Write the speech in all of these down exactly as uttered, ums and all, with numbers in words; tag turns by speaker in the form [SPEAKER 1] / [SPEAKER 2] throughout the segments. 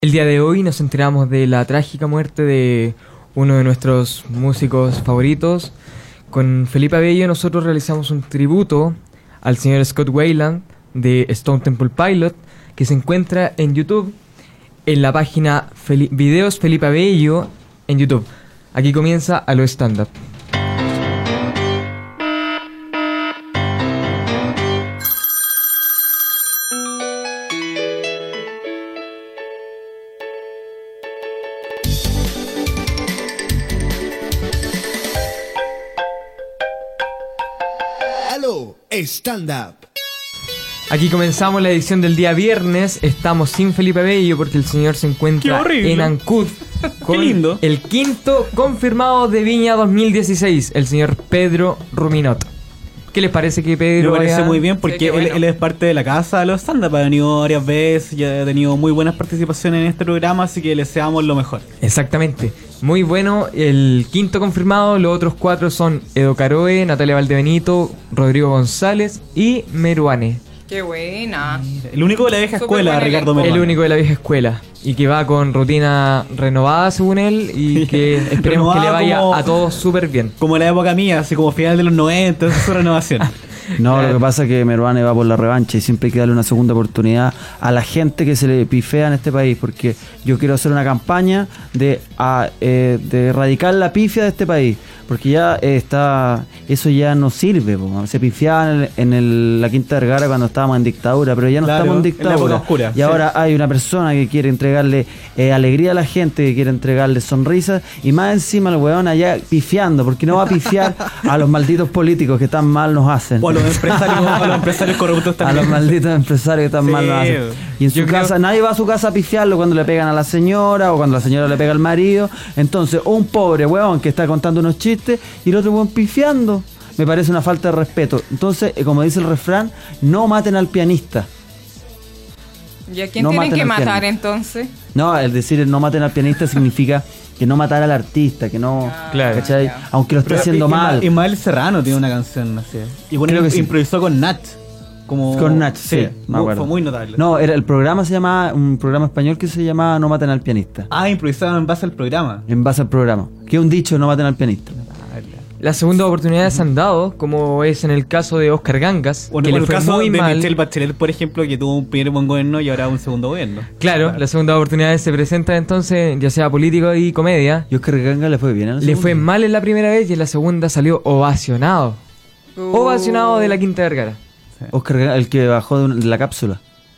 [SPEAKER 1] El día de hoy nos enteramos de la trágica muerte de uno de nuestros músicos favoritos. Con Felipe Abello nosotros realizamos un tributo al señor Scott Weiland de Stone Temple Pilot, que se encuentra en YouTube, en la página Fel- Videos Felipe Abello en YouTube. Aquí comienza A lo Stand Up.
[SPEAKER 2] Stand Up.
[SPEAKER 1] Aquí comenzamos la edición del día viernes. Estamos sin Felipe Abello porque el señor se encuentra en Ancud con
[SPEAKER 3] lindo.
[SPEAKER 1] el quinto confirmado de Viña dos mil dieciséis, el señor Pedro Ruminot. ¿Qué les parece que Pedro
[SPEAKER 3] Me parece
[SPEAKER 1] vaya?
[SPEAKER 3] muy bien porque
[SPEAKER 1] Sí,
[SPEAKER 3] él,
[SPEAKER 1] bueno.
[SPEAKER 3] él es parte de la casa de los stand-up, ha venido varias veces, ya ha tenido muy buenas participaciones en este programa, así que le deseamos lo mejor.
[SPEAKER 1] Exactamente. Muy bueno, el quinto confirmado. Los otros cuatro son Edo Caroe, Natalia Valdebenito, Rodrigo González y Meruane.
[SPEAKER 4] Qué buena.
[SPEAKER 3] El único de la vieja
[SPEAKER 4] Súper
[SPEAKER 3] escuela,
[SPEAKER 4] buen
[SPEAKER 3] Ricardo
[SPEAKER 4] elenco.
[SPEAKER 3] Meruane.
[SPEAKER 1] El único de la vieja escuela. Y que va con rutina renovada según él. Y que esperemos que le
[SPEAKER 3] Renovada
[SPEAKER 1] vaya
[SPEAKER 3] como-
[SPEAKER 1] a todos súper bien.
[SPEAKER 3] Como la época mía, así como final de los noventa, esa es su renovación.
[SPEAKER 5] No, lo que pasa es que Meruane va por la revancha y siempre hay que darle una segunda oportunidad a la gente que se le pifea en este país, porque yo quiero hacer una campaña de, a, eh, de erradicar la pifia de este país, porque ya eh, está, eso ya no sirve, po. Se pifiaban en, el- en el- la Quinta Vergara cuando estábamos en dictadura, pero ya no
[SPEAKER 3] Claro,
[SPEAKER 5] estamos en
[SPEAKER 3] en la época
[SPEAKER 5] dictadura.
[SPEAKER 3] oscura,
[SPEAKER 5] y
[SPEAKER 3] sí.
[SPEAKER 5] ahora hay una persona que quiere entregarle eh, alegría a la gente, que quiere entregarle sonrisas, y más encima el weón allá pifiando, porque no va a pifiar a los malditos políticos que tan mal nos hacen.
[SPEAKER 3] O a los empresarios, a los empresarios corruptos
[SPEAKER 5] A
[SPEAKER 3] también.
[SPEAKER 5] los malditos empresarios que tan
[SPEAKER 3] Sí.
[SPEAKER 5] mal lo hacen. Y en su
[SPEAKER 1] Yo creo-
[SPEAKER 5] casa, nadie va a su casa a pifiarlo cuando le pegan a la señora o cuando la señora le pega al marido. Entonces, un pobre huevón que está contando unos chistes y el otro huevón pifiando. Me parece una falta de respeto. Entonces, eh, como dice el refrán, no maten al pianista.
[SPEAKER 4] ¿Y a quién
[SPEAKER 5] No
[SPEAKER 4] tienen
[SPEAKER 5] maten
[SPEAKER 4] que
[SPEAKER 5] al
[SPEAKER 4] matar
[SPEAKER 5] pianista.
[SPEAKER 4] entonces?
[SPEAKER 5] No, el decir no maten al pianista significa que no matar al artista, que no.
[SPEAKER 1] Claro.
[SPEAKER 5] ¿Cachai?
[SPEAKER 4] ya.
[SPEAKER 5] Aunque lo esté
[SPEAKER 3] Pero
[SPEAKER 5] haciendo
[SPEAKER 3] Isma-
[SPEAKER 5] mal.
[SPEAKER 3] Ismael Serrano tiene una canción así. Y bueno,
[SPEAKER 5] Creo que sí.
[SPEAKER 3] improvisó con Nat. Como...
[SPEAKER 5] Con Nach, sí, me
[SPEAKER 3] muy-
[SPEAKER 5] acuerdo.
[SPEAKER 3] Fue muy notable.
[SPEAKER 5] No, era, el programa se llamaba, un programa español que se llamaba No maten al pianista.
[SPEAKER 3] Ah, improvisado en base al programa.
[SPEAKER 5] En base al programa. Que es un dicho, no maten al pianista.
[SPEAKER 1] Las segundas oportunidades se han dado, como es en el caso de Oscar Gangas,
[SPEAKER 3] O
[SPEAKER 1] que
[SPEAKER 3] en
[SPEAKER 1] le
[SPEAKER 3] el
[SPEAKER 1] fue
[SPEAKER 3] caso
[SPEAKER 1] muy
[SPEAKER 3] de
[SPEAKER 1] mal.
[SPEAKER 3] Michelle Bachelet, por ejemplo, que tuvo un primer buen gobierno y ahora un segundo gobierno.
[SPEAKER 1] Claro, las segundas oportunidades se presentan entonces, ya sea político y comedia.
[SPEAKER 5] Y Oscar Ganga le fue bien a la
[SPEAKER 1] Le
[SPEAKER 5] segunda.
[SPEAKER 1] fue mal en la primera vez y en la segunda salió ovacionado.
[SPEAKER 4] Uh.
[SPEAKER 1] Ovacionado de la Quinta Vergara.
[SPEAKER 5] Oscar Ganga, el que bajó de, un- de la cápsula.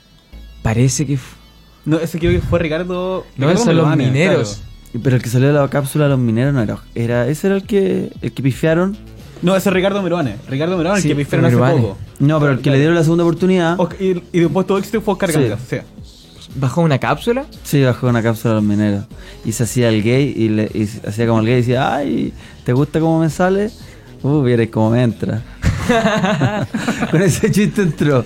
[SPEAKER 1] Parece que... f-
[SPEAKER 3] No, ese creo que fue Ricardo.
[SPEAKER 1] No,
[SPEAKER 3] Ricardo
[SPEAKER 1] esos son los
[SPEAKER 3] Meruane,
[SPEAKER 1] mineros.
[SPEAKER 5] Pero el que salió de la cápsula de los mineros no era. era ese era el que el que pifiaron.
[SPEAKER 3] claro. No, ese es Ricardo Meruane. Ricardo Meruane,
[SPEAKER 1] Sí,
[SPEAKER 3] el que pifiaron hace
[SPEAKER 1] Meruane.
[SPEAKER 3] poco.
[SPEAKER 5] No, pero el que le dieron la segunda oportunidad.
[SPEAKER 3] Oscar- y, y después todo éxito fue Oscar
[SPEAKER 5] Sí.
[SPEAKER 3] Gangas, sí.
[SPEAKER 1] ¿Bajó una cápsula?
[SPEAKER 5] Sí, bajó de una cápsula de los mineros. Y se hacía el gay y, le, y se hacía como el gay y decía, ay, ¿te gusta cómo me sale? Uh, vieres cómo me entra. Con ese chiste entró.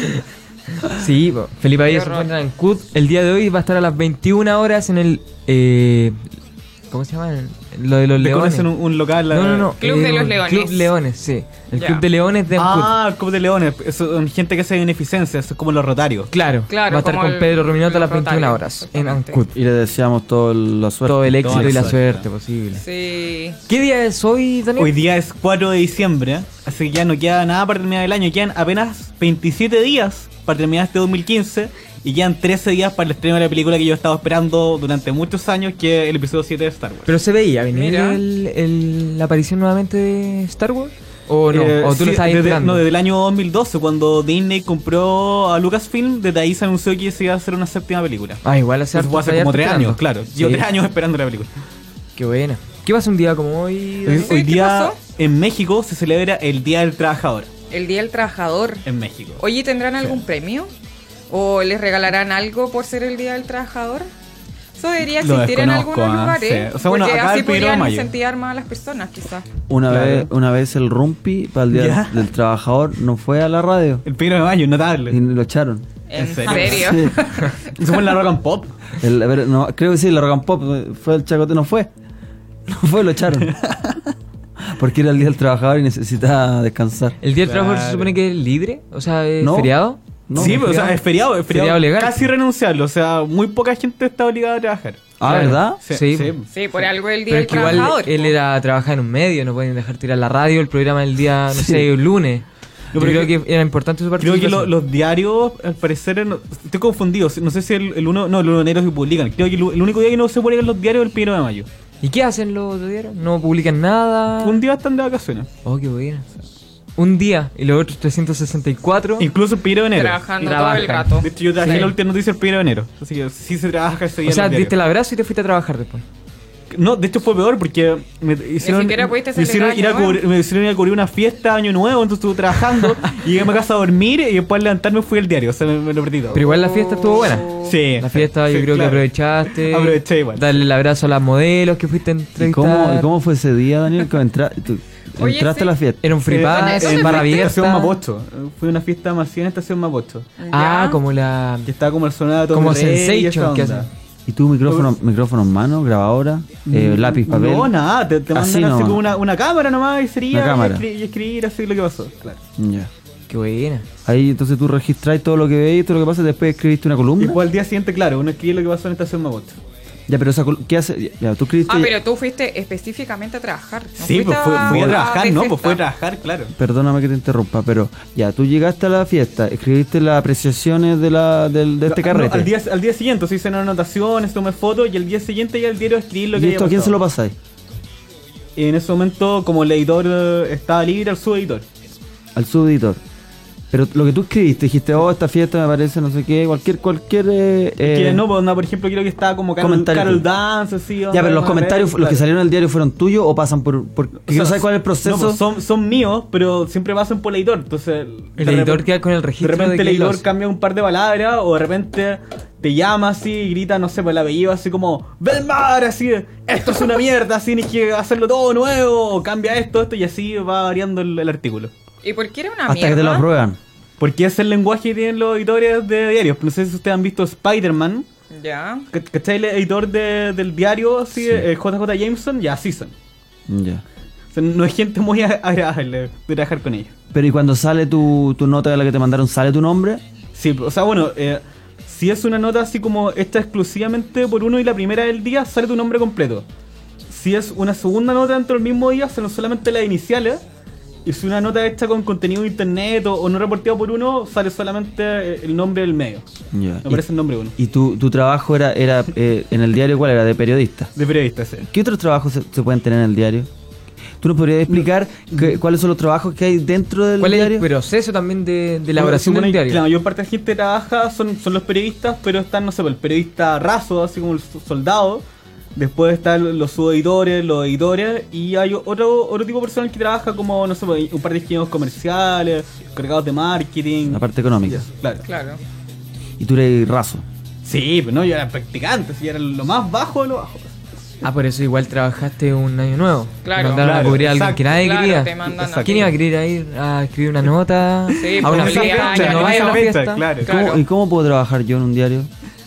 [SPEAKER 1] Sí, po. Felipe Abello
[SPEAKER 4] Qué
[SPEAKER 1] se
[SPEAKER 4] horror.
[SPEAKER 1] encuentra en C U T. El día de hoy va a estar a las veintiuna horas en el... eh, ¿Cómo se llama? Lo de los
[SPEAKER 3] Le
[SPEAKER 1] leones.
[SPEAKER 3] conocen un, un local.
[SPEAKER 1] No, no, no.
[SPEAKER 4] Club de los Leones.
[SPEAKER 1] Club Leones, sí. El
[SPEAKER 4] Ya.
[SPEAKER 1] Club de Leones de Ancud.
[SPEAKER 3] Ah, el Club de Leones. Eso, son gente que hace beneficencia, eso es como los rotarios.
[SPEAKER 1] Claro,
[SPEAKER 4] Claro,
[SPEAKER 1] va a estar
[SPEAKER 4] como
[SPEAKER 1] con
[SPEAKER 4] el-
[SPEAKER 1] Pedro Ruminot a las
[SPEAKER 4] los
[SPEAKER 1] veintiuna
[SPEAKER 4] Rotarios,
[SPEAKER 1] horas en
[SPEAKER 4] exactamente.
[SPEAKER 1] Ancud.
[SPEAKER 5] Y le deseamos todo la suerte.
[SPEAKER 1] Todo el éxito
[SPEAKER 3] Toda la
[SPEAKER 1] y la
[SPEAKER 3] suerte.
[SPEAKER 1] suerte posible.
[SPEAKER 4] Sí.
[SPEAKER 1] ¿Qué día es hoy, Daniel?
[SPEAKER 3] Hoy día es cuatro de diciembre, así que ya no queda nada para terminar el año. Quedan apenas veintisiete días para terminar este dos mil quince y quedan trece días para el estreno de la película que yo he estado esperando durante muchos años, que es el episodio siete de Star Wars.
[SPEAKER 1] ¿Pero se veía venir
[SPEAKER 4] Mira.
[SPEAKER 1] el, el- la aparición nuevamente de Star Wars? ¿O no?
[SPEAKER 3] Eh,
[SPEAKER 1] ¿O tú
[SPEAKER 3] sí,
[SPEAKER 1] lo estabas
[SPEAKER 3] desde,
[SPEAKER 1] esperando?
[SPEAKER 3] No, desde el año dos mil doce, cuando Disney compró a Lucasfilm, desde ahí se anunció que se iba a hacer una séptima película.
[SPEAKER 1] Ah, igual hace
[SPEAKER 3] Eso fue
[SPEAKER 1] harto
[SPEAKER 3] hace
[SPEAKER 1] que
[SPEAKER 3] como
[SPEAKER 1] está
[SPEAKER 3] tres
[SPEAKER 1] esperando.
[SPEAKER 3] años, claro. Llevo
[SPEAKER 1] Sí.
[SPEAKER 3] tres años esperando la película.
[SPEAKER 1] Qué buena. ¿Qué pasa un día como hoy?
[SPEAKER 3] Hoy,
[SPEAKER 1] Daniel?
[SPEAKER 4] Sí,
[SPEAKER 3] hoy
[SPEAKER 4] ¿qué
[SPEAKER 3] día
[SPEAKER 4] pasó?
[SPEAKER 3] en México se celebra el Día del Trabajador.
[SPEAKER 4] El Día del Trabajador.
[SPEAKER 3] En México.
[SPEAKER 4] Oye, ¿tendrán algún premio? ¿O les regalarán algo por ser el Día del Trabajador? Eso debería
[SPEAKER 3] Lo
[SPEAKER 4] existir en
[SPEAKER 3] desconozco,
[SPEAKER 4] algunos
[SPEAKER 3] ah,
[SPEAKER 4] lugares.
[SPEAKER 3] sí. O sea, bueno,
[SPEAKER 4] porque
[SPEAKER 3] acá
[SPEAKER 4] así
[SPEAKER 3] el primero de
[SPEAKER 4] podrían
[SPEAKER 3] mayo.
[SPEAKER 4] incentivar más a las personas, quizás.
[SPEAKER 5] Una,
[SPEAKER 3] Claro.
[SPEAKER 5] vez, una vez el Rumpi, para el día
[SPEAKER 3] ¿Ya?
[SPEAKER 5] del trabajador, no fue a la radio.
[SPEAKER 3] El primero de mayo, notable.
[SPEAKER 5] Y lo echaron.
[SPEAKER 4] ¿En,
[SPEAKER 3] ¿En serio?
[SPEAKER 4] serio?
[SPEAKER 5] Sí.
[SPEAKER 3] Eso fue en la Rock and Pop.
[SPEAKER 5] El- a ver, no, creo que sí, la Rock and Pop fue el Chacote, no fue. No fue, lo echaron. Porque era el día del trabajador y necesitaba descansar.
[SPEAKER 1] ¿El día del trabajador se
[SPEAKER 3] Claro.
[SPEAKER 1] supone que es libre? O sea, ¿es
[SPEAKER 5] No.
[SPEAKER 1] feriado?
[SPEAKER 5] ¿no?
[SPEAKER 3] sí, pero, o sea, es feriado, es feriado,
[SPEAKER 1] Feriado legal.
[SPEAKER 3] casi renunciable. O sea, muy poca gente está obligada a trabajar.
[SPEAKER 5] Ah,
[SPEAKER 1] Claro.
[SPEAKER 5] ¿verdad?
[SPEAKER 1] Sí.
[SPEAKER 4] Sí, por algo el día
[SPEAKER 1] Pero
[SPEAKER 4] del
[SPEAKER 1] es que igual
[SPEAKER 4] trabajador.
[SPEAKER 1] él
[SPEAKER 4] po.
[SPEAKER 1] era trabajar en un medio, no pueden dejar tirar la radio, el programa del día, no
[SPEAKER 5] Sí.
[SPEAKER 1] sé, el lunes.
[SPEAKER 3] No,
[SPEAKER 1] Yo
[SPEAKER 3] pero
[SPEAKER 1] creo
[SPEAKER 3] que-
[SPEAKER 1] que era importante su
[SPEAKER 3] Creo
[SPEAKER 1] participación.
[SPEAKER 3] que lo- los diarios, al parecer, no- estoy confundido. No sé si el, el uno, no, los enero se publican. Creo que el, el único día que no se publican los diarios es el primero de mayo.
[SPEAKER 1] ¿Y qué hacen los diarios? ¿No publican nada?
[SPEAKER 3] Un día están de vacaciones.
[SPEAKER 1] Oh, qué buena. Un día y los otros trescientos sesenta y cuatro.
[SPEAKER 3] Incluso el primero de enero.
[SPEAKER 4] Trabajando
[SPEAKER 1] Trabajan.
[SPEAKER 4] todo el rato.
[SPEAKER 3] De hecho, yo trabajé
[SPEAKER 1] Sí.
[SPEAKER 3] la última noticia el primero de enero. Así que sí se trabaja ese día.
[SPEAKER 1] O
[SPEAKER 3] en
[SPEAKER 1] sea,
[SPEAKER 3] los diarios.
[SPEAKER 1] diste el abrazo y te fuiste a trabajar después.
[SPEAKER 3] No, de hecho fue peor porque me hicieron,
[SPEAKER 4] siquiera pudiste
[SPEAKER 3] me hicieron,
[SPEAKER 4] celebrar
[SPEAKER 3] ir a
[SPEAKER 4] Año Nuevo.
[SPEAKER 3] cubrir, me hicieron ir a cubrir una fiesta de Año Nuevo, entonces estuve trabajando y llegué a mi casa a dormir y después al levantarme fui al diario, o sea, me, me lo perdí todo.
[SPEAKER 1] Pero igual la fiesta estuvo buena.
[SPEAKER 3] Sí.
[SPEAKER 1] La fiesta yo
[SPEAKER 3] sí,
[SPEAKER 1] creo
[SPEAKER 3] claro.
[SPEAKER 1] que aprovechaste.
[SPEAKER 3] Aproveché igual.
[SPEAKER 1] Darle el abrazo a las modelos que fuiste a
[SPEAKER 5] ¿Y
[SPEAKER 1] entrevistar.
[SPEAKER 5] cómo, y cómo fue ese día, Daniel? Que entra- tú-
[SPEAKER 4] Oye,
[SPEAKER 5] entraste
[SPEAKER 4] sí.
[SPEAKER 5] a la fiesta.
[SPEAKER 1] Era un free
[SPEAKER 3] Eh,
[SPEAKER 1] pass,
[SPEAKER 4] ¿dónde
[SPEAKER 1] barra
[SPEAKER 4] fuiste?
[SPEAKER 3] Estación
[SPEAKER 1] abierta.
[SPEAKER 3] Mapocho. Fue una fiesta masiva en Estación Mapocho.
[SPEAKER 1] Ah,
[SPEAKER 4] Ya.
[SPEAKER 1] como la...
[SPEAKER 3] Que estaba como el sonado todo
[SPEAKER 1] Como
[SPEAKER 3] el rey y
[SPEAKER 1] Sensation,
[SPEAKER 3] esa
[SPEAKER 1] ¿qué
[SPEAKER 3] onda.
[SPEAKER 1] hacen?
[SPEAKER 5] ¿Y tú micrófono, micrófono en mano, grabadora, eh, lápiz, papel?
[SPEAKER 3] No, nada, te, te
[SPEAKER 5] Así
[SPEAKER 3] mandan así
[SPEAKER 5] nomás.
[SPEAKER 3] como una, una cámara nomás y sería
[SPEAKER 5] Una cámara.
[SPEAKER 3] Y, escri- y escribir así lo que pasó. Claro.
[SPEAKER 5] Ya.
[SPEAKER 1] Qué buena.
[SPEAKER 5] Ahí entonces tú registras todo lo que veis, todo lo que pasa, y después escribiste una
[SPEAKER 3] Y
[SPEAKER 5] columna.
[SPEAKER 3] después al día siguiente, claro, uno escribe lo que pasó en Estación Mapocho.
[SPEAKER 5] Ya, pero esa col- ¿qué hace? Ya, ya, tú escribiste.
[SPEAKER 4] Ah, pero tú fuiste específicamente a trabajar. ¿no
[SPEAKER 3] Sí,
[SPEAKER 4] fuiste
[SPEAKER 3] pues fue, fui a
[SPEAKER 4] a-
[SPEAKER 3] trabajar,
[SPEAKER 4] de
[SPEAKER 3] no,
[SPEAKER 4] fiesta?
[SPEAKER 3] pues fue a trabajar, claro.
[SPEAKER 5] Perdóname que te interrumpa, pero ya, tú llegaste a la fiesta, escribiste las apreciaciones de, la, del, de este
[SPEAKER 3] No,
[SPEAKER 5] carrete.
[SPEAKER 3] al, día, al día siguiente, se hice una anotación, tomé fotos y al día siguiente ya el diario escribí lo que
[SPEAKER 5] ¿Y esto a
[SPEAKER 3] había
[SPEAKER 5] quién se lo
[SPEAKER 3] pasado.
[SPEAKER 5] pasáis?
[SPEAKER 3] En ese momento, como el editor eh, estaba libre, al subeditor.
[SPEAKER 5] Al subeditor. Pero lo que tú escribiste, dijiste, oh, esta fiesta me parece no sé qué, cualquier, cualquier... eh,
[SPEAKER 3] que
[SPEAKER 5] eh,
[SPEAKER 3] no, pues, no, por ejemplo, creo que estaba como Carol,
[SPEAKER 5] comentario.
[SPEAKER 3] Carol Dance, así.
[SPEAKER 5] Ya, pero los comentarios, los que salieron en el diario, ¿fueron tuyos o pasan por...? por
[SPEAKER 3] O
[SPEAKER 5] quiero
[SPEAKER 3] sea,
[SPEAKER 5] saber cuál es el proceso.
[SPEAKER 3] No, pues, son, son míos, pero siempre pasan por el editor. Entonces,
[SPEAKER 1] El
[SPEAKER 3] de
[SPEAKER 1] editor
[SPEAKER 3] repente-
[SPEAKER 1] queda con el
[SPEAKER 3] De
[SPEAKER 1] registro
[SPEAKER 3] repente
[SPEAKER 1] de
[SPEAKER 3] el
[SPEAKER 1] quién lo
[SPEAKER 3] editor
[SPEAKER 1] hace.
[SPEAKER 3] cambia un par de palabras o de repente te llama así y grita, no sé, por el apellido así como Belmar, así, esto es una mierda, así tienes que hacerlo todo nuevo o cambia esto, esto y así va variando el, el artículo.
[SPEAKER 4] ¿Y por qué era una
[SPEAKER 5] hasta
[SPEAKER 4] mierda?
[SPEAKER 5] que te lo aprueban.
[SPEAKER 3] Porque es el lenguaje que tienen los editores de diarios. No sé si ustedes han visto Spider-Man.
[SPEAKER 4] Ya.
[SPEAKER 3] ¿Cach- ¿Cachai? El editor de- del diario, así,
[SPEAKER 5] Sí.
[SPEAKER 3] eh, J J Jameson, ya así son.
[SPEAKER 5] Ya.
[SPEAKER 3] O sea, no es gente muy a- agradable de trabajar con ellos.
[SPEAKER 5] Pero ¿y cuando sale tu, tu nota de la que te mandaron, sale tu nombre?
[SPEAKER 3] Sí, o sea, bueno, eh, si es una nota así como esta exclusivamente por uno y la primera del día, sale tu nombre completo. Si es una segunda nota dentro del mismo día, salen solamente las iniciales. Y si una nota hecha con contenido de internet o, o no reportado por uno, sale solamente eh, el nombre del medio.
[SPEAKER 5] Ya.
[SPEAKER 3] No
[SPEAKER 5] ¿Y,
[SPEAKER 3] aparece el nombre de uno.
[SPEAKER 5] y tu, tu trabajo era, era eh, en el diario, ¿cuál era? De periodista.
[SPEAKER 3] De periodista, sí.
[SPEAKER 5] ¿Qué otros trabajos se, se pueden tener en el diario? ¿Tú nos podrías explicar que- cuáles son los trabajos que hay dentro del
[SPEAKER 1] ¿Cuál es
[SPEAKER 5] diario?
[SPEAKER 1] el proceso también de, de elaboración
[SPEAKER 3] Supone
[SPEAKER 1] del
[SPEAKER 3] que
[SPEAKER 1] diario?
[SPEAKER 3] La mayor parte de la gente que trabaja son, son los periodistas, pero están, no sé, el periodista raso, así como el so- soldado. Después están los subeditores, los editores, y hay otro, otro tipo de personal que trabaja como, no sé, un par de ingenieros comerciales, cargados de marketing.
[SPEAKER 5] La parte económica.
[SPEAKER 3] Claro.
[SPEAKER 4] Claro.
[SPEAKER 5] Y tú eres raso.
[SPEAKER 3] Sí, pero no, yo era practicante, sí, era lo más bajo de lo bajo.
[SPEAKER 1] Ah, por eso igual trabajaste un año nuevo.
[SPEAKER 4] Claro.
[SPEAKER 1] Mandaron
[SPEAKER 3] Claro,
[SPEAKER 1] a cubrir a alguien
[SPEAKER 3] exacto.
[SPEAKER 1] que nadie
[SPEAKER 4] Claro,
[SPEAKER 1] quería.
[SPEAKER 4] te mandan
[SPEAKER 3] Exacto.
[SPEAKER 1] ¿Quién iba a querer ir a escribir una nota?
[SPEAKER 4] Sí,
[SPEAKER 1] a una
[SPEAKER 4] pues,
[SPEAKER 1] fiesta.
[SPEAKER 4] año
[SPEAKER 1] ¿No vas a una
[SPEAKER 4] nuevo.
[SPEAKER 1] fiesta?
[SPEAKER 3] Claro.
[SPEAKER 5] ¿Y cómo,
[SPEAKER 4] Claro.
[SPEAKER 5] ¿Y cómo puedo trabajar yo en un diario?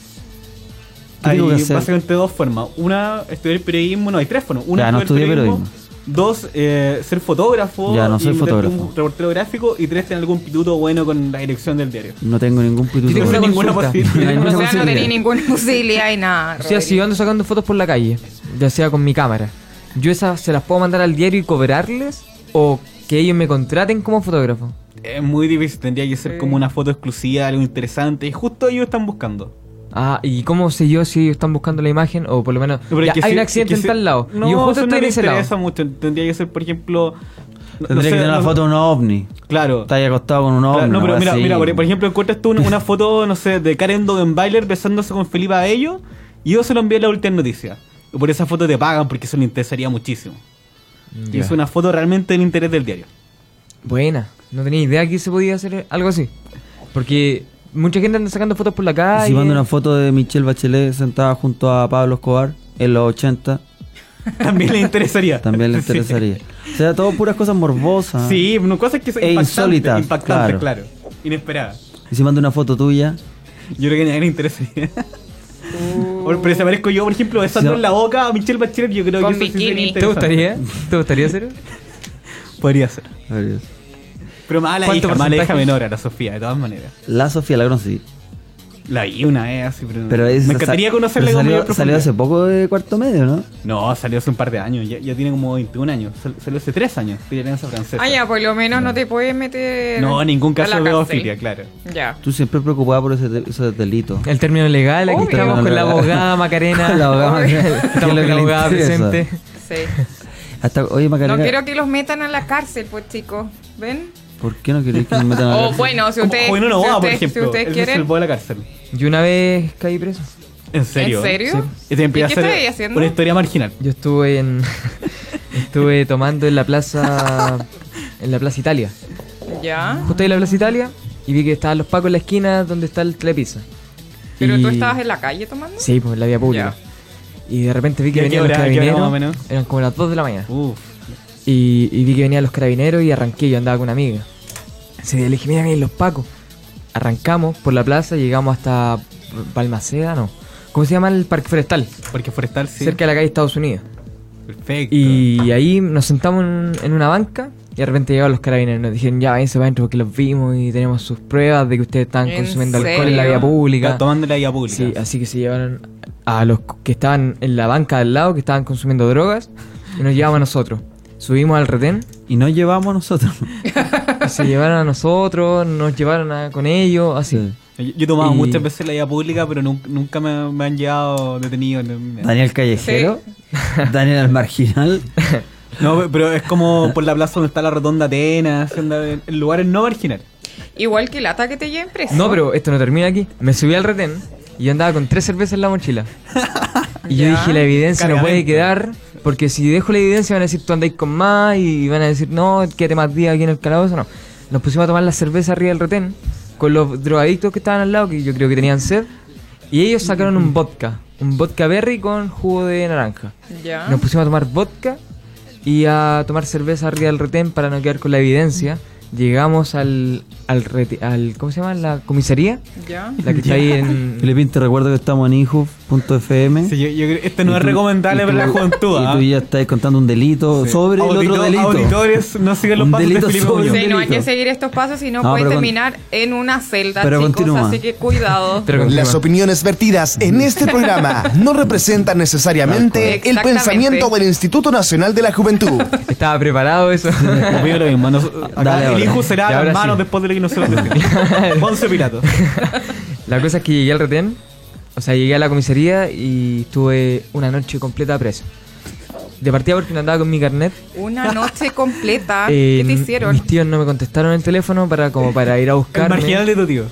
[SPEAKER 5] ¿Qué
[SPEAKER 3] Hay
[SPEAKER 5] tengo que hacer?
[SPEAKER 3] básicamente dos formas. Una, estudiar periodismo, no, hay tres formas. Una,
[SPEAKER 5] Ya, no
[SPEAKER 3] estudiar
[SPEAKER 5] estudié periodismo.
[SPEAKER 3] Dos, eh, ser fotógrafo.
[SPEAKER 5] Ya, no
[SPEAKER 3] y
[SPEAKER 5] soy
[SPEAKER 3] meterte
[SPEAKER 5] fotógrafo.
[SPEAKER 3] Un reportero gráfico. Y tres, tener algún pituto bueno con la dirección del diario.
[SPEAKER 5] No tengo ningún pituto.
[SPEAKER 1] Yo tengo
[SPEAKER 3] No
[SPEAKER 1] una
[SPEAKER 3] hay ninguna
[SPEAKER 1] consulta.
[SPEAKER 3] posibilidad.
[SPEAKER 1] No hay
[SPEAKER 4] O
[SPEAKER 1] ninguna
[SPEAKER 4] sea, no
[SPEAKER 1] posibilidad.
[SPEAKER 4] tenía ninguna posibilidad y nada.
[SPEAKER 1] O sea, si yo ando sacando fotos por la calle, ya sea con mi cámara, ¿yo esas se las puedo mandar al diario y cobrarles? ¿O que ellos me contraten como fotógrafo?
[SPEAKER 3] Es muy difícil, tendría que ser
[SPEAKER 4] Sí.
[SPEAKER 3] como una foto exclusiva, algo interesante. Y justo ellos están buscando.
[SPEAKER 1] Ah, ¿y cómo sé yo si ellos están buscando la imagen? O por lo menos,
[SPEAKER 3] Pero es
[SPEAKER 1] ya,
[SPEAKER 3] que
[SPEAKER 1] hay
[SPEAKER 3] si-
[SPEAKER 1] un accidente
[SPEAKER 3] que
[SPEAKER 1] en
[SPEAKER 3] si-
[SPEAKER 1] tal lado.
[SPEAKER 3] No,
[SPEAKER 1] y yo justo
[SPEAKER 3] eso
[SPEAKER 1] estoy
[SPEAKER 3] no
[SPEAKER 1] en
[SPEAKER 3] me
[SPEAKER 1] ese lado.
[SPEAKER 3] interesa mucho. Tendría que ser, por ejemplo. no-
[SPEAKER 5] Tendría
[SPEAKER 3] no
[SPEAKER 5] que
[SPEAKER 3] sé,
[SPEAKER 5] tener una
[SPEAKER 3] no-
[SPEAKER 5] foto de un ovni.
[SPEAKER 3] Claro.
[SPEAKER 5] Estás ahí acostado con un ovni.
[SPEAKER 3] Claro, no,
[SPEAKER 5] una
[SPEAKER 3] pero
[SPEAKER 5] wea
[SPEAKER 3] mira,
[SPEAKER 5] así.
[SPEAKER 3] mira por, por ejemplo, encuentras tú una, una foto, no sé, de Karen Dogenbailer besándose con Felipe Abello y yo se lo envié en la última noticia. Y por esa foto te pagan porque eso le interesaría muchísimo. Y
[SPEAKER 1] Ya.
[SPEAKER 3] es una foto realmente del interés del diario.
[SPEAKER 1] Buena, no tenía idea que se podía hacer algo así. Porque mucha gente anda sacando fotos por la
[SPEAKER 5] Y
[SPEAKER 1] calle.
[SPEAKER 5] si mando una foto de Michelle Bachelet sentada junto a Pablo Escobar en los ochenta,
[SPEAKER 3] También le interesaría.
[SPEAKER 5] también le
[SPEAKER 3] Sí.
[SPEAKER 5] interesaría. O sea, todo puras cosas morbosas.
[SPEAKER 3] Sí, no, cosas que son
[SPEAKER 5] E
[SPEAKER 3] impactantes,
[SPEAKER 5] insólitas,
[SPEAKER 3] impactantes,
[SPEAKER 5] claro.
[SPEAKER 3] claro. Inesperadas.
[SPEAKER 5] Y si mando una foto tuya,
[SPEAKER 3] Yo creo que a nadie le interesaría. Por- Pero si aparezco yo, por ejemplo, besando
[SPEAKER 5] Sí.
[SPEAKER 3] en la boca a Michelle Bachelet, yo creo
[SPEAKER 4] Con
[SPEAKER 3] que eso sí
[SPEAKER 4] bikini.
[SPEAKER 3] sería
[SPEAKER 1] ¿Te
[SPEAKER 3] interesante.
[SPEAKER 1] gustaría? ¿Te gustaría hacerlo?
[SPEAKER 3] Podría ser.
[SPEAKER 5] adiós.
[SPEAKER 3] Pero mala
[SPEAKER 1] ¿Cuánto
[SPEAKER 3] hija, mala hija
[SPEAKER 1] porcentaje?
[SPEAKER 3] menor a la Sofía, de todas maneras.
[SPEAKER 5] La Sofía la conocí.
[SPEAKER 3] La vi una vez así, pero,
[SPEAKER 5] Pero es-
[SPEAKER 3] me encantaría
[SPEAKER 5] sa-
[SPEAKER 3] conocerla
[SPEAKER 5] pero
[SPEAKER 3] con mayor
[SPEAKER 5] salió, salió
[SPEAKER 3] profundidad.
[SPEAKER 5] hace poco de cuarto medio, ¿no?
[SPEAKER 3] No, salió hace un par de años, ya, ya tiene como veintiún años. Sal- Salió hace tres años, Alianza Francesa.
[SPEAKER 4] Ah, ya, por lo menos no te puedes meter.
[SPEAKER 3] No, ningún
[SPEAKER 4] a
[SPEAKER 3] caso
[SPEAKER 4] la
[SPEAKER 3] de
[SPEAKER 4] cárcel.
[SPEAKER 3] pedofilia, claro.
[SPEAKER 4] Ya.
[SPEAKER 5] Tú siempre preocupada por ese, esos delitos.
[SPEAKER 1] El término legal, aquí
[SPEAKER 4] Obvio.
[SPEAKER 1] estamos con la
[SPEAKER 5] Legal.
[SPEAKER 1] abogada Macarena.
[SPEAKER 5] Con la abogada Macarena, que es
[SPEAKER 1] Estamos
[SPEAKER 5] lo
[SPEAKER 1] con
[SPEAKER 5] que
[SPEAKER 1] la
[SPEAKER 5] le
[SPEAKER 1] abogada
[SPEAKER 5] interesa.
[SPEAKER 1] presente.
[SPEAKER 4] Sí.
[SPEAKER 5] Hasta, oye, Macarena,
[SPEAKER 4] No quiero que los metan a la cárcel, pues, chicos. ¿Ven?
[SPEAKER 5] ¿por qué no queréis que nos metan a la
[SPEAKER 4] O
[SPEAKER 5] cárcel?
[SPEAKER 4] bueno, si
[SPEAKER 3] Como
[SPEAKER 4] ustedes,
[SPEAKER 3] Joven Uno
[SPEAKER 4] si
[SPEAKER 3] Boa, por
[SPEAKER 4] ustedes, si
[SPEAKER 3] ejemplo.
[SPEAKER 4] ustedes
[SPEAKER 3] Él se
[SPEAKER 4] quieren.
[SPEAKER 3] salvó de la cárcel.
[SPEAKER 1] Yo una vez caí preso.
[SPEAKER 3] ¿En serio?
[SPEAKER 4] ¿En serio?
[SPEAKER 3] Y te
[SPEAKER 4] ¿Y
[SPEAKER 3] empieza
[SPEAKER 4] qué
[SPEAKER 3] a hacer
[SPEAKER 4] estabas haciendo?
[SPEAKER 3] una historia marginal.
[SPEAKER 1] Yo estuve en. estuve tomando en la plaza. En la Plaza Italia.
[SPEAKER 4] Ya.
[SPEAKER 1] Justo ahí en la Plaza Italia. Y vi que estaban los pacos en la esquina donde está el Telepizza.
[SPEAKER 4] ¿Pero
[SPEAKER 1] Y-
[SPEAKER 4] tú estabas en la calle tomando?
[SPEAKER 1] Sí, pues en la vía pública. Y de repente vi que
[SPEAKER 3] ¿Y a qué
[SPEAKER 1] venían los
[SPEAKER 3] hora- a qué hora
[SPEAKER 1] carabineros.
[SPEAKER 3] más o menos?
[SPEAKER 1] Eran como las dos de la mañana.
[SPEAKER 3] Uf.
[SPEAKER 1] Y, y vi que venían los carabineros y arranqué. Yo andaba con una amiga. Ese día le dije, mira, miren los pacos. Arrancamos por la plaza, llegamos hasta Balmaceda, no. ¿Cómo se llama el Parque Forestal?
[SPEAKER 3] Porque forestal sí.
[SPEAKER 1] Cerca de la calle Estados Unidos.
[SPEAKER 3] Perfecto.
[SPEAKER 1] Y ahí nos sentamos en, en una banca y de repente llegaron los carabineros. Nos dijeron, ya, váyanse para adentro porque los vimos y tenemos sus pruebas de que ustedes estaban
[SPEAKER 4] ¿En
[SPEAKER 1] consumiendo alcohol en la
[SPEAKER 4] serio?
[SPEAKER 1] vía pública.
[SPEAKER 3] Está tomando la vía pública.
[SPEAKER 1] Sí, así que se llevaron a los que estaban en la banca del lado, que estaban consumiendo drogas, y nos llevamos a nosotros. Subimos al retén,
[SPEAKER 5] Y nos llevamos nosotros.
[SPEAKER 1] y se llevaron a nosotros, nos llevaron a- con ellos, así.
[SPEAKER 5] Sí.
[SPEAKER 3] Yo, yo he tomado
[SPEAKER 1] Y-
[SPEAKER 3] muchas veces la vía pública, pero nunca, nunca me, me han llevado detenido.
[SPEAKER 5] Daniel Callejero. Daniel el Marginal.
[SPEAKER 3] No, pero es como por la plaza donde está la rotonda Atenas, onda, en en lugares no marginales.
[SPEAKER 4] Igual que lata que te lleven preso.
[SPEAKER 1] No, pero esto no termina aquí. Me subí al retén y yo andaba con tres cervezas en la mochila. Y yo
[SPEAKER 4] Ya.
[SPEAKER 1] dije, la evidencia no puede
[SPEAKER 3] Cargamento.
[SPEAKER 1] quedar, porque si dejo la evidencia van a decir, tú andáis con más, y van a decir, no, quédate más días aquí en el calabozo, no. Nos pusimos a tomar la cerveza arriba del retén, con los drogadictos que estaban al lado, que yo creo que tenían sed, y ellos sacaron un vodka, un vodka berry con jugo de naranja.
[SPEAKER 4] Ya.
[SPEAKER 1] Nos pusimos a tomar vodka y a tomar cerveza arriba del retén para no quedar con la evidencia. Llegamos al, al, rete- al ¿cómo se llama? La comisaría,
[SPEAKER 4] Ya.
[SPEAKER 1] la que está ahí en...
[SPEAKER 5] Filipín, te recuerdo que estamos en inhuf punto f m.
[SPEAKER 3] Sí, yo, yo creo- esto no
[SPEAKER 5] Y
[SPEAKER 3] es
[SPEAKER 5] tú-
[SPEAKER 3] recomendable
[SPEAKER 5] y
[SPEAKER 3] para la
[SPEAKER 5] tú-
[SPEAKER 3] juventud.
[SPEAKER 5] Y
[SPEAKER 3] ¿ah?
[SPEAKER 5] tú ya estás contando un delito
[SPEAKER 3] Sí.
[SPEAKER 5] sobre el
[SPEAKER 3] Audito-
[SPEAKER 5] otro delito.
[SPEAKER 3] Auditores, no siguen los
[SPEAKER 5] Un
[SPEAKER 3] pasos de
[SPEAKER 5] delito
[SPEAKER 3] Felipe
[SPEAKER 5] sobre
[SPEAKER 3] Muñoz.
[SPEAKER 5] un
[SPEAKER 4] Sí, no hay
[SPEAKER 5] delito.
[SPEAKER 4] que seguir estos pasos, si no,
[SPEAKER 5] No,
[SPEAKER 4] puede
[SPEAKER 5] pero con-
[SPEAKER 4] terminar en una celda,
[SPEAKER 5] pero
[SPEAKER 4] chicos,
[SPEAKER 5] continúa.
[SPEAKER 4] así que cuidado.
[SPEAKER 1] Pero continúa.
[SPEAKER 2] Las opiniones vertidas en este programa no representan necesariamente el
[SPEAKER 4] Exactamente.
[SPEAKER 2] pensamiento del Instituto Nacional de la Juventud.
[SPEAKER 1] Estaba preparado eso.
[SPEAKER 3] Opino lo mismo. Nos- acá
[SPEAKER 5] Dale,
[SPEAKER 3] el
[SPEAKER 5] ahora.
[SPEAKER 3] hijo será
[SPEAKER 1] Y
[SPEAKER 3] a
[SPEAKER 1] ahora
[SPEAKER 3] las manos
[SPEAKER 1] sí.
[SPEAKER 3] después de lo que nosotros decimos. Ponce Pirato.
[SPEAKER 1] La cosa es que llegué al retén, o sea, llegué a la comisaría y estuve una noche completa preso. De partida porque no andaba con mi carnet.
[SPEAKER 4] Una noche completa.
[SPEAKER 1] Eh,
[SPEAKER 4] ¿Qué te hicieron?
[SPEAKER 1] Mis tíos no me contestaron el teléfono para como para ir a
[SPEAKER 3] El
[SPEAKER 1] buscarme.
[SPEAKER 3] marginal de tu tío.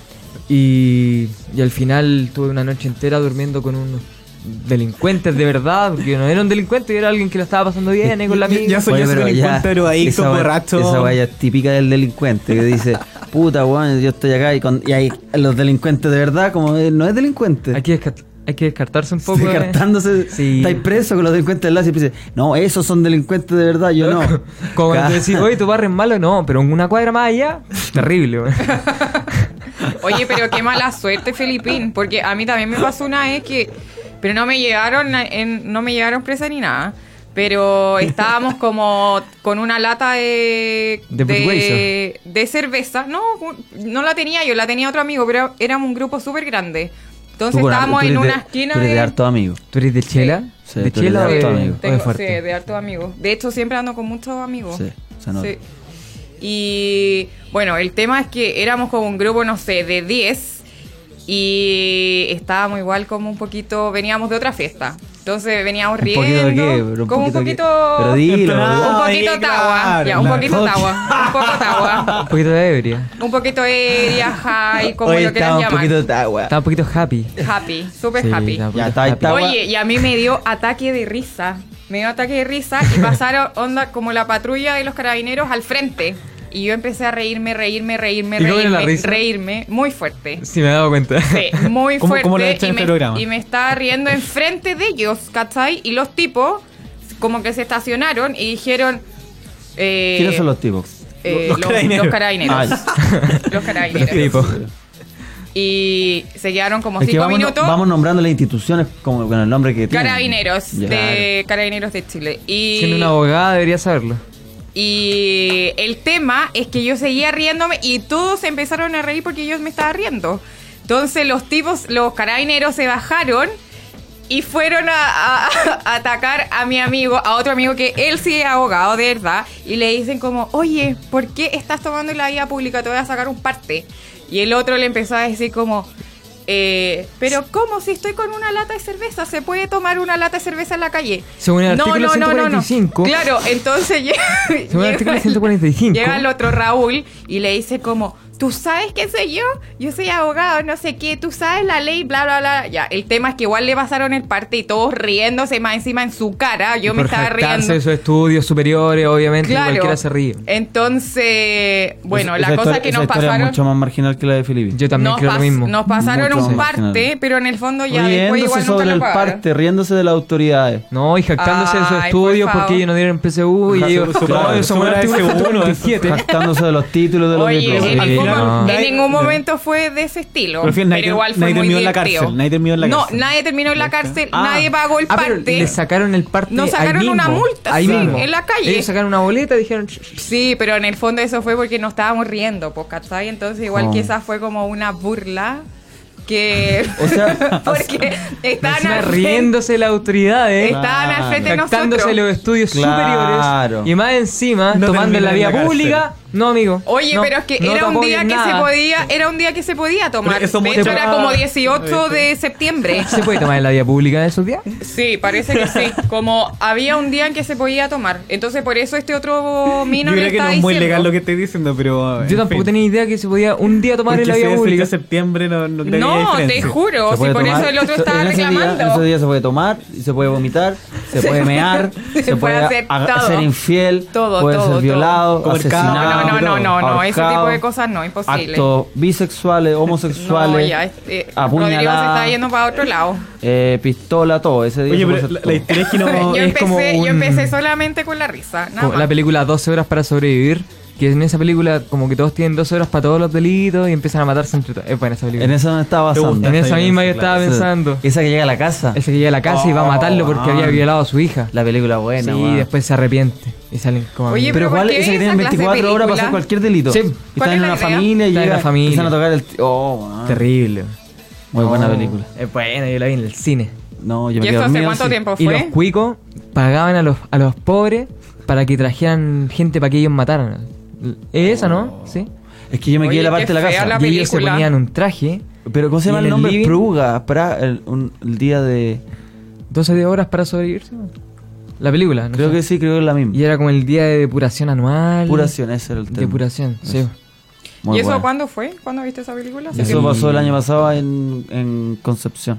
[SPEAKER 1] Y, y al final tuve una noche entera durmiendo con unos delincuentes de verdad, porque no era un delincuente, era alguien que lo estaba pasando bien eh, con la
[SPEAKER 3] Ya-
[SPEAKER 1] amiga.
[SPEAKER 3] ya soy
[SPEAKER 5] Oye,
[SPEAKER 3] ese
[SPEAKER 5] pero
[SPEAKER 3] delincuente,
[SPEAKER 5] ya,
[SPEAKER 3] drogadicto,
[SPEAKER 5] esa wea-
[SPEAKER 3] borracho.
[SPEAKER 5] Esa vaya típica del delincuente que dice, puta weón, yo estoy acá y, con, y hay los delincuentes de verdad, como él no es delincuente.
[SPEAKER 1] Hay que, descart- hay que descartarse un poco. eh.
[SPEAKER 5] Descartándose,
[SPEAKER 1] Sí.
[SPEAKER 5] estáis preso con los delincuentes del lado y dice, no, esos son delincuentes de verdad, yo no.
[SPEAKER 1] Como cuando
[SPEAKER 5] Ca-
[SPEAKER 1] te decís, oye, tu barrio es malo, no, pero en una cuadra más allá, terrible. weón.
[SPEAKER 4] Oye, pero qué mala suerte, Felipín, porque a mí también me pasó una vez que, pero no me llegaron, en, no me llegaron presa ni nada, pero estábamos como con una lata de
[SPEAKER 1] De Budweiser.
[SPEAKER 4] de cerveza, no, no la tenía yo, la tenía otro amigo, pero éramos un grupo súper grande, entonces
[SPEAKER 5] Tú con-
[SPEAKER 4] estábamos
[SPEAKER 5] tú
[SPEAKER 4] en
[SPEAKER 5] eres
[SPEAKER 4] una
[SPEAKER 5] de-
[SPEAKER 4] esquina
[SPEAKER 5] tú eres de
[SPEAKER 4] de
[SPEAKER 5] harto amigo.
[SPEAKER 1] ¿Tú eres de chela?
[SPEAKER 5] Sí,
[SPEAKER 1] ¿De
[SPEAKER 5] tú eres
[SPEAKER 1] chela o
[SPEAKER 5] de
[SPEAKER 1] de,
[SPEAKER 5] harto
[SPEAKER 1] o
[SPEAKER 5] amigo.
[SPEAKER 1] de
[SPEAKER 4] Tengo, sí,
[SPEAKER 1] fuerte?
[SPEAKER 4] de hartos amigos. De hecho, siempre ando con muchos amigos.
[SPEAKER 5] Sí, se nota.
[SPEAKER 4] Sí. Y bueno, el tema es que éramos como un grupo, no sé, de diez y estábamos igual como un poquito, veníamos de otra fiesta. Entonces veníamos
[SPEAKER 5] ¿Un
[SPEAKER 4] riendo.
[SPEAKER 5] poquito de qué? Pero un
[SPEAKER 4] como
[SPEAKER 5] poquito
[SPEAKER 4] un
[SPEAKER 5] de qué.
[SPEAKER 4] poquito.
[SPEAKER 5] Pero dilo.
[SPEAKER 3] Ah,
[SPEAKER 4] un poquito
[SPEAKER 3] ahí,
[SPEAKER 4] tagua.
[SPEAKER 3] claro,
[SPEAKER 4] Ya, un
[SPEAKER 3] claro.
[SPEAKER 4] poquito tagua. Un poco tagua.
[SPEAKER 1] Un poquito de ebria.
[SPEAKER 4] Un poquito de high, como
[SPEAKER 5] Hoy
[SPEAKER 4] lo quieran
[SPEAKER 5] estaba un
[SPEAKER 4] llamar.
[SPEAKER 5] poquito de agua.
[SPEAKER 1] Estaba un poquito happy.
[SPEAKER 4] Happy, super
[SPEAKER 1] Sí,
[SPEAKER 4] happy.
[SPEAKER 1] estaba un
[SPEAKER 5] Ya,
[SPEAKER 1] poquito
[SPEAKER 5] está ahí,
[SPEAKER 1] happy.
[SPEAKER 5] está.
[SPEAKER 4] Oye, y a mí me dio ataque de risa. Me dio ataque de risa y pasaron onda como la patrulla de los carabineros al frente. Y yo empecé a reírme, reírme, reírme,
[SPEAKER 1] ¿Y cómo era la
[SPEAKER 4] reírme,
[SPEAKER 1] risa?
[SPEAKER 4] reírme, muy fuerte.
[SPEAKER 1] Sí, me he dado cuenta.
[SPEAKER 4] Sí, muy
[SPEAKER 3] ¿Cómo-
[SPEAKER 4] fuerte.
[SPEAKER 3] cómo lo he hecho
[SPEAKER 4] y,
[SPEAKER 3] en
[SPEAKER 4] me,
[SPEAKER 3] este programa?
[SPEAKER 4] y me estaba riendo enfrente de ellos, ¿cachai? Y los tipos como que se estacionaron y dijeron... Eh,
[SPEAKER 5] ¿Quiénes son los tipos?
[SPEAKER 4] eh,
[SPEAKER 3] Los
[SPEAKER 4] los,
[SPEAKER 3] carabineros.
[SPEAKER 4] los carabineros.
[SPEAKER 5] Ah,
[SPEAKER 4] Los carabineros.
[SPEAKER 1] Tipo.
[SPEAKER 4] Y se quedaron como
[SPEAKER 5] Es que
[SPEAKER 4] cinco
[SPEAKER 5] vamos,
[SPEAKER 4] minutos.
[SPEAKER 5] vamos nombrando las instituciones como con el nombre que tienen.
[SPEAKER 4] Carabineros,
[SPEAKER 5] Ya.
[SPEAKER 4] de Carabineros de Chile. Y
[SPEAKER 1] Siendo una abogada debería saberlo.
[SPEAKER 4] Y el tema es que yo seguía riéndome y todos se empezaron a reír porque yo me estaba riendo. Entonces los tipos, los carabineros se bajaron y fueron a, a, a atacar a mi amigo, a otro amigo que él sí es abogado, de verdad. Y le dicen como, oye, ¿por qué estás tomando en la vía pública? Te voy a sacar un parte. Y el otro le empezó a decir como... Eh, pero ¿cómo? Si estoy con una lata de cerveza, ¿se puede tomar una lata de cerveza en la calle?
[SPEAKER 1] Según el
[SPEAKER 4] no,
[SPEAKER 1] artículo
[SPEAKER 4] no, no,
[SPEAKER 1] ciento cuarenta y cinco.
[SPEAKER 4] no, no. Claro, entonces llega,
[SPEAKER 1] Según el artículo ciento cuarenta y cinco.
[SPEAKER 4] llega el otro Raúl y le dice como, ¿tú sabes qué soy yo? Yo soy abogado, no sé qué, tú sabes la ley, bla, bla, bla. Ya, el tema es que igual le pasaron el parte y todos riéndose más encima en su cara. Yo
[SPEAKER 1] Y
[SPEAKER 4] me
[SPEAKER 1] por
[SPEAKER 4] estaba
[SPEAKER 1] jactarse
[SPEAKER 4] riendo.
[SPEAKER 1] de sus estudios superiores, obviamente,
[SPEAKER 4] Claro.
[SPEAKER 1] cualquiera se ríe.
[SPEAKER 4] Entonces, bueno,
[SPEAKER 5] Esa-
[SPEAKER 4] la
[SPEAKER 5] esa
[SPEAKER 4] cosa
[SPEAKER 5] historia-
[SPEAKER 4] que
[SPEAKER 5] esa
[SPEAKER 4] nos
[SPEAKER 5] historia
[SPEAKER 4] pasaron...
[SPEAKER 5] es mucho más marginal que la de Felipe.
[SPEAKER 1] Yo también
[SPEAKER 4] nos,
[SPEAKER 1] creo
[SPEAKER 4] pas-
[SPEAKER 1] lo mismo.
[SPEAKER 4] nos pasaron
[SPEAKER 5] Mucho
[SPEAKER 4] un
[SPEAKER 5] más
[SPEAKER 4] parte,
[SPEAKER 5] marginal.
[SPEAKER 4] pero en el fondo ya después
[SPEAKER 5] Riéndose
[SPEAKER 4] igual nunca
[SPEAKER 5] sobre
[SPEAKER 4] lo
[SPEAKER 5] el
[SPEAKER 4] pagaron.
[SPEAKER 5] parte, riéndose de las autoridades.
[SPEAKER 1] No, y jactándose de sus
[SPEAKER 4] Ay, por
[SPEAKER 1] estudios
[SPEAKER 4] favor.
[SPEAKER 1] porque ellos no dieron P S U y
[SPEAKER 3] Ajá,
[SPEAKER 1] ellos...
[SPEAKER 3] su- su-
[SPEAKER 1] Claro,
[SPEAKER 3] su-
[SPEAKER 1] eso
[SPEAKER 3] su-
[SPEAKER 1] fue el artículo
[SPEAKER 3] su-
[SPEAKER 1] ciento cuarenta y siete.
[SPEAKER 5] Jactándose de los títulos de los
[SPEAKER 4] Oye,
[SPEAKER 5] diplomas.
[SPEAKER 4] en,
[SPEAKER 1] Sí,
[SPEAKER 4] ningún,
[SPEAKER 1] no.
[SPEAKER 4] en
[SPEAKER 3] Nadie-
[SPEAKER 4] ningún momento fue de ese estilo.
[SPEAKER 3] Pero al fin,
[SPEAKER 4] pero
[SPEAKER 3] nadie-
[SPEAKER 4] igual fue
[SPEAKER 3] nadie
[SPEAKER 4] muy
[SPEAKER 3] terminó en la
[SPEAKER 4] divertido.
[SPEAKER 3] cárcel, nadie terminó en la
[SPEAKER 4] no,
[SPEAKER 3] cárcel.
[SPEAKER 4] nadie terminó en la cárcel,
[SPEAKER 1] Ah.
[SPEAKER 4] nadie pagó el
[SPEAKER 1] Ah, pero
[SPEAKER 4] parte.
[SPEAKER 1] le sacaron el parte
[SPEAKER 4] Nos
[SPEAKER 1] ahí
[SPEAKER 4] sacaron una
[SPEAKER 1] mismo.
[SPEAKER 4] multa,
[SPEAKER 1] Ahí
[SPEAKER 4] sí,
[SPEAKER 1] mismo.
[SPEAKER 4] en la calle.
[SPEAKER 1] Ellos sacaron una boleta y dijeron...
[SPEAKER 4] Sí, pero en el fondo eso fue porque nos estábamos riendo, pues, ¿cachai? Entonces igual
[SPEAKER 5] Oh.
[SPEAKER 4] que esa fue como una burla que...
[SPEAKER 5] O sea,
[SPEAKER 4] porque estaban
[SPEAKER 1] Encima
[SPEAKER 4] al frente,
[SPEAKER 1] riéndose las autoridades.
[SPEAKER 4] estaban al frente de
[SPEAKER 1] Jactándose de
[SPEAKER 4] nosotros.
[SPEAKER 1] los estudios
[SPEAKER 5] Claro.
[SPEAKER 1] superiores y más encima
[SPEAKER 3] No
[SPEAKER 1] tomando en la
[SPEAKER 3] terminan
[SPEAKER 1] vía
[SPEAKER 3] en la cárcel.
[SPEAKER 1] pública. No, amigo.
[SPEAKER 4] Oye,
[SPEAKER 1] no,
[SPEAKER 4] pero es que
[SPEAKER 1] no te
[SPEAKER 4] era un día
[SPEAKER 1] apoyen
[SPEAKER 4] que
[SPEAKER 1] nada.
[SPEAKER 4] se podía, era un día que se podía tomar.
[SPEAKER 3] Pero eso
[SPEAKER 4] De
[SPEAKER 3] mucho
[SPEAKER 4] hecho, era
[SPEAKER 3] más-
[SPEAKER 4] como dieciocho de septiembre.
[SPEAKER 1] ¿Se puede tomar en la vía pública en esos días?
[SPEAKER 4] Sí, parece que sí. Como había un día en que se podía tomar. Entonces, por eso este otro mino
[SPEAKER 3] Yo
[SPEAKER 4] le
[SPEAKER 3] creo que no
[SPEAKER 4] está
[SPEAKER 3] es muy
[SPEAKER 4] diciendo.
[SPEAKER 3] legal lo que estoy diciendo, pero...
[SPEAKER 1] Yo tampoco tenía idea que se podía un día tomar en la vía
[SPEAKER 3] de
[SPEAKER 1] pública.
[SPEAKER 3] septiembre no, no creo que haya
[SPEAKER 4] No, te
[SPEAKER 3] diferencia.
[SPEAKER 4] juro.
[SPEAKER 5] se
[SPEAKER 4] Si
[SPEAKER 5] puede
[SPEAKER 4] por
[SPEAKER 5] tomar-
[SPEAKER 4] eso el otro estaba
[SPEAKER 5] en ese día-
[SPEAKER 4] reclamando.
[SPEAKER 5] en ese día se puede tomar, se puede vomitar, se,
[SPEAKER 4] Se
[SPEAKER 5] puede
[SPEAKER 4] puede-
[SPEAKER 5] mear,
[SPEAKER 4] se
[SPEAKER 5] se,
[SPEAKER 4] puede
[SPEAKER 5] puede
[SPEAKER 4] hacer
[SPEAKER 5] a-
[SPEAKER 4] todo.
[SPEAKER 5] ser infiel,
[SPEAKER 4] Todo,
[SPEAKER 5] puede
[SPEAKER 4] todo,
[SPEAKER 5] ser violado,
[SPEAKER 3] todo.
[SPEAKER 5] asesinado,
[SPEAKER 4] No, no, no, no, no. Ese tipo
[SPEAKER 5] ahorcado,
[SPEAKER 4] de cosas no, imposible.
[SPEAKER 5] actos bisexuales, homosexuales,
[SPEAKER 4] No, ya. Eh, Rodrigo se
[SPEAKER 5] apuñalada,
[SPEAKER 4] está yendo para otro lado.
[SPEAKER 5] eh, pistola, todo. Ese día
[SPEAKER 3] Oye,
[SPEAKER 5] se puede
[SPEAKER 3] pero
[SPEAKER 5] hacer
[SPEAKER 3] la,
[SPEAKER 5] todo.
[SPEAKER 3] la historia es que no...
[SPEAKER 4] yo,
[SPEAKER 1] es como
[SPEAKER 4] empecé, yo
[SPEAKER 1] un-
[SPEAKER 4] empecé solamente con la risa. Nada
[SPEAKER 1] Como
[SPEAKER 4] más.
[SPEAKER 1] la película doce horas para sobrevivir. Que en esa película como que todos tienen doce horas para todos los delitos y empiezan a matarse entre todos. Es buena esa película.
[SPEAKER 5] En esa no estaba
[SPEAKER 3] Te
[SPEAKER 5] basando.
[SPEAKER 3] gusta.
[SPEAKER 1] En esa
[SPEAKER 3] Está bien,
[SPEAKER 1] misma
[SPEAKER 3] sí,
[SPEAKER 1] yo estaba
[SPEAKER 5] Esa-
[SPEAKER 1] pensando.
[SPEAKER 5] Esa que llega a la casa.
[SPEAKER 1] Ese que llega a la casa y va a matarlo porque
[SPEAKER 5] Oh,
[SPEAKER 1] había
[SPEAKER 5] man.
[SPEAKER 1] violado a su hija.
[SPEAKER 5] La película buena,
[SPEAKER 1] Sí,
[SPEAKER 5] weón.
[SPEAKER 1] y después se arrepiente y salen como
[SPEAKER 4] Oye,
[SPEAKER 1] amigos.
[SPEAKER 5] Pero
[SPEAKER 4] ¿por
[SPEAKER 5] igual
[SPEAKER 4] qué
[SPEAKER 5] esa que
[SPEAKER 4] esa
[SPEAKER 5] tienen
[SPEAKER 4] clase de
[SPEAKER 5] veinticuatro horas para
[SPEAKER 4] película?
[SPEAKER 5] hacer cualquier delito.
[SPEAKER 1] Sí.
[SPEAKER 5] Y
[SPEAKER 4] ¿Cuál
[SPEAKER 5] están
[SPEAKER 4] es
[SPEAKER 5] en
[SPEAKER 4] la
[SPEAKER 5] una
[SPEAKER 4] idea?
[SPEAKER 5] familia y
[SPEAKER 1] Está en
[SPEAKER 5] llega,
[SPEAKER 1] la familia.
[SPEAKER 5] empiezan a tocar el... t- Oh, man.
[SPEAKER 1] Terrible.
[SPEAKER 5] Muy buena
[SPEAKER 1] No,
[SPEAKER 5] película.
[SPEAKER 1] Es buena, yo la vi en el cine.
[SPEAKER 5] No, yo me
[SPEAKER 4] ¿Y
[SPEAKER 5] quedé
[SPEAKER 4] esto hace
[SPEAKER 5] dormido,
[SPEAKER 4] cuánto
[SPEAKER 5] sí.
[SPEAKER 4] tiempo
[SPEAKER 1] Y
[SPEAKER 4] fue?
[SPEAKER 1] los cuicos pagaban a los, a los pobres para que trajeran gente para que ellos mataran. Es esa, ¿no? Sí.
[SPEAKER 5] Es que yo me
[SPEAKER 4] Oye,
[SPEAKER 5] quedé en la
[SPEAKER 4] qué
[SPEAKER 5] parte de la
[SPEAKER 4] fea
[SPEAKER 5] casa.
[SPEAKER 4] la
[SPEAKER 1] Y ellos se
[SPEAKER 4] película.
[SPEAKER 1] ponían un traje,
[SPEAKER 5] Pero ¿cómo se
[SPEAKER 1] Y
[SPEAKER 5] llama
[SPEAKER 1] en
[SPEAKER 5] el
[SPEAKER 1] el
[SPEAKER 5] nombre?
[SPEAKER 1] living-
[SPEAKER 5] Pruga. Para el, un- el día de...
[SPEAKER 1] doce de horas para sobrevivir. ¿sí? La película, ¿no?
[SPEAKER 5] Creo
[SPEAKER 1] sé.
[SPEAKER 5] que sí, creo que es la misma.
[SPEAKER 1] Y era como el día de depuración anual.
[SPEAKER 5] Depuración, ese era el tema.
[SPEAKER 1] Depuración, sí.
[SPEAKER 5] Eso. Muy
[SPEAKER 4] ¿Y eso
[SPEAKER 5] buena.
[SPEAKER 4] cuándo fue? ¿Cuándo viste esa película? ¿Hace
[SPEAKER 5] Eso
[SPEAKER 4] tiempo?
[SPEAKER 5] pasó el año pasado en, en Concepción.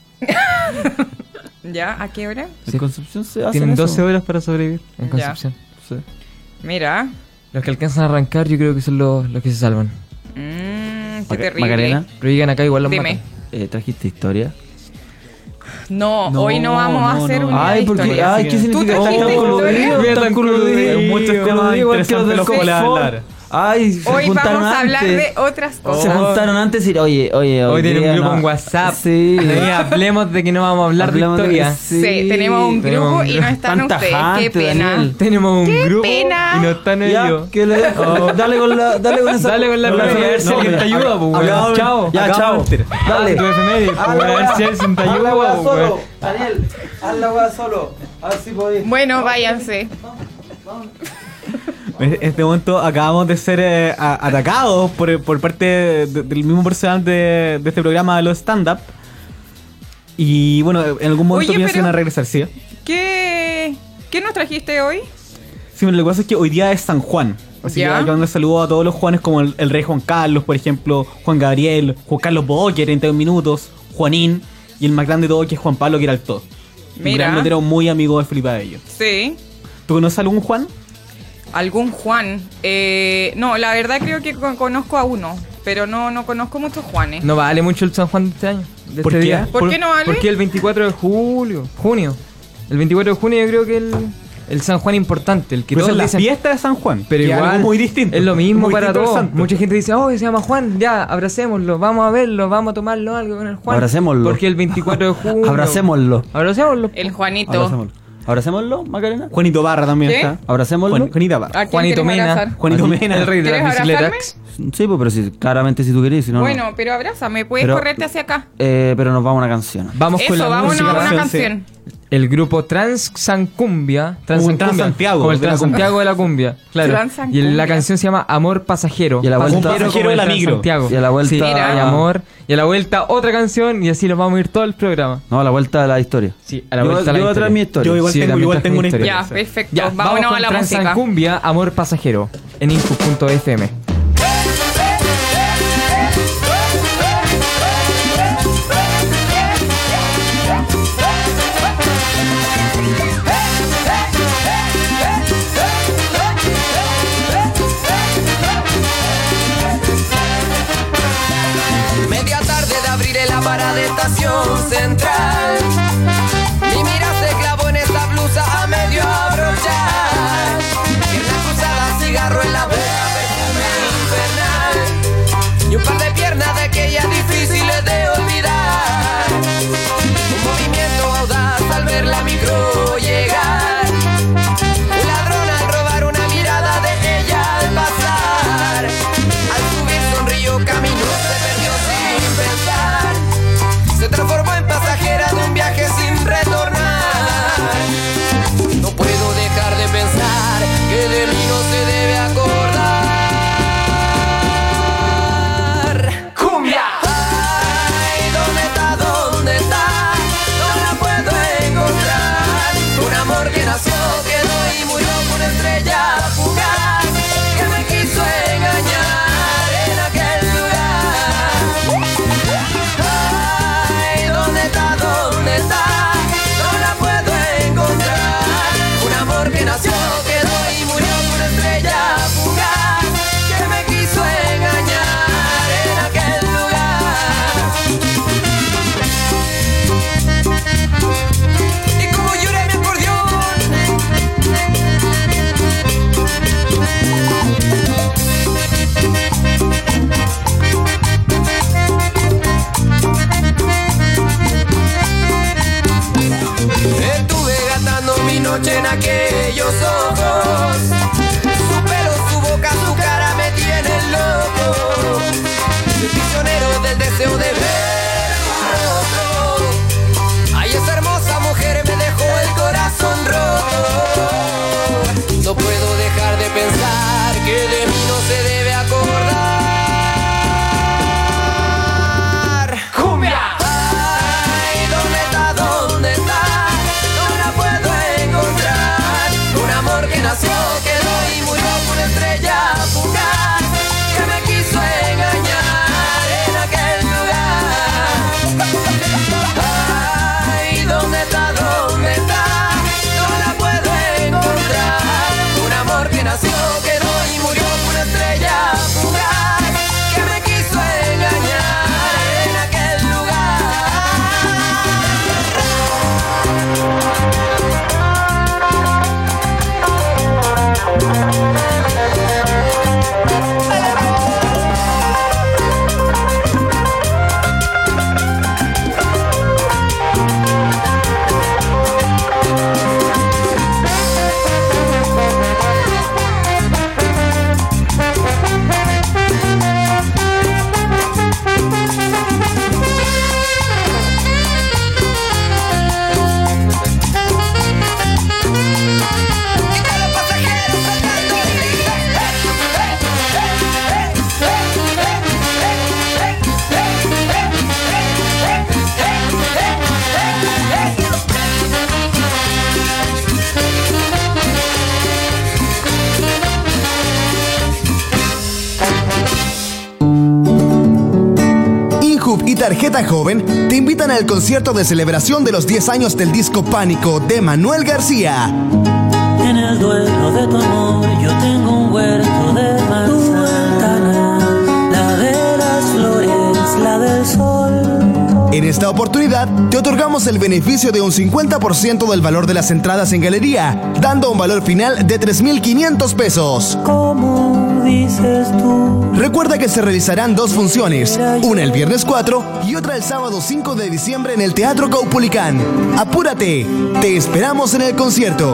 [SPEAKER 4] ¿Ya? ¿A qué hora?
[SPEAKER 5] En
[SPEAKER 1] Sí.
[SPEAKER 5] Concepción se hace
[SPEAKER 1] Tienen
[SPEAKER 5] eso.
[SPEAKER 1] doce horas para sobrevivir en
[SPEAKER 4] Ya.
[SPEAKER 1] Concepción.
[SPEAKER 5] Sí.
[SPEAKER 4] Mira.
[SPEAKER 1] Los que alcanzan a arrancar yo creo que son los, los que se salvan.
[SPEAKER 4] Mmm, qué
[SPEAKER 5] Maca-
[SPEAKER 4] terrible.
[SPEAKER 5] Macarena,
[SPEAKER 1] Pero llegan acá igual los
[SPEAKER 4] Dime.
[SPEAKER 1] matan.
[SPEAKER 5] eh, ¿trajiste historia?
[SPEAKER 4] No,
[SPEAKER 3] No,
[SPEAKER 4] hoy no vamos a
[SPEAKER 3] no,
[SPEAKER 4] hacer
[SPEAKER 3] no.
[SPEAKER 4] un día
[SPEAKER 5] Ay,
[SPEAKER 4] de
[SPEAKER 5] porque,
[SPEAKER 4] historia.
[SPEAKER 5] ay, ¿qué
[SPEAKER 3] Tú
[SPEAKER 5] significa?
[SPEAKER 4] trajiste
[SPEAKER 5] Tan
[SPEAKER 4] historia.
[SPEAKER 5] coludido,
[SPEAKER 1] Mira,
[SPEAKER 5] tan
[SPEAKER 1] tan
[SPEAKER 5] coludido.
[SPEAKER 1] coludido.
[SPEAKER 3] Hay muchos temas
[SPEAKER 5] Coludido, igual que los
[SPEAKER 3] interesantes
[SPEAKER 5] del
[SPEAKER 3] los cuales
[SPEAKER 5] confort.
[SPEAKER 3] hablar.
[SPEAKER 5] Ay, se
[SPEAKER 4] Hoy
[SPEAKER 5] juntaron
[SPEAKER 4] vamos a hablar
[SPEAKER 5] antes.
[SPEAKER 4] de otras cosas.
[SPEAKER 5] Se juntaron antes y oye, oye,
[SPEAKER 1] Hoy tienen
[SPEAKER 5] día
[SPEAKER 1] un grupo
[SPEAKER 5] no-
[SPEAKER 1] en WhatsApp.
[SPEAKER 5] Sí.
[SPEAKER 1] Ahí hablemos de que no vamos a hablar
[SPEAKER 5] Hablemos
[SPEAKER 1] de
[SPEAKER 5] de-
[SPEAKER 1] historia.
[SPEAKER 4] Sí, tenemos un
[SPEAKER 1] tenemos
[SPEAKER 4] grupo
[SPEAKER 1] un
[SPEAKER 4] y
[SPEAKER 1] grupo.
[SPEAKER 4] no están
[SPEAKER 5] Tan
[SPEAKER 4] ustedes. Qué
[SPEAKER 5] tajante,
[SPEAKER 4] pena.
[SPEAKER 5] Daniel.
[SPEAKER 1] Tenemos un
[SPEAKER 4] ¡Qué
[SPEAKER 1] grupo
[SPEAKER 4] pena!
[SPEAKER 1] y no están
[SPEAKER 5] Ya,
[SPEAKER 1] ellos.
[SPEAKER 5] que le oh, dale con la dale con esa
[SPEAKER 1] Dale con la
[SPEAKER 5] no,
[SPEAKER 1] efeméride, a ver si
[SPEAKER 5] no,
[SPEAKER 1] alguien te
[SPEAKER 5] pero-
[SPEAKER 1] ayuda, pues,
[SPEAKER 3] acabo
[SPEAKER 1] weón.
[SPEAKER 3] de-
[SPEAKER 1] Chao.
[SPEAKER 5] Ya,
[SPEAKER 3] Acabo
[SPEAKER 5] chao.
[SPEAKER 3] de mentir.
[SPEAKER 5] Dale.
[SPEAKER 1] Tu efeméride, pues,
[SPEAKER 5] Haz la
[SPEAKER 1] weón, a ver
[SPEAKER 5] weá.
[SPEAKER 1] si alguien te
[SPEAKER 5] Haz la
[SPEAKER 1] ayuda,
[SPEAKER 5] weá
[SPEAKER 1] pues,
[SPEAKER 5] solo.
[SPEAKER 1] weón.
[SPEAKER 5] Daniel, haz la weá solo. A ver si podés.
[SPEAKER 4] Bueno, váyanse.
[SPEAKER 3] En este momento acabamos de ser eh, a- atacados por, por parte de- del mismo personal de, de este programa de los stand-up. Y bueno, en algún momento
[SPEAKER 4] Oye,
[SPEAKER 3] piensan
[SPEAKER 4] pero-
[SPEAKER 3] a regresar, ¿sí?
[SPEAKER 4] ¿Qué, ¿Qué nos trajiste hoy?
[SPEAKER 3] Sí, lo que pasa es que hoy día es San Juan. Así
[SPEAKER 4] Ya.
[SPEAKER 3] que yo mando saludo a todos los Juanes como el, el rey Juan Carlos, por ejemplo, Juan Gabriel, Juan Carlos Boque, treinta y un minutos, Juanín, y el más grande de todo que es Juan Pablo, que era el todo. Un
[SPEAKER 4] Mira.
[SPEAKER 3] gran notero muy amigo de Felipe Abello.
[SPEAKER 4] Sí.
[SPEAKER 3] ¿Tú conoces algún Juan?
[SPEAKER 4] ¿Algún Juan? Eh, no, la verdad creo que con- conozco a uno, pero no, no conozco muchos Juanes.
[SPEAKER 1] No vale mucho el San Juan de este año. De
[SPEAKER 3] ¿Por
[SPEAKER 1] este
[SPEAKER 3] qué?
[SPEAKER 1] día.
[SPEAKER 4] ¿Por qué no vale?
[SPEAKER 1] Porque el veinticuatro de julio, junio. El veinticuatro de junio yo creo que el, el San Juan importante, el que
[SPEAKER 3] Pero
[SPEAKER 1] todos
[SPEAKER 3] es la
[SPEAKER 1] dicen.
[SPEAKER 3] fiesta de San Juan.
[SPEAKER 1] Pero
[SPEAKER 3] que es
[SPEAKER 1] igual
[SPEAKER 3] algo muy distinto.
[SPEAKER 1] es lo mismo
[SPEAKER 3] Muy
[SPEAKER 1] para
[SPEAKER 3] distinto al
[SPEAKER 1] todos.
[SPEAKER 3] santo.
[SPEAKER 1] Mucha gente dice, oh, se llama Juan, ya, abracémoslo, vamos a verlo, vamos a tomarlo algo con el Juan.
[SPEAKER 5] Abracémoslo.
[SPEAKER 1] Porque el veinticuatro de junio.
[SPEAKER 5] Abracémoslo.
[SPEAKER 1] Abracémoslo.
[SPEAKER 4] El Juanito.
[SPEAKER 5] Abracémoslo. ¿Abracémoslo, Macarena?
[SPEAKER 3] Juanito Barra también
[SPEAKER 4] ¿Qué?
[SPEAKER 3] está.
[SPEAKER 5] ¿Abracémoslo?
[SPEAKER 3] Juan- Juanita Barra.
[SPEAKER 4] ¿A quién
[SPEAKER 1] Juanito
[SPEAKER 4] quieres
[SPEAKER 1] Mena.
[SPEAKER 4] abrazar?
[SPEAKER 3] Juanito
[SPEAKER 5] ¿A ti?
[SPEAKER 3] Mena.
[SPEAKER 1] El rey de las
[SPEAKER 4] ¿Quieres
[SPEAKER 1] bicicletas.
[SPEAKER 4] abrazarme?
[SPEAKER 5] Sí, pues, pero si, claramente si tú querés, si no...
[SPEAKER 4] Bueno, pero abrázame, puedes
[SPEAKER 5] Pero-
[SPEAKER 4] correrte hacia acá.
[SPEAKER 5] Eh, pero nos vamos a una canción.
[SPEAKER 1] Vamos con
[SPEAKER 4] Eso,
[SPEAKER 1] la
[SPEAKER 4] vámonos
[SPEAKER 1] música.
[SPEAKER 4] a una
[SPEAKER 3] canción,
[SPEAKER 4] canción.
[SPEAKER 1] El grupo Transancumbia,
[SPEAKER 3] Como el Transantiago
[SPEAKER 1] como el
[SPEAKER 3] de la
[SPEAKER 1] Transantiago de la cumbia, claro.
[SPEAKER 4] Transancumbia.
[SPEAKER 1] Y la canción se llama Amor Pasajero.
[SPEAKER 5] Y a la vuelta-
[SPEAKER 1] Pasajero
[SPEAKER 3] Pasajero
[SPEAKER 1] como
[SPEAKER 3] de la
[SPEAKER 1] el
[SPEAKER 3] micro.
[SPEAKER 1] Transantiago.
[SPEAKER 5] Y a la vuelta-
[SPEAKER 1] Sí,
[SPEAKER 4] Mira.
[SPEAKER 1] y amor. Y a la vuelta otra canción y así nos vamos a ir todo el programa.
[SPEAKER 5] No, a la vuelta de la historia.
[SPEAKER 1] Sí, a la
[SPEAKER 5] yo
[SPEAKER 1] vuelta a la
[SPEAKER 5] yo voy a traer
[SPEAKER 1] historia.
[SPEAKER 5] mi historia.
[SPEAKER 3] Yo igual
[SPEAKER 1] Sí,
[SPEAKER 3] tengo,
[SPEAKER 1] también
[SPEAKER 3] igual
[SPEAKER 1] traes
[SPEAKER 3] tengo
[SPEAKER 1] mi
[SPEAKER 3] una
[SPEAKER 1] historia.
[SPEAKER 4] Ya, perfecto.
[SPEAKER 1] Ya,
[SPEAKER 4] Vámonos
[SPEAKER 1] vamos con
[SPEAKER 4] a la música.
[SPEAKER 1] Transancumbia, Amor Pasajero en info punto f m.
[SPEAKER 6] Media tarde de abril en la parada de estación central. Mi mira se clavó en esta blusa a medio abrochar. Pierna cruzada, cigarro en la boca, perfume infernal. Y un par de piernas de aquellas difíciles de olvidar. Un movimiento audaz al ver la micro llegar. Un ladrón al robar una mirada de ella al pasar. Al subir sonrió, caminó, se perdió sin pensar. Se transformó en pasajera de un viaje sin retornar. No puedo dejar de pensar que de mí no se debe acordar. ¡Cumbia! Ay, ¿dónde está? ¿Dónde está? No la puedo encontrar. Un amor que nació, quedó y murió con una estrella fugaz que me quiso engañar en aquel lugar. Ay, ¿dónde está? ¿Dónde está? No la puedo encontrar. Un amor que nació, quedó y murió con una estrella fugaz que me quiso engañar en aquel lugar. Y como llora mi acordeón. Estuve gastando mi noche en aquellos ojos. Su pelo, su boca, su cara me tienen loco. Soy prisionero del deseo de ver su rostro. Ay, esa hermosa mujer me dejó el corazón roto. No puedo dejar de pensar que de mí no se debe acordar. ¡Cumbia! Ay, ¿dónde está? ¿Dónde está? No la puedo encontrar. Un amor que nació, quedó y murió con una estrella fugaz que me quiso engañar en aquel lugar. Ay, ¿dónde está? ¿Dónde está? No la puedo encontrar. Un amor que nació, quedó y murió con una estrella fugaz que me quiso engañar en aquel lugar. Y todos los pasajeros saltando y
[SPEAKER 2] Inhub y Tarjeta Joven te invitan al concierto de celebración de los diez años del disco Pánico de Manuel García.
[SPEAKER 7] En el duelo de tu amor yo tengo un huerto de manzanas, la de las flores, la del sol.
[SPEAKER 2] En esta oportunidad te otorgamos el beneficio de un cincuenta por ciento del valor de las entradas en galería, dando un valor final de tres mil quinientos pesos.
[SPEAKER 7] Como dices tú.
[SPEAKER 2] Recuerda que se realizarán dos funciones, una el viernes cuatro y otra el sábado cinco de diciembre en el Teatro Caupolicán. ¡Apúrate! Te esperamos en el concierto.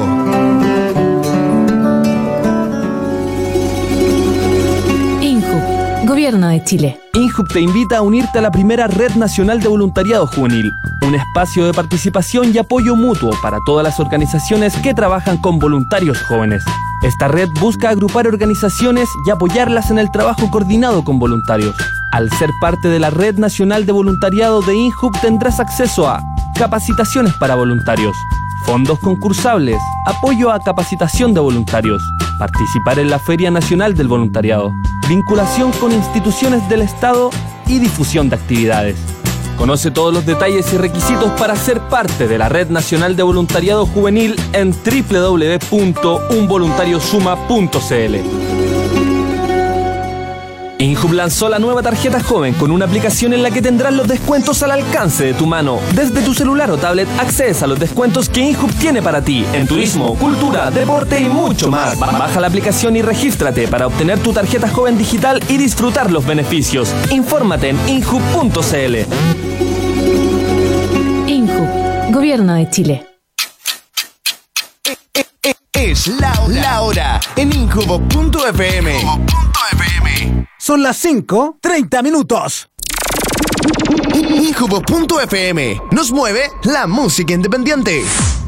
[SPEAKER 8] INJUV, Gobierno de Chile.
[SPEAKER 9] INJUV te invita a unirte a la primera Red Nacional de Voluntariado Juvenil, un espacio de participación y apoyo mutuo para todas las organizaciones que trabajan con voluntarios jóvenes. Esta red busca agrupar organizaciones y apoyarlas en el trabajo coordinado con voluntarios. Al ser parte de la Red Nacional de Voluntariado de INJUV tendrás acceso a capacitaciones para voluntarios, fondos concursables, apoyo a capacitación de voluntarios, participar en la Feria Nacional del Voluntariado, vinculación con instituciones del Estado y difusión de actividades. Conoce todos los detalles y requisitos para ser parte de la Red Nacional de Voluntariado Juvenil en doble u doble u doble u punto un voluntario suma punto c l. INJUV lanzó la nueva tarjeta joven con una aplicación en la que tendrás los descuentos al alcance de tu mano. Desde tu celular o tablet accedes a los descuentos que INJUV tiene para ti en turismo, cultura, deporte y mucho más. Baja la aplicación y regístrate para obtener tu tarjeta joven digital y disfrutar los beneficios. Infórmate en injuv punto c l.
[SPEAKER 8] INJUV, Gobierno de Chile.
[SPEAKER 2] Es la, la hora en injubo punto f m.
[SPEAKER 10] Son las cinco, treinta minutos.
[SPEAKER 2] injubo punto f m nos mueve la música independiente.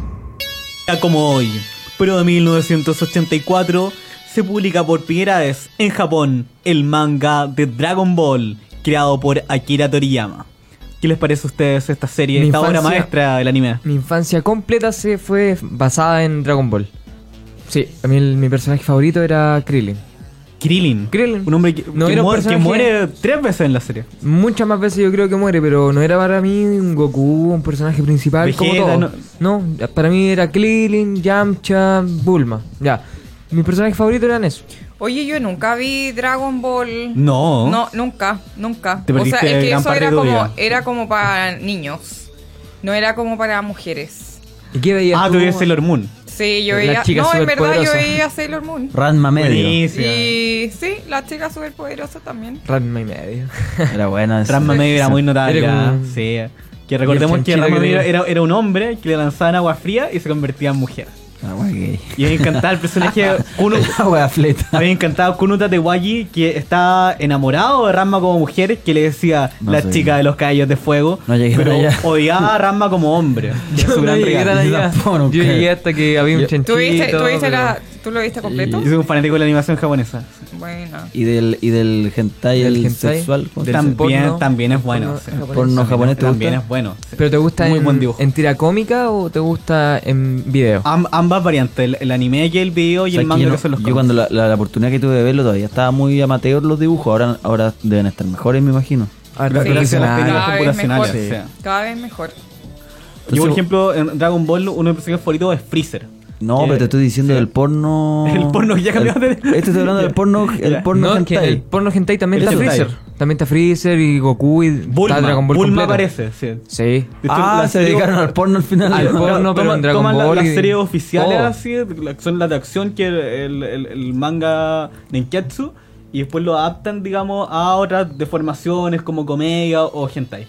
[SPEAKER 3] Ya como hoy, pero de mil novecientos ochenta y cuatro, se publica por primera vez en Japón el manga de Dragon Ball, creado por Akira Toriyama. ¿Qué les parece a ustedes esta serie,
[SPEAKER 1] Mi
[SPEAKER 3] esta
[SPEAKER 1] infancia-
[SPEAKER 3] obra maestra del anime?
[SPEAKER 1] Mi infancia completa se fue basada en Dragon Ball. Sí, a mí el- mi personaje favorito era Krillin.
[SPEAKER 3] Krillin.
[SPEAKER 1] Krillin.
[SPEAKER 3] Un hombre que,
[SPEAKER 1] No
[SPEAKER 3] que
[SPEAKER 1] era un
[SPEAKER 3] muere, que
[SPEAKER 1] personaje-
[SPEAKER 3] muere tres veces en la serie.
[SPEAKER 1] Muchas más veces yo creo que muere, pero no era para mí un Goku, un personaje principal como
[SPEAKER 3] Vegeta,
[SPEAKER 1] todo. No. para mí era Krillin, Yamcha, Bulma. Ya. Mis personajes favoritos eran eso.
[SPEAKER 4] Oye, yo nunca vi Dragon Ball.
[SPEAKER 3] No.
[SPEAKER 4] No, nunca, nunca.
[SPEAKER 3] Te
[SPEAKER 4] O sea,
[SPEAKER 3] perdiste
[SPEAKER 4] es que
[SPEAKER 3] gran
[SPEAKER 4] eso
[SPEAKER 3] parte
[SPEAKER 4] era
[SPEAKER 3] de tu
[SPEAKER 4] como,
[SPEAKER 3] vida.
[SPEAKER 4] era como para niños. No era como para mujeres.
[SPEAKER 1] ¿Y qué veías
[SPEAKER 3] Ah,
[SPEAKER 1] tú?
[SPEAKER 3] tú veías Sailor Moon.
[SPEAKER 4] Sí, yo
[SPEAKER 1] La
[SPEAKER 4] veía.
[SPEAKER 1] chica
[SPEAKER 4] No, en verdad yo
[SPEAKER 1] superpoderosa.
[SPEAKER 4] veía Sailor Moon.
[SPEAKER 5] Ranma medio.
[SPEAKER 3] Buenísima.
[SPEAKER 4] Y sí, la chica superpoderosa también.
[SPEAKER 1] Ranma y medio.
[SPEAKER 5] Era buena. esa.
[SPEAKER 3] Ranma medio era muy notable.
[SPEAKER 1] Era como-
[SPEAKER 3] Sí. Que recordemos
[SPEAKER 1] el
[SPEAKER 3] que
[SPEAKER 1] chanchito
[SPEAKER 3] Ranma
[SPEAKER 1] que
[SPEAKER 3] medio
[SPEAKER 1] tenía.
[SPEAKER 3] era, era un hombre que le lanzaban agua fría y se convertía en mujer.
[SPEAKER 5] Ah, wea gay.
[SPEAKER 3] Y a mí me encantaba el personaje Kuno.
[SPEAKER 5] La wea fleta.
[SPEAKER 3] A mí me encantaba Kunuta Tewagi, que estaba enamorado de Ranma como mujer, que le decía
[SPEAKER 5] No
[SPEAKER 3] la
[SPEAKER 5] sé.
[SPEAKER 3] chica de los caballos de fuego.
[SPEAKER 5] No llegué
[SPEAKER 3] pero
[SPEAKER 5] para allá.
[SPEAKER 3] odiaba a Ranma como hombre. Es
[SPEAKER 1] Yo
[SPEAKER 3] su
[SPEAKER 1] no
[SPEAKER 3] gran
[SPEAKER 1] llegué
[SPEAKER 3] regalo.
[SPEAKER 1] a
[SPEAKER 5] Yo
[SPEAKER 1] allá.
[SPEAKER 5] tampoco, nunca.
[SPEAKER 1] Yo llegué hasta que había un
[SPEAKER 5] Yo-
[SPEAKER 1] chanchito.
[SPEAKER 4] ¿Tú, viste, tú, viste
[SPEAKER 1] pero-
[SPEAKER 4] la, ¿Tú lo viste completo?
[SPEAKER 3] Yo soy un fanático de la animación japonesa.
[SPEAKER 4] Bueno.
[SPEAKER 5] Y del, y del hentai,
[SPEAKER 1] ¿Del
[SPEAKER 5] el
[SPEAKER 1] hentai?
[SPEAKER 5] sexual. ¿cómo se
[SPEAKER 1] Del
[SPEAKER 5] llama?
[SPEAKER 3] También,
[SPEAKER 1] porno-
[SPEAKER 3] también es bueno.
[SPEAKER 1] porno
[SPEAKER 3] sí.
[SPEAKER 1] japonés.
[SPEAKER 5] Porno japonés, ¿te
[SPEAKER 3] También
[SPEAKER 5] gusta?
[SPEAKER 3] es bueno. sí.
[SPEAKER 1] ¿Pero te gusta
[SPEAKER 3] Muy
[SPEAKER 1] en,
[SPEAKER 3] buen dibujo.
[SPEAKER 1] en tira cómica o te gusta en video?
[SPEAKER 3] Am- ambas variantes, el, el anime que el video y
[SPEAKER 5] O sea,
[SPEAKER 3] el
[SPEAKER 5] que
[SPEAKER 3] manga
[SPEAKER 5] yo,
[SPEAKER 3] que
[SPEAKER 5] no-
[SPEAKER 3] son los
[SPEAKER 5] yo
[SPEAKER 3] cómics.
[SPEAKER 5] cuando la, la, la oportunidad que tuve de verlo todavía estaba muy amateur los dibujos, ahora, ahora deben estar mejores, me imagino.
[SPEAKER 1] Ah,
[SPEAKER 3] Gracias a las
[SPEAKER 1] profesional.
[SPEAKER 3] películas
[SPEAKER 4] Cada vez
[SPEAKER 3] computacionales.
[SPEAKER 4] mejor.
[SPEAKER 3] sí.
[SPEAKER 4] Cada vez mejor.
[SPEAKER 3] Yo, por
[SPEAKER 5] Entonces-
[SPEAKER 3] ejemplo, en Dragon Ball, uno de mis personajes favoritos es Freezer.
[SPEAKER 5] No,
[SPEAKER 3] Que-
[SPEAKER 5] pero te estoy diciendo
[SPEAKER 3] sí.
[SPEAKER 5] del porno.
[SPEAKER 3] El porno, ya cambiamos de-
[SPEAKER 5] Este estoy hablando del porno, el
[SPEAKER 3] Ya.
[SPEAKER 5] porno
[SPEAKER 1] No, que
[SPEAKER 5] hentai.
[SPEAKER 1] el porno hentai también
[SPEAKER 3] El
[SPEAKER 1] está
[SPEAKER 3] hentai.
[SPEAKER 1] Freezer. También está Freezer y Goku y
[SPEAKER 3] Bulma,
[SPEAKER 1] está Dragon Ball
[SPEAKER 3] Bulma
[SPEAKER 1] completo.
[SPEAKER 3] aparece, sí.
[SPEAKER 1] Sí.
[SPEAKER 3] De hecho,
[SPEAKER 5] Ah,
[SPEAKER 3] la
[SPEAKER 5] se
[SPEAKER 3] serie-
[SPEAKER 5] dedicaron al porno al final.
[SPEAKER 1] Al porno,
[SPEAKER 3] Claro,
[SPEAKER 1] pero
[SPEAKER 3] toman-
[SPEAKER 1] en Dragon
[SPEAKER 3] toman la-
[SPEAKER 1] Ball
[SPEAKER 3] las
[SPEAKER 1] y-
[SPEAKER 3] series oficiales
[SPEAKER 1] todo.
[SPEAKER 3] así, la- son las de acción que el, el, el manga Nenketsu, y después lo adaptan, digamos, a otras deformaciones como comedia o hentai.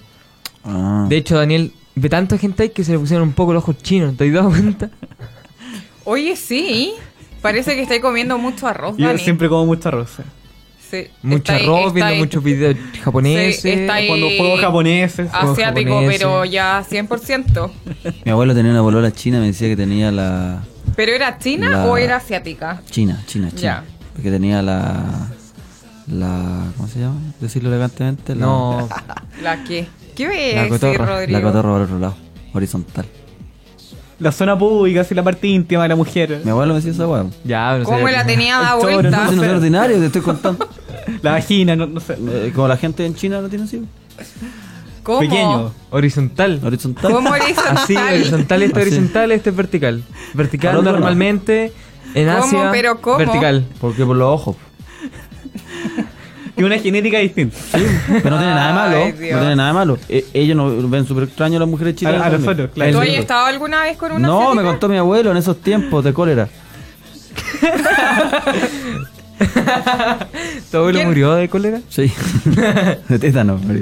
[SPEAKER 5] Ah.
[SPEAKER 1] De hecho, Daniel ve tanto hentai que se le pusieron un poco los ojos chinos. ¿Te has dado cuenta?
[SPEAKER 4] Oye, sí. Parece que estáis comiendo mucho arroz,
[SPEAKER 3] Yo
[SPEAKER 4] Dani.
[SPEAKER 3] siempre como mucho arroz. sí.
[SPEAKER 4] Sí.
[SPEAKER 1] Mucho
[SPEAKER 4] Estáis-
[SPEAKER 1] arroz, viendo
[SPEAKER 4] estáis-
[SPEAKER 1] muchos videos japoneses.
[SPEAKER 4] Sí, está ahí.
[SPEAKER 3] Cuando juego japoneses.
[SPEAKER 1] juegos
[SPEAKER 4] Asiático,
[SPEAKER 1] japoneses.
[SPEAKER 4] pero ya cien por ciento.
[SPEAKER 5] Mi abuelo tenía una polola china, me decía que tenía la.
[SPEAKER 4] ¿Pero era china
[SPEAKER 5] La-
[SPEAKER 4] o era asiática?
[SPEAKER 5] China, China, China.
[SPEAKER 4] Ya.
[SPEAKER 5] Porque tenía la. La. ¿Cómo se llama? Decirlo elegantemente. La,
[SPEAKER 1] No,
[SPEAKER 4] ¿La qué? ¿Qué ves,
[SPEAKER 1] La cotorra,
[SPEAKER 4] Rodrigo?
[SPEAKER 5] La cotorra al otro lado, horizontal.
[SPEAKER 3] La zona pública, así la parte íntima de la mujer.
[SPEAKER 5] Mi abuelo me decía esa weá.
[SPEAKER 1] ya, no sé.
[SPEAKER 4] ¿Cómo la tenía dada
[SPEAKER 3] El choro,
[SPEAKER 4] vuelta?
[SPEAKER 5] No, si no es ordinario, te estoy contando.
[SPEAKER 3] La vagina, no, no sé.
[SPEAKER 5] Eh, Como la gente en China lo tiene así.
[SPEAKER 4] ¿Cómo?
[SPEAKER 3] Pequeño.
[SPEAKER 1] Horizontal.
[SPEAKER 5] Horizontal.
[SPEAKER 4] ¿Cómo horizontal?
[SPEAKER 1] Así, horizontal, este
[SPEAKER 5] Así.
[SPEAKER 1] horizontal, este es vertical. Vertical
[SPEAKER 5] Al otro
[SPEAKER 1] normalmente, en
[SPEAKER 4] ¿Cómo?
[SPEAKER 1] Asia,
[SPEAKER 4] ¿Pero cómo?
[SPEAKER 1] vertical.
[SPEAKER 5] Porque por los ojos.
[SPEAKER 3] Tiene una genética distinta.
[SPEAKER 5] Pero no tiene nada de malo.
[SPEAKER 4] Ay, Dios.
[SPEAKER 5] No tiene nada de malo. Eh, ellos no ven súper extraño a las mujeres
[SPEAKER 3] A,
[SPEAKER 5] chilenas.
[SPEAKER 3] a
[SPEAKER 5] también.
[SPEAKER 3] nosotros, claro.
[SPEAKER 4] ¿Tú
[SPEAKER 1] El-
[SPEAKER 4] has estado alguna vez con una
[SPEAKER 5] No,
[SPEAKER 4] asiática?
[SPEAKER 5] me contó mi abuelo en esos tiempos de cólera.
[SPEAKER 1] ¿Tu abuelo
[SPEAKER 4] ¿Quién?
[SPEAKER 1] murió de cólera?
[SPEAKER 5] Sí. De tétano, murió.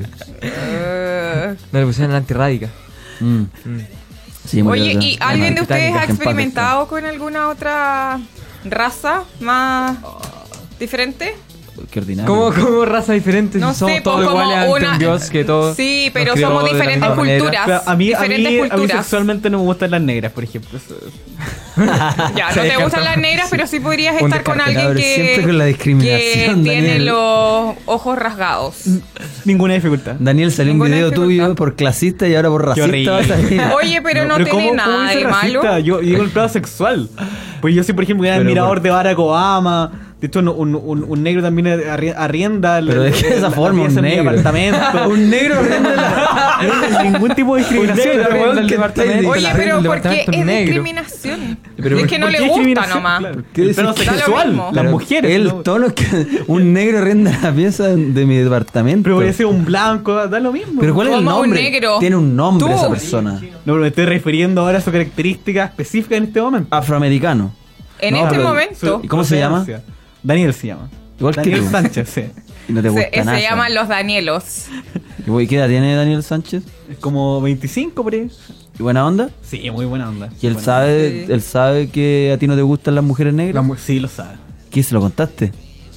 [SPEAKER 4] Eh,
[SPEAKER 1] No le pusieron la antirrádica.
[SPEAKER 5] Mm.
[SPEAKER 1] Mm.
[SPEAKER 5] Sí, murió
[SPEAKER 4] Oye,
[SPEAKER 5] de-
[SPEAKER 4] ¿y
[SPEAKER 5] de
[SPEAKER 4] alguien de
[SPEAKER 5] Titanic,
[SPEAKER 4] ustedes ha
[SPEAKER 5] que en paz
[SPEAKER 4] experimentado con alguna otra raza más diferente?
[SPEAKER 5] descanse. Qué ordinario.
[SPEAKER 1] ¿Cómo, cómo raza diferente?
[SPEAKER 4] No
[SPEAKER 1] Si somos
[SPEAKER 4] sé,
[SPEAKER 1] todos
[SPEAKER 4] pues, como
[SPEAKER 1] iguales ante
[SPEAKER 4] una-
[SPEAKER 1] un Dios que todos.
[SPEAKER 4] Sí, pero
[SPEAKER 1] nos creó
[SPEAKER 4] somos
[SPEAKER 1] de la
[SPEAKER 4] diferentes
[SPEAKER 1] misma manera.
[SPEAKER 4] culturas.
[SPEAKER 3] Pero a mí, a, mí,
[SPEAKER 4] diferentes
[SPEAKER 3] a mí
[SPEAKER 4] culturas.
[SPEAKER 3] sexualmente no me gustan las negras, por ejemplo. Eso-
[SPEAKER 4] Ya, no
[SPEAKER 1] Se
[SPEAKER 4] te
[SPEAKER 1] descarta.
[SPEAKER 4] gustan las negras, pero sí podrías
[SPEAKER 1] Un
[SPEAKER 4] estar con
[SPEAKER 1] descarte,
[SPEAKER 4] alguien
[SPEAKER 5] cabrón,
[SPEAKER 4] que,
[SPEAKER 5] siempre con la discriminación,
[SPEAKER 4] que tiene
[SPEAKER 5] Daniel.
[SPEAKER 4] los ojos rasgados.
[SPEAKER 3] Ninguna dificultad.
[SPEAKER 5] Daniel, salió un
[SPEAKER 4] Ninguna
[SPEAKER 5] video
[SPEAKER 4] dificultad.
[SPEAKER 5] tuyo por clasista y ahora por
[SPEAKER 3] Qué
[SPEAKER 5] racista.
[SPEAKER 3] horrible.
[SPEAKER 5] vas a ir.
[SPEAKER 4] Oye, pero no, tiene
[SPEAKER 3] ¿cómo- cómo
[SPEAKER 4] nada
[SPEAKER 3] dice
[SPEAKER 4] de malo.
[SPEAKER 3] racista? Yo digo el plano sexual. Pues yo soy, por ejemplo, gran
[SPEAKER 5] Pero
[SPEAKER 3] admirador
[SPEAKER 5] por-
[SPEAKER 3] de Barack Obama. De hecho, un, un, un- un negro también arri- arrienda.
[SPEAKER 5] Pero de qué esa forma, un negro.
[SPEAKER 3] Apartamento.
[SPEAKER 5] Un negro arrienda la-
[SPEAKER 3] No hay ningún tipo de discriminación.
[SPEAKER 5] Un negro
[SPEAKER 3] weón,
[SPEAKER 5] arrienda el
[SPEAKER 3] que
[SPEAKER 5] departamento.
[SPEAKER 3] estáis-
[SPEAKER 4] Oye,
[SPEAKER 1] la
[SPEAKER 4] pero
[SPEAKER 1] renta del
[SPEAKER 4] ¿por qué
[SPEAKER 1] departamento
[SPEAKER 4] es
[SPEAKER 1] negro.
[SPEAKER 4] discriminación?
[SPEAKER 5] Pero
[SPEAKER 4] es
[SPEAKER 5] ¿por
[SPEAKER 4] que no
[SPEAKER 3] ¿por
[SPEAKER 4] le
[SPEAKER 3] qué
[SPEAKER 4] gusta
[SPEAKER 3] discriminación?
[SPEAKER 4] nomás.
[SPEAKER 3] Claro.
[SPEAKER 5] ¿Qué
[SPEAKER 3] El
[SPEAKER 5] decís?
[SPEAKER 3] plano
[SPEAKER 4] Da lo
[SPEAKER 3] sexual,
[SPEAKER 4] mismo.
[SPEAKER 3] las
[SPEAKER 5] Pero
[SPEAKER 3] mujeres.
[SPEAKER 5] El
[SPEAKER 3] ¿no?
[SPEAKER 5] tono es que un negro arrienda la pieza de mi departamento.
[SPEAKER 3] Pero podría ser un blanco, da lo mismo.
[SPEAKER 5] Pero ¿cuál es el
[SPEAKER 4] Como un
[SPEAKER 5] nombre?
[SPEAKER 4] negro.
[SPEAKER 5] Tiene un nombre
[SPEAKER 4] Tú.
[SPEAKER 5] esa persona.
[SPEAKER 3] No, pero me estoy refiriendo ahora a su característica específica en este momento.
[SPEAKER 5] Afroamericano.
[SPEAKER 4] En
[SPEAKER 5] No,
[SPEAKER 4] este
[SPEAKER 5] pero-
[SPEAKER 4] momento
[SPEAKER 5] ¿Y cómo se llama?
[SPEAKER 3] Daniel se llama.
[SPEAKER 5] Igual que
[SPEAKER 3] Daniel
[SPEAKER 5] tú.
[SPEAKER 3] Sánchez, sí.
[SPEAKER 5] Y no te gusta
[SPEAKER 4] se,
[SPEAKER 5] nada.
[SPEAKER 4] se llaman los Danielos.
[SPEAKER 5] ¿Y güey, qué edad tiene Daniel Sánchez?
[SPEAKER 3] Es como veinticinco por ahí.
[SPEAKER 5] ¿Y buena onda?
[SPEAKER 3] Sí, muy buena onda.
[SPEAKER 5] ¿Y él
[SPEAKER 3] Buena
[SPEAKER 5] sabe,
[SPEAKER 4] Sí.
[SPEAKER 5] él sabe que a ti no te gustan las mujeres
[SPEAKER 3] onda.
[SPEAKER 5] negras?
[SPEAKER 3] La mu- sí, lo sabe.
[SPEAKER 5] ¿Qué se lo contaste?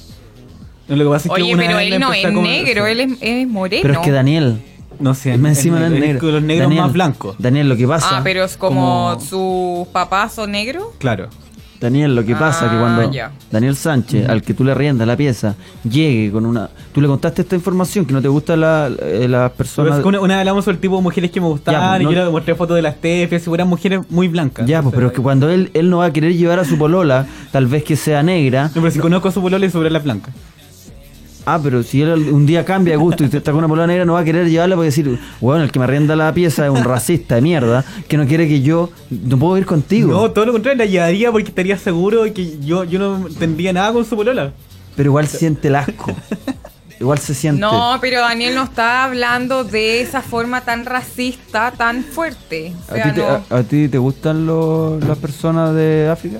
[SPEAKER 3] No, lo que pasa es que
[SPEAKER 4] Oye,
[SPEAKER 3] una
[SPEAKER 4] pero
[SPEAKER 3] vez le
[SPEAKER 4] él no
[SPEAKER 3] empecé a
[SPEAKER 4] es
[SPEAKER 3] comer-
[SPEAKER 4] negro,
[SPEAKER 3] sí.
[SPEAKER 4] él es, es moreno.
[SPEAKER 5] Pero es que Daniel,
[SPEAKER 3] No sé,
[SPEAKER 5] más encima no es negro.
[SPEAKER 3] con los negros
[SPEAKER 5] Daniel,
[SPEAKER 3] más blancos.
[SPEAKER 5] Daniel, lo que pasa.
[SPEAKER 4] Ah, pero es como,
[SPEAKER 3] como-
[SPEAKER 4] sus papás son negros.
[SPEAKER 3] Claro.
[SPEAKER 5] Daniel, lo que pasa que
[SPEAKER 4] Ah,
[SPEAKER 5] cuando
[SPEAKER 4] ya.
[SPEAKER 5] Daniel Sánchez, al que tú le riendas la pieza, llegue con una. Tú le contaste esta información que no te gustan la, eh, las
[SPEAKER 3] Pero
[SPEAKER 5] personas.
[SPEAKER 3] es que una, una vez hablamos sobre el tipo de mujeres que me gustaban
[SPEAKER 5] Ya, pues, no-
[SPEAKER 3] y yo le mostré fotos de las Steffi, y eran mujeres muy blancas.
[SPEAKER 5] Ya, pues,
[SPEAKER 3] Entonces,
[SPEAKER 5] pero es que cuando él, él no va a querer llevar a su polola, tal vez que sea negra.
[SPEAKER 3] No, pero si conozco a su polola y sobre las blancas.
[SPEAKER 5] Ah, pero si él un día cambia de gusto y te está con una polola negra, no va a querer llevarla porque decir, bueno, el que me arrienda la pieza es un racista de mierda, que no quiere que yo. No puedo ir contigo.
[SPEAKER 3] No, todo lo contrario, la llevaría porque estaría seguro de que yo, yo no tendría nada con su polola.
[SPEAKER 5] Pero igual siente el asco. Igual se siente.
[SPEAKER 4] No, pero Daniel no está hablando de esa forma tan racista, tan fuerte. O
[SPEAKER 5] ¿A,
[SPEAKER 4] sea,
[SPEAKER 5] ti te,
[SPEAKER 4] no.
[SPEAKER 5] a- a ti te gustan los- las personas de África?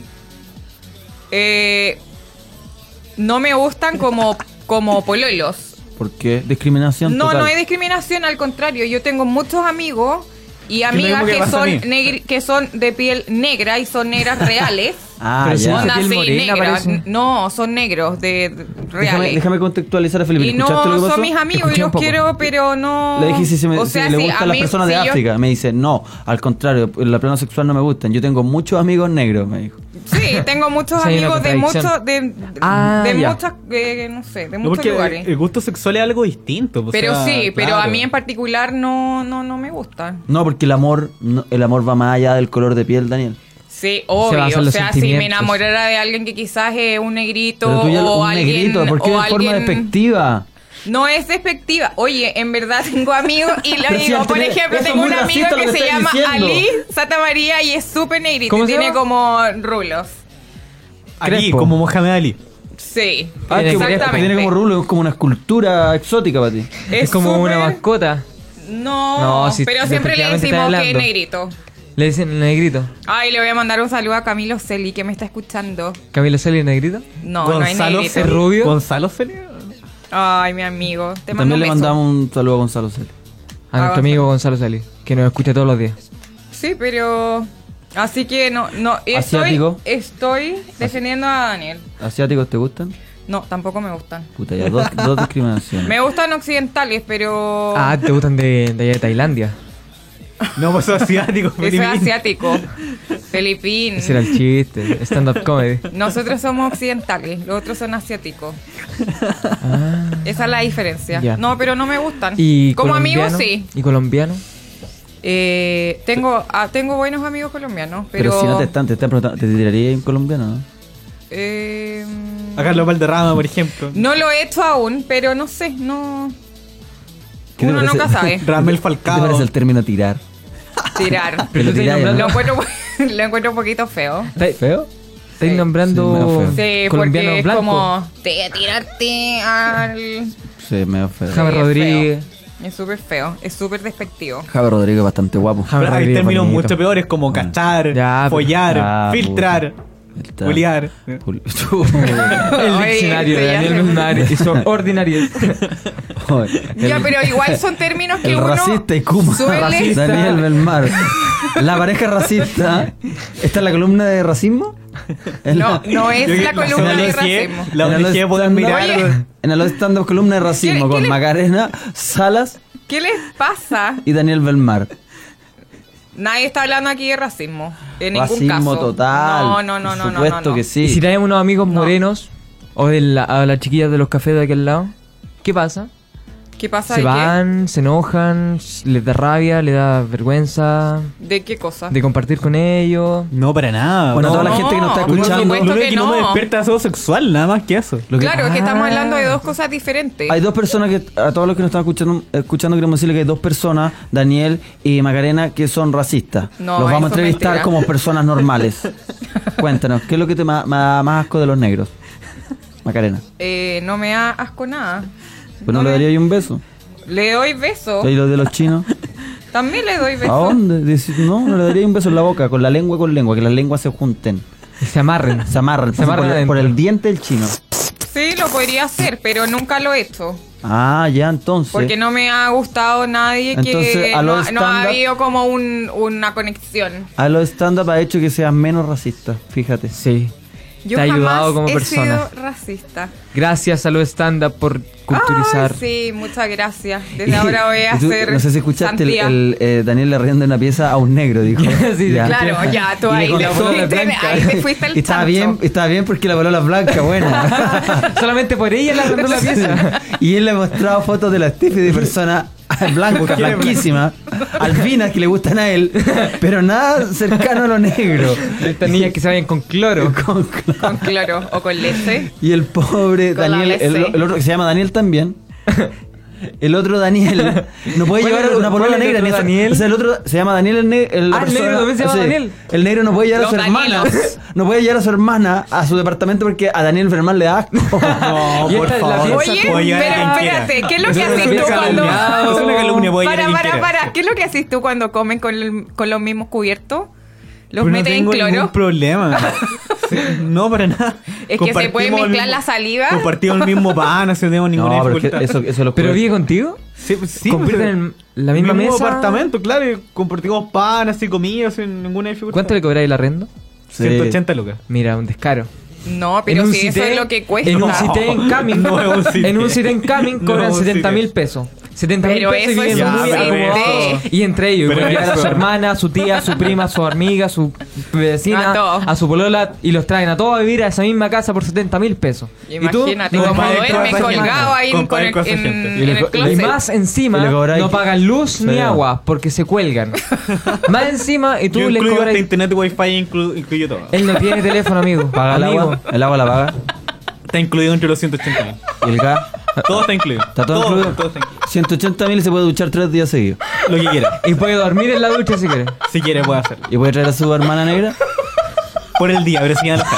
[SPEAKER 4] Eh, no me gustan como, como pololos.
[SPEAKER 5] ¿Por qué? Discriminación
[SPEAKER 4] No,
[SPEAKER 5] total.
[SPEAKER 4] no hay discriminación, al contrario. Yo tengo muchos amigos y
[SPEAKER 3] lo
[SPEAKER 4] amigas
[SPEAKER 3] mismo que
[SPEAKER 4] que,
[SPEAKER 3] pasa a
[SPEAKER 4] son
[SPEAKER 3] mí.
[SPEAKER 4] negri- que son de piel negra y son negras reales.
[SPEAKER 5] Ah,
[SPEAKER 1] Pero si
[SPEAKER 5] ya.
[SPEAKER 1] no-
[SPEAKER 4] Onda
[SPEAKER 1] piel
[SPEAKER 4] así,
[SPEAKER 1] morena,
[SPEAKER 4] negras.
[SPEAKER 1] parece.
[SPEAKER 4] No, son negros, de, de-
[SPEAKER 5] Déjame,
[SPEAKER 4] reales.
[SPEAKER 5] déjame contextualizar a Felipe.
[SPEAKER 4] Y no
[SPEAKER 5] ¿Escuchaste lo que pasó?
[SPEAKER 4] son mis amigos y
[SPEAKER 1] Escuché un
[SPEAKER 4] los
[SPEAKER 1] poco.
[SPEAKER 4] quiero, pero no.
[SPEAKER 5] Le dije si, se me-
[SPEAKER 4] o
[SPEAKER 5] si
[SPEAKER 4] sea,
[SPEAKER 5] le
[SPEAKER 4] sí,
[SPEAKER 5] gustan
[SPEAKER 4] a
[SPEAKER 5] las
[SPEAKER 4] mí-
[SPEAKER 5] personas de
[SPEAKER 4] si yo-
[SPEAKER 5] África. Me dice, no, al contrario, en la plano sexual no me gustan. Yo tengo muchos amigos negros, me dijo.
[SPEAKER 4] Sí, tengo muchos
[SPEAKER 1] O sea, hay una
[SPEAKER 4] amigos de
[SPEAKER 1] contradicción.
[SPEAKER 4] muchos, de, de,
[SPEAKER 1] Ah,
[SPEAKER 4] de
[SPEAKER 1] ya.
[SPEAKER 4] muchas, eh, no sé, de
[SPEAKER 3] No,
[SPEAKER 4] muchos
[SPEAKER 3] porque
[SPEAKER 4] lugares.
[SPEAKER 3] el gusto sexual es algo distinto. o
[SPEAKER 4] Pero
[SPEAKER 3] sea,
[SPEAKER 4] sí, pero
[SPEAKER 3] claro.
[SPEAKER 4] a mí en particular no, no, no me gusta.
[SPEAKER 5] No, porque el amor, no- el amor va más allá del color de piel, Daniel.
[SPEAKER 4] Sí,
[SPEAKER 1] basa
[SPEAKER 4] obvio.
[SPEAKER 1] en
[SPEAKER 4] O
[SPEAKER 1] los
[SPEAKER 4] sea, si me
[SPEAKER 1] sentimientos.
[SPEAKER 4] enamorara de alguien que quizás es un negrito
[SPEAKER 5] Pero tú ya
[SPEAKER 4] o
[SPEAKER 5] un
[SPEAKER 4] alguien,
[SPEAKER 5] negrito, ¿por qué
[SPEAKER 4] o
[SPEAKER 5] de forma
[SPEAKER 4] alguien-
[SPEAKER 5] despectiva?
[SPEAKER 4] No es despectiva. Oye, en verdad tengo amigos y lo
[SPEAKER 5] Pero si
[SPEAKER 4] digo,
[SPEAKER 5] al
[SPEAKER 4] por
[SPEAKER 5] tener-
[SPEAKER 4] ejemplo,
[SPEAKER 5] eso es
[SPEAKER 4] tengo
[SPEAKER 5] muy
[SPEAKER 4] un amigo
[SPEAKER 5] racista lo
[SPEAKER 4] que
[SPEAKER 5] que
[SPEAKER 4] se
[SPEAKER 5] estáis
[SPEAKER 4] llama
[SPEAKER 5] diciendo.
[SPEAKER 4] Ali Santa María y es súper negrito.
[SPEAKER 1] ¿Cómo
[SPEAKER 4] y
[SPEAKER 1] se
[SPEAKER 4] tiene
[SPEAKER 1] llama?
[SPEAKER 4] como rulos.
[SPEAKER 3] Ali,
[SPEAKER 1] Crespo.
[SPEAKER 3] como Mohamed Ali.
[SPEAKER 4] Sí,
[SPEAKER 5] Ah, que
[SPEAKER 4] exactamente.
[SPEAKER 5] tiene como rulo, es como una escultura exótica para ti.
[SPEAKER 1] Es, como
[SPEAKER 4] súper-
[SPEAKER 1] una mascota.
[SPEAKER 4] No,
[SPEAKER 1] No, si
[SPEAKER 4] pero siempre le
[SPEAKER 1] efectivamente
[SPEAKER 4] decimos
[SPEAKER 1] está
[SPEAKER 4] que es
[SPEAKER 1] hablando.
[SPEAKER 4] negrito.
[SPEAKER 1] Le dicen negrito.
[SPEAKER 4] Ay, le voy a mandar un saludo a Camilo Celi que me está escuchando.
[SPEAKER 1] Camilo Celi negrito.
[SPEAKER 4] No, no hay
[SPEAKER 3] Gonzalo
[SPEAKER 4] negrito.
[SPEAKER 1] ¿Es rubio?
[SPEAKER 3] Gonzalo Celia.
[SPEAKER 4] Ay, mi amigo. Te mando
[SPEAKER 5] También
[SPEAKER 4] un
[SPEAKER 5] le
[SPEAKER 4] beso.
[SPEAKER 5] mandamos un saludo a Gonzalo Celi.
[SPEAKER 1] A nuestro
[SPEAKER 4] Ah,
[SPEAKER 1] amigo Gonzalo Celi, que nos escucha todos los días.
[SPEAKER 4] Sí, pero así que no, no estoy,
[SPEAKER 5] ¿Asiático?
[SPEAKER 4] estoy defendiendo a Daniel.
[SPEAKER 5] ¿Asiáticos te gustan?
[SPEAKER 4] No, tampoco me gustan.
[SPEAKER 5] Puta, ya dos, dos discriminaciones.
[SPEAKER 4] Me gustan occidentales, pero
[SPEAKER 1] Ah, te gustan de, de allá de Tailandia.
[SPEAKER 3] No, pues asiático.
[SPEAKER 4] eso es
[SPEAKER 3] Filipín.
[SPEAKER 4] asiático. Filipín.
[SPEAKER 1] Ese era el chiste, stand-up comedy.
[SPEAKER 4] Nosotros somos occidentales, los otros son asiáticos.
[SPEAKER 1] Ah.
[SPEAKER 4] Esa es la diferencia.
[SPEAKER 1] Ya.
[SPEAKER 4] No, pero no me gustan.
[SPEAKER 1] ¿Y
[SPEAKER 4] Como amigos,
[SPEAKER 1] colombiano?
[SPEAKER 4] sí.
[SPEAKER 1] ¿Y colombiano?
[SPEAKER 4] Eh, tengo, ah, tengo buenos amigos colombianos, pero...
[SPEAKER 5] Pero si no te están, te están preguntando, ¿te tiraría un colombiano, no?
[SPEAKER 4] eh,
[SPEAKER 3] A Carlos Valderrama, por ejemplo.
[SPEAKER 4] no lo he hecho aún, pero no sé, no...
[SPEAKER 5] ¿Qué te
[SPEAKER 4] Uno
[SPEAKER 5] parece?
[SPEAKER 4] nunca sabe.
[SPEAKER 3] Ramel
[SPEAKER 5] ¿Qué te
[SPEAKER 3] Falcao.
[SPEAKER 5] parece el término tirar?
[SPEAKER 4] Tirar.
[SPEAKER 5] Pero
[SPEAKER 1] tú estás
[SPEAKER 5] tiráis,
[SPEAKER 1] nombrando-
[SPEAKER 4] Lo encuentro, lo encuentro un poquito feo.
[SPEAKER 1] ¿Estáis
[SPEAKER 5] ¿Feo?
[SPEAKER 1] estáis
[SPEAKER 4] Sí.
[SPEAKER 1] nombrando
[SPEAKER 5] Sí, medio feo.
[SPEAKER 4] Sí,
[SPEAKER 1] colombiano
[SPEAKER 4] porque es
[SPEAKER 1] blanco?
[SPEAKER 4] como... Te tirarte al...
[SPEAKER 5] Sí, medio feo.
[SPEAKER 1] James
[SPEAKER 4] Sí, es
[SPEAKER 1] Rodríguez.
[SPEAKER 4] Es súper feo, es súper despectivo.
[SPEAKER 5] Javier Rodríguez bastante guapo.
[SPEAKER 1] James
[SPEAKER 3] Pero hay
[SPEAKER 1] Rodríguez
[SPEAKER 3] términos
[SPEAKER 1] bonito.
[SPEAKER 3] mucho peores como cachar,
[SPEAKER 1] Ya, pero-
[SPEAKER 3] follar,
[SPEAKER 5] Ah,
[SPEAKER 3] filtrar.
[SPEAKER 5] Está-
[SPEAKER 3] Juliar.
[SPEAKER 5] Jul-
[SPEAKER 1] El
[SPEAKER 4] Oye,
[SPEAKER 1] diccionario de
[SPEAKER 4] sí, ya
[SPEAKER 1] Daniel
[SPEAKER 4] se-
[SPEAKER 1] Melmar hizo ordinarios.
[SPEAKER 4] Ya, pero igual son términos que
[SPEAKER 5] El
[SPEAKER 4] uno
[SPEAKER 5] racista y Kuma.
[SPEAKER 4] suele-
[SPEAKER 5] Racista. Daniel Belmar. La pareja racista. ¿Está en la columna de racismo? En
[SPEAKER 4] No,
[SPEAKER 5] la-
[SPEAKER 4] no es
[SPEAKER 3] Yo que-
[SPEAKER 4] la columna
[SPEAKER 5] en
[SPEAKER 4] de
[SPEAKER 5] la
[SPEAKER 4] racismo.
[SPEAKER 3] La
[SPEAKER 5] en
[SPEAKER 3] O N G pueden
[SPEAKER 5] stand-up-
[SPEAKER 3] mirar.
[SPEAKER 4] Oye.
[SPEAKER 5] En el stand-up columna de racismo
[SPEAKER 4] ¿Qué- qué
[SPEAKER 5] con
[SPEAKER 4] le-
[SPEAKER 5] Macarena Salas
[SPEAKER 4] ¿Qué les pasa?
[SPEAKER 5] y Daniel Belmar.
[SPEAKER 4] Nadie está hablando aquí de racismo. En ningún
[SPEAKER 5] Racismo
[SPEAKER 4] caso.
[SPEAKER 5] total.
[SPEAKER 4] No, no, no,
[SPEAKER 5] Por
[SPEAKER 4] no, no,
[SPEAKER 5] supuesto
[SPEAKER 4] no, no.
[SPEAKER 5] que sí.
[SPEAKER 1] Y si traemos unos amigos
[SPEAKER 4] No.
[SPEAKER 1] morenos o de la, a las chiquillas de los cafés de aquel lado, ¿qué pasa?
[SPEAKER 4] ¿Qué pasa?
[SPEAKER 1] Se
[SPEAKER 4] ¿De
[SPEAKER 1] van, se enojan, les da rabia, les da vergüenza
[SPEAKER 4] qué? ¿De qué cosa?
[SPEAKER 1] de compartir con ellos.
[SPEAKER 3] No, para nada.
[SPEAKER 5] Bueno,
[SPEAKER 3] no,
[SPEAKER 5] toda la
[SPEAKER 4] no,
[SPEAKER 5] gente que nos está
[SPEAKER 4] por
[SPEAKER 5] escuchando.
[SPEAKER 4] supuesto.
[SPEAKER 3] Lo único
[SPEAKER 4] que
[SPEAKER 3] que no me
[SPEAKER 4] no.
[SPEAKER 3] despierta deseo sexual, nada más que eso.
[SPEAKER 5] Lo que-
[SPEAKER 4] Claro, es que estamos
[SPEAKER 1] Ah.
[SPEAKER 4] hablando de dos cosas diferentes.
[SPEAKER 5] Hay dos personas que, a todos los que nos están escuchando, escuchando queremos decirle que hay dos personas, Daniel y Macarena, que son racistas.
[SPEAKER 4] No,
[SPEAKER 5] Los vamos a
[SPEAKER 4] eso es
[SPEAKER 5] entrevistar
[SPEAKER 4] mentira.
[SPEAKER 5] como personas normales. Cuéntanos, ¿qué es lo que te ma- me da más asco de los negros? Macarena.
[SPEAKER 4] Eh, no me da asco nada.
[SPEAKER 5] Pues no,
[SPEAKER 4] No
[SPEAKER 5] le
[SPEAKER 4] me-
[SPEAKER 5] daría yo un beso.
[SPEAKER 4] Le doy beso.
[SPEAKER 5] ¿Y los de los chinos?
[SPEAKER 4] También le doy beso.
[SPEAKER 5] ¿A dónde? Dice, no, no le daría un beso en la boca, con la lengua con lengua, que las lenguas se junten.
[SPEAKER 1] Y se amarren.
[SPEAKER 5] Se amarran,
[SPEAKER 1] Se amarran
[SPEAKER 5] por, el- por
[SPEAKER 1] adentro.
[SPEAKER 5] el diente del chino.
[SPEAKER 4] Sí, lo podría hacer, pero nunca lo he hecho.
[SPEAKER 5] Ah, ya entonces.
[SPEAKER 4] Porque no me ha gustado nadie
[SPEAKER 5] Entonces,
[SPEAKER 4] que
[SPEAKER 5] a
[SPEAKER 4] no,
[SPEAKER 5] los
[SPEAKER 4] no ha
[SPEAKER 5] stand-up-
[SPEAKER 4] habido como un, una conexión.
[SPEAKER 5] A los stand-up ha hecho que seas menos racista, fíjate.
[SPEAKER 1] Sí.
[SPEAKER 4] Yo
[SPEAKER 1] Te ha
[SPEAKER 4] jamás
[SPEAKER 1] ayudado como
[SPEAKER 4] he
[SPEAKER 1] persona.
[SPEAKER 4] sido racista.
[SPEAKER 1] Gracias a los stand-up por culturizar.
[SPEAKER 4] Ay, sí, muchas gracias. Desde ahora voy a
[SPEAKER 5] Y tú,
[SPEAKER 4] hacer
[SPEAKER 5] no sé si escuchaste, el,
[SPEAKER 4] santía.
[SPEAKER 5] el, eh, Daniel le arrienda una pieza a un negro, dijo.
[SPEAKER 1] Sí,
[SPEAKER 4] Claro, ya, tú
[SPEAKER 5] Y le
[SPEAKER 4] ahí te,
[SPEAKER 5] contó-
[SPEAKER 4] fuiste, ahí te fuiste al
[SPEAKER 5] Y estaba
[SPEAKER 4] chancho.
[SPEAKER 5] bien, estaba bien porque la polola es blanca, buena.
[SPEAKER 1] Solamente por ella le arrendó la pieza.
[SPEAKER 5] Y él le mostraba fotos de la Steffi de persona blanca, blanquísima, albinas que le gustan a él, pero nada cercano a lo negro.
[SPEAKER 1] Estas niñas que se vayan con cloro.
[SPEAKER 5] Con-
[SPEAKER 4] Con cloro o con leche.
[SPEAKER 5] Y el pobre
[SPEAKER 4] Con la
[SPEAKER 5] Daniel, el,
[SPEAKER 4] leche.
[SPEAKER 5] el otro que se llama Daniel también. El otro Daniel no puede
[SPEAKER 1] ¿Cuál
[SPEAKER 5] llevar
[SPEAKER 1] es el-
[SPEAKER 5] una polola
[SPEAKER 1] cuál es el
[SPEAKER 5] negra
[SPEAKER 1] otro
[SPEAKER 5] ni esa-
[SPEAKER 1] Daniel?
[SPEAKER 5] O sea, el otro se llama Daniel el, ne- el la
[SPEAKER 1] Ah, el negro también se llama
[SPEAKER 5] sí.
[SPEAKER 1] Daniel.
[SPEAKER 5] El negro no puede llevar a su
[SPEAKER 4] Los
[SPEAKER 5] hermana.
[SPEAKER 4] Danielos.
[SPEAKER 5] No puede llevar a su hermana a su departamento porque a Daniel Fermán le da asco.
[SPEAKER 3] No,
[SPEAKER 1] Y
[SPEAKER 3] por
[SPEAKER 1] esta es la
[SPEAKER 3] favor.
[SPEAKER 1] pieza-
[SPEAKER 4] Oye,
[SPEAKER 3] Puede llevar a
[SPEAKER 4] pero
[SPEAKER 3] quien quiera.
[SPEAKER 4] espérate, ¿qué es lo
[SPEAKER 1] Eso
[SPEAKER 4] que
[SPEAKER 1] es una
[SPEAKER 4] haces tú
[SPEAKER 1] pieza
[SPEAKER 4] cuando...
[SPEAKER 1] calumniada.
[SPEAKER 3] Es una calumnia, puede
[SPEAKER 4] Para,
[SPEAKER 3] llevar a
[SPEAKER 4] para,
[SPEAKER 3] quien quiera.
[SPEAKER 4] para. ¿Qué es lo que haces tú cuando comen con, el- con los mismos cubiertos? ¿Los
[SPEAKER 3] Pero no
[SPEAKER 4] metes en
[SPEAKER 3] tengo
[SPEAKER 4] cloro?
[SPEAKER 3] ningún problema. Sí, no, para nada.
[SPEAKER 4] Es que se puede
[SPEAKER 3] Compartimos el
[SPEAKER 4] mezclar
[SPEAKER 3] mismo-
[SPEAKER 4] la saliva.
[SPEAKER 3] Compartimos el mismo pan, no tenemos ninguna
[SPEAKER 5] No, pero es que
[SPEAKER 3] dificultad.
[SPEAKER 5] eso, eso lo
[SPEAKER 1] ¿Pero
[SPEAKER 5] puede-
[SPEAKER 1] vive contigo?
[SPEAKER 3] Sí, sí,
[SPEAKER 1] ¿Comparten
[SPEAKER 3] pues,
[SPEAKER 1] en la misma
[SPEAKER 3] el mismo
[SPEAKER 1] mesa?
[SPEAKER 3] apartamento, claro, y compartimos pan, así comida, sin ninguna dificultad.
[SPEAKER 1] ¿Cuánto le cobráis el arrendo?
[SPEAKER 5] Sí.
[SPEAKER 3] ciento ochenta lucas.
[SPEAKER 1] Mira, un descaro.
[SPEAKER 4] No, pero
[SPEAKER 1] En un
[SPEAKER 4] si eso
[SPEAKER 1] cité-
[SPEAKER 4] es lo que cuesta.
[SPEAKER 1] En un cité en Camin.
[SPEAKER 3] No es un cité.
[SPEAKER 1] En un cité en Camin
[SPEAKER 3] No
[SPEAKER 1] cobran
[SPEAKER 3] es un
[SPEAKER 1] setenta mil
[SPEAKER 3] cité.
[SPEAKER 1] pesos. setenta mil
[SPEAKER 4] Pero
[SPEAKER 1] pesos y
[SPEAKER 4] eso
[SPEAKER 1] viven
[SPEAKER 4] es
[SPEAKER 3] un
[SPEAKER 1] muy
[SPEAKER 3] cité.
[SPEAKER 1] acomodados. Y entre ellos,
[SPEAKER 3] Pero
[SPEAKER 1] pueden llevar a
[SPEAKER 3] eso-
[SPEAKER 1] su hermana, a su tía, a su prima, a su amiga, a su vecina,
[SPEAKER 4] A todos.
[SPEAKER 1] a su polola y los traen a todos a vivir a esa misma casa por setenta mil pesos.
[SPEAKER 4] Imagínate
[SPEAKER 1] No,
[SPEAKER 4] cómo
[SPEAKER 1] no,
[SPEAKER 4] duerme
[SPEAKER 1] no, no,
[SPEAKER 4] colgado ahí en, con
[SPEAKER 3] Compadre
[SPEAKER 4] el,
[SPEAKER 3] con esa
[SPEAKER 4] en,
[SPEAKER 3] gente.
[SPEAKER 4] en
[SPEAKER 5] Y le-
[SPEAKER 4] el
[SPEAKER 5] y
[SPEAKER 1] Y
[SPEAKER 4] closet.
[SPEAKER 1] más encima
[SPEAKER 5] Y le cobráis-
[SPEAKER 1] no pagan luz ni
[SPEAKER 5] Sí.
[SPEAKER 1] agua porque se cuelgan. Más encima y tú
[SPEAKER 3] Yo
[SPEAKER 1] les
[SPEAKER 3] incluyo
[SPEAKER 1] cobras.
[SPEAKER 3] hasta internet, wifi, inclu- incluyo todo.
[SPEAKER 1] Él no tiene teléfono, amigo.
[SPEAKER 5] ¿Paga el
[SPEAKER 1] amigo.
[SPEAKER 5] agua? ¿El agua la paga?
[SPEAKER 3] Está incluido entre los ciento ochenta mil.
[SPEAKER 5] ¿Y el gas?
[SPEAKER 3] Todo está incluido.
[SPEAKER 5] ¿Está todo, incluido?
[SPEAKER 3] Todo está incluido.
[SPEAKER 5] ciento ochenta mil y se puede duchar tres días seguidos.
[SPEAKER 3] Lo que quiera.
[SPEAKER 1] Y puede dormir en la ducha si quiere.
[SPEAKER 3] Si quiere, puede hacerlo.
[SPEAKER 5] ¿Y puede traer a su hermana negra?
[SPEAKER 3] Por el día, pero sin alojar.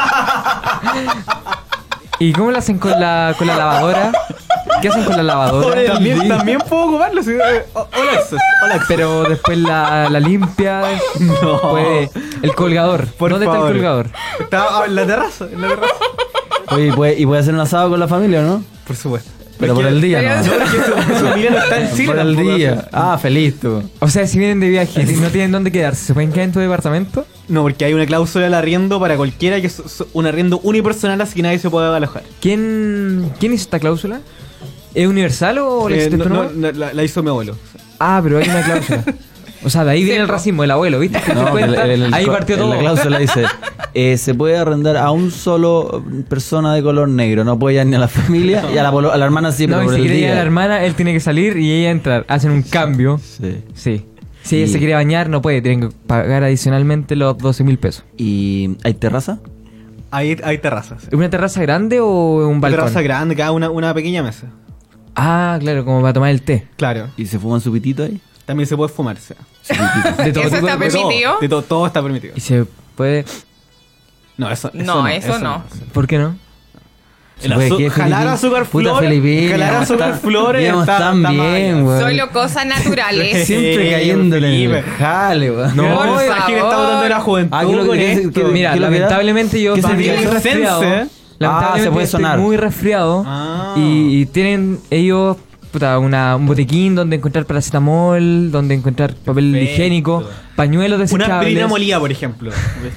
[SPEAKER 1] ¿Y cómo lo hacen con la, con la lavadora? ¿Qué hacen con la lavadora?
[SPEAKER 3] También, también puedo ocuparlo. sí, eh, o- Hola, Access. Hola, Access.
[SPEAKER 1] Pero después la, la limpia.
[SPEAKER 3] No.
[SPEAKER 1] Puede- el colgador.
[SPEAKER 3] Por
[SPEAKER 1] ¿Dónde
[SPEAKER 3] favor.
[SPEAKER 1] está el colgador?
[SPEAKER 3] Está en la terraza. En la terraza.
[SPEAKER 5] Oye, ¿y puede, y puede hacer un asado con la familia, ¿no?
[SPEAKER 3] Por supuesto.
[SPEAKER 5] Pero por el día,
[SPEAKER 4] pero-
[SPEAKER 5] ¿no?
[SPEAKER 3] No, porque su, su familia no está en Chile.
[SPEAKER 5] Por el
[SPEAKER 3] tampoco,
[SPEAKER 5] día.
[SPEAKER 3] así.
[SPEAKER 5] Ah, feliz tú.
[SPEAKER 1] O sea, si vienen de viaje y no tienen dónde quedarse, ¿se pueden quedar en tu departamento?
[SPEAKER 3] No, porque hay una cláusula del arriendo para cualquiera que es es un arriendo unipersonal, así que nadie se puede alojar.
[SPEAKER 1] ¿Quién, ¿quién hizo esta cláusula? ¿Es universal o la
[SPEAKER 3] Eh,
[SPEAKER 1] hiciste
[SPEAKER 3] no,
[SPEAKER 1] tú
[SPEAKER 3] no,
[SPEAKER 1] nomás?
[SPEAKER 3] no, la, la hizo mi abuelo.
[SPEAKER 1] Ah, pero hay una cláusula. O sea, de ahí viene el racismo, el abuelo, ¿viste? ¿Te das
[SPEAKER 5] No,
[SPEAKER 1] cuenta?
[SPEAKER 5] el- el- el-
[SPEAKER 1] ahí partió
[SPEAKER 5] en
[SPEAKER 1] todo.
[SPEAKER 5] La cláusula dice, eh, se puede arrendar a un solo persona de color negro, no puede ir ni a la familia y a la, polo- a la hermana sí,
[SPEAKER 1] No,
[SPEAKER 5] pero
[SPEAKER 1] y
[SPEAKER 5] por
[SPEAKER 1] si
[SPEAKER 5] el
[SPEAKER 1] quiere ir a
[SPEAKER 5] día.
[SPEAKER 1] la hermana, él tiene que salir y ella entrar. Hacen un cambio.
[SPEAKER 5] Sí.
[SPEAKER 1] Sí. Si ella
[SPEAKER 5] Y-
[SPEAKER 1] se quiere bañar, no puede. Tienen que pagar adicionalmente los doce mil pesos.
[SPEAKER 5] ¿Y hay terraza?
[SPEAKER 3] Hay, hay terrazas.
[SPEAKER 1] ¿Es una terraza grande o un
[SPEAKER 3] Una
[SPEAKER 1] balcón?
[SPEAKER 3] terraza grande, cada una, una pequeña mesa.
[SPEAKER 1] Ah, claro, como para tomar el té.
[SPEAKER 3] Claro.
[SPEAKER 5] ¿Y se fuman su pitito ahí?
[SPEAKER 3] También se puede fumarse.
[SPEAKER 1] De todo
[SPEAKER 4] ¿Eso
[SPEAKER 1] tipo
[SPEAKER 4] está
[SPEAKER 1] de-
[SPEAKER 3] De todo,
[SPEAKER 4] permitido?
[SPEAKER 3] de todo, todo está permitido.
[SPEAKER 1] Y se puede...
[SPEAKER 3] No, eso, eso
[SPEAKER 4] No,
[SPEAKER 3] no.
[SPEAKER 4] eso no.
[SPEAKER 1] ¿Por qué no?
[SPEAKER 3] El
[SPEAKER 5] Puede
[SPEAKER 3] azu-
[SPEAKER 5] que
[SPEAKER 3] jalar
[SPEAKER 5] Filipín-
[SPEAKER 3] azúcar
[SPEAKER 5] Puta,
[SPEAKER 3] flores.
[SPEAKER 5] Filipín,
[SPEAKER 3] Jalar
[SPEAKER 5] íbamos
[SPEAKER 3] azúcar
[SPEAKER 5] tan-
[SPEAKER 3] flores.
[SPEAKER 5] íbamos
[SPEAKER 3] está-
[SPEAKER 5] tan
[SPEAKER 3] está
[SPEAKER 5] bien,
[SPEAKER 3] mal.
[SPEAKER 5] weón.
[SPEAKER 4] Solo cosas naturales.
[SPEAKER 5] Siempre
[SPEAKER 3] Sí,
[SPEAKER 5] cayéndole en
[SPEAKER 3] Felipe.
[SPEAKER 5] el jale, weón.
[SPEAKER 3] No,
[SPEAKER 4] Por
[SPEAKER 3] ¿sabes quién está
[SPEAKER 4] favor.
[SPEAKER 3] votando era juventud
[SPEAKER 5] Ah, ¿qué lo-
[SPEAKER 3] con
[SPEAKER 5] qué-
[SPEAKER 3] esto.
[SPEAKER 5] qué-
[SPEAKER 1] Mira,
[SPEAKER 5] ¿qué lo que da?
[SPEAKER 1] lamentablemente yo
[SPEAKER 5] ¿Qué
[SPEAKER 1] estoy muy
[SPEAKER 5] significa?
[SPEAKER 1] resfriado.
[SPEAKER 3] Sense.
[SPEAKER 1] Lamentablemente
[SPEAKER 5] Ah, se puede
[SPEAKER 1] estoy
[SPEAKER 5] sonar.
[SPEAKER 1] muy resfriado.
[SPEAKER 3] Ah.
[SPEAKER 1] Y, y tienen ellos puta, una, un botiquín donde encontrar paracetamol, donde encontrar papel
[SPEAKER 3] Perfecto.
[SPEAKER 1] higiénico, pañuelos
[SPEAKER 3] Una aspirina
[SPEAKER 1] desechables.
[SPEAKER 3] molida, por ejemplo.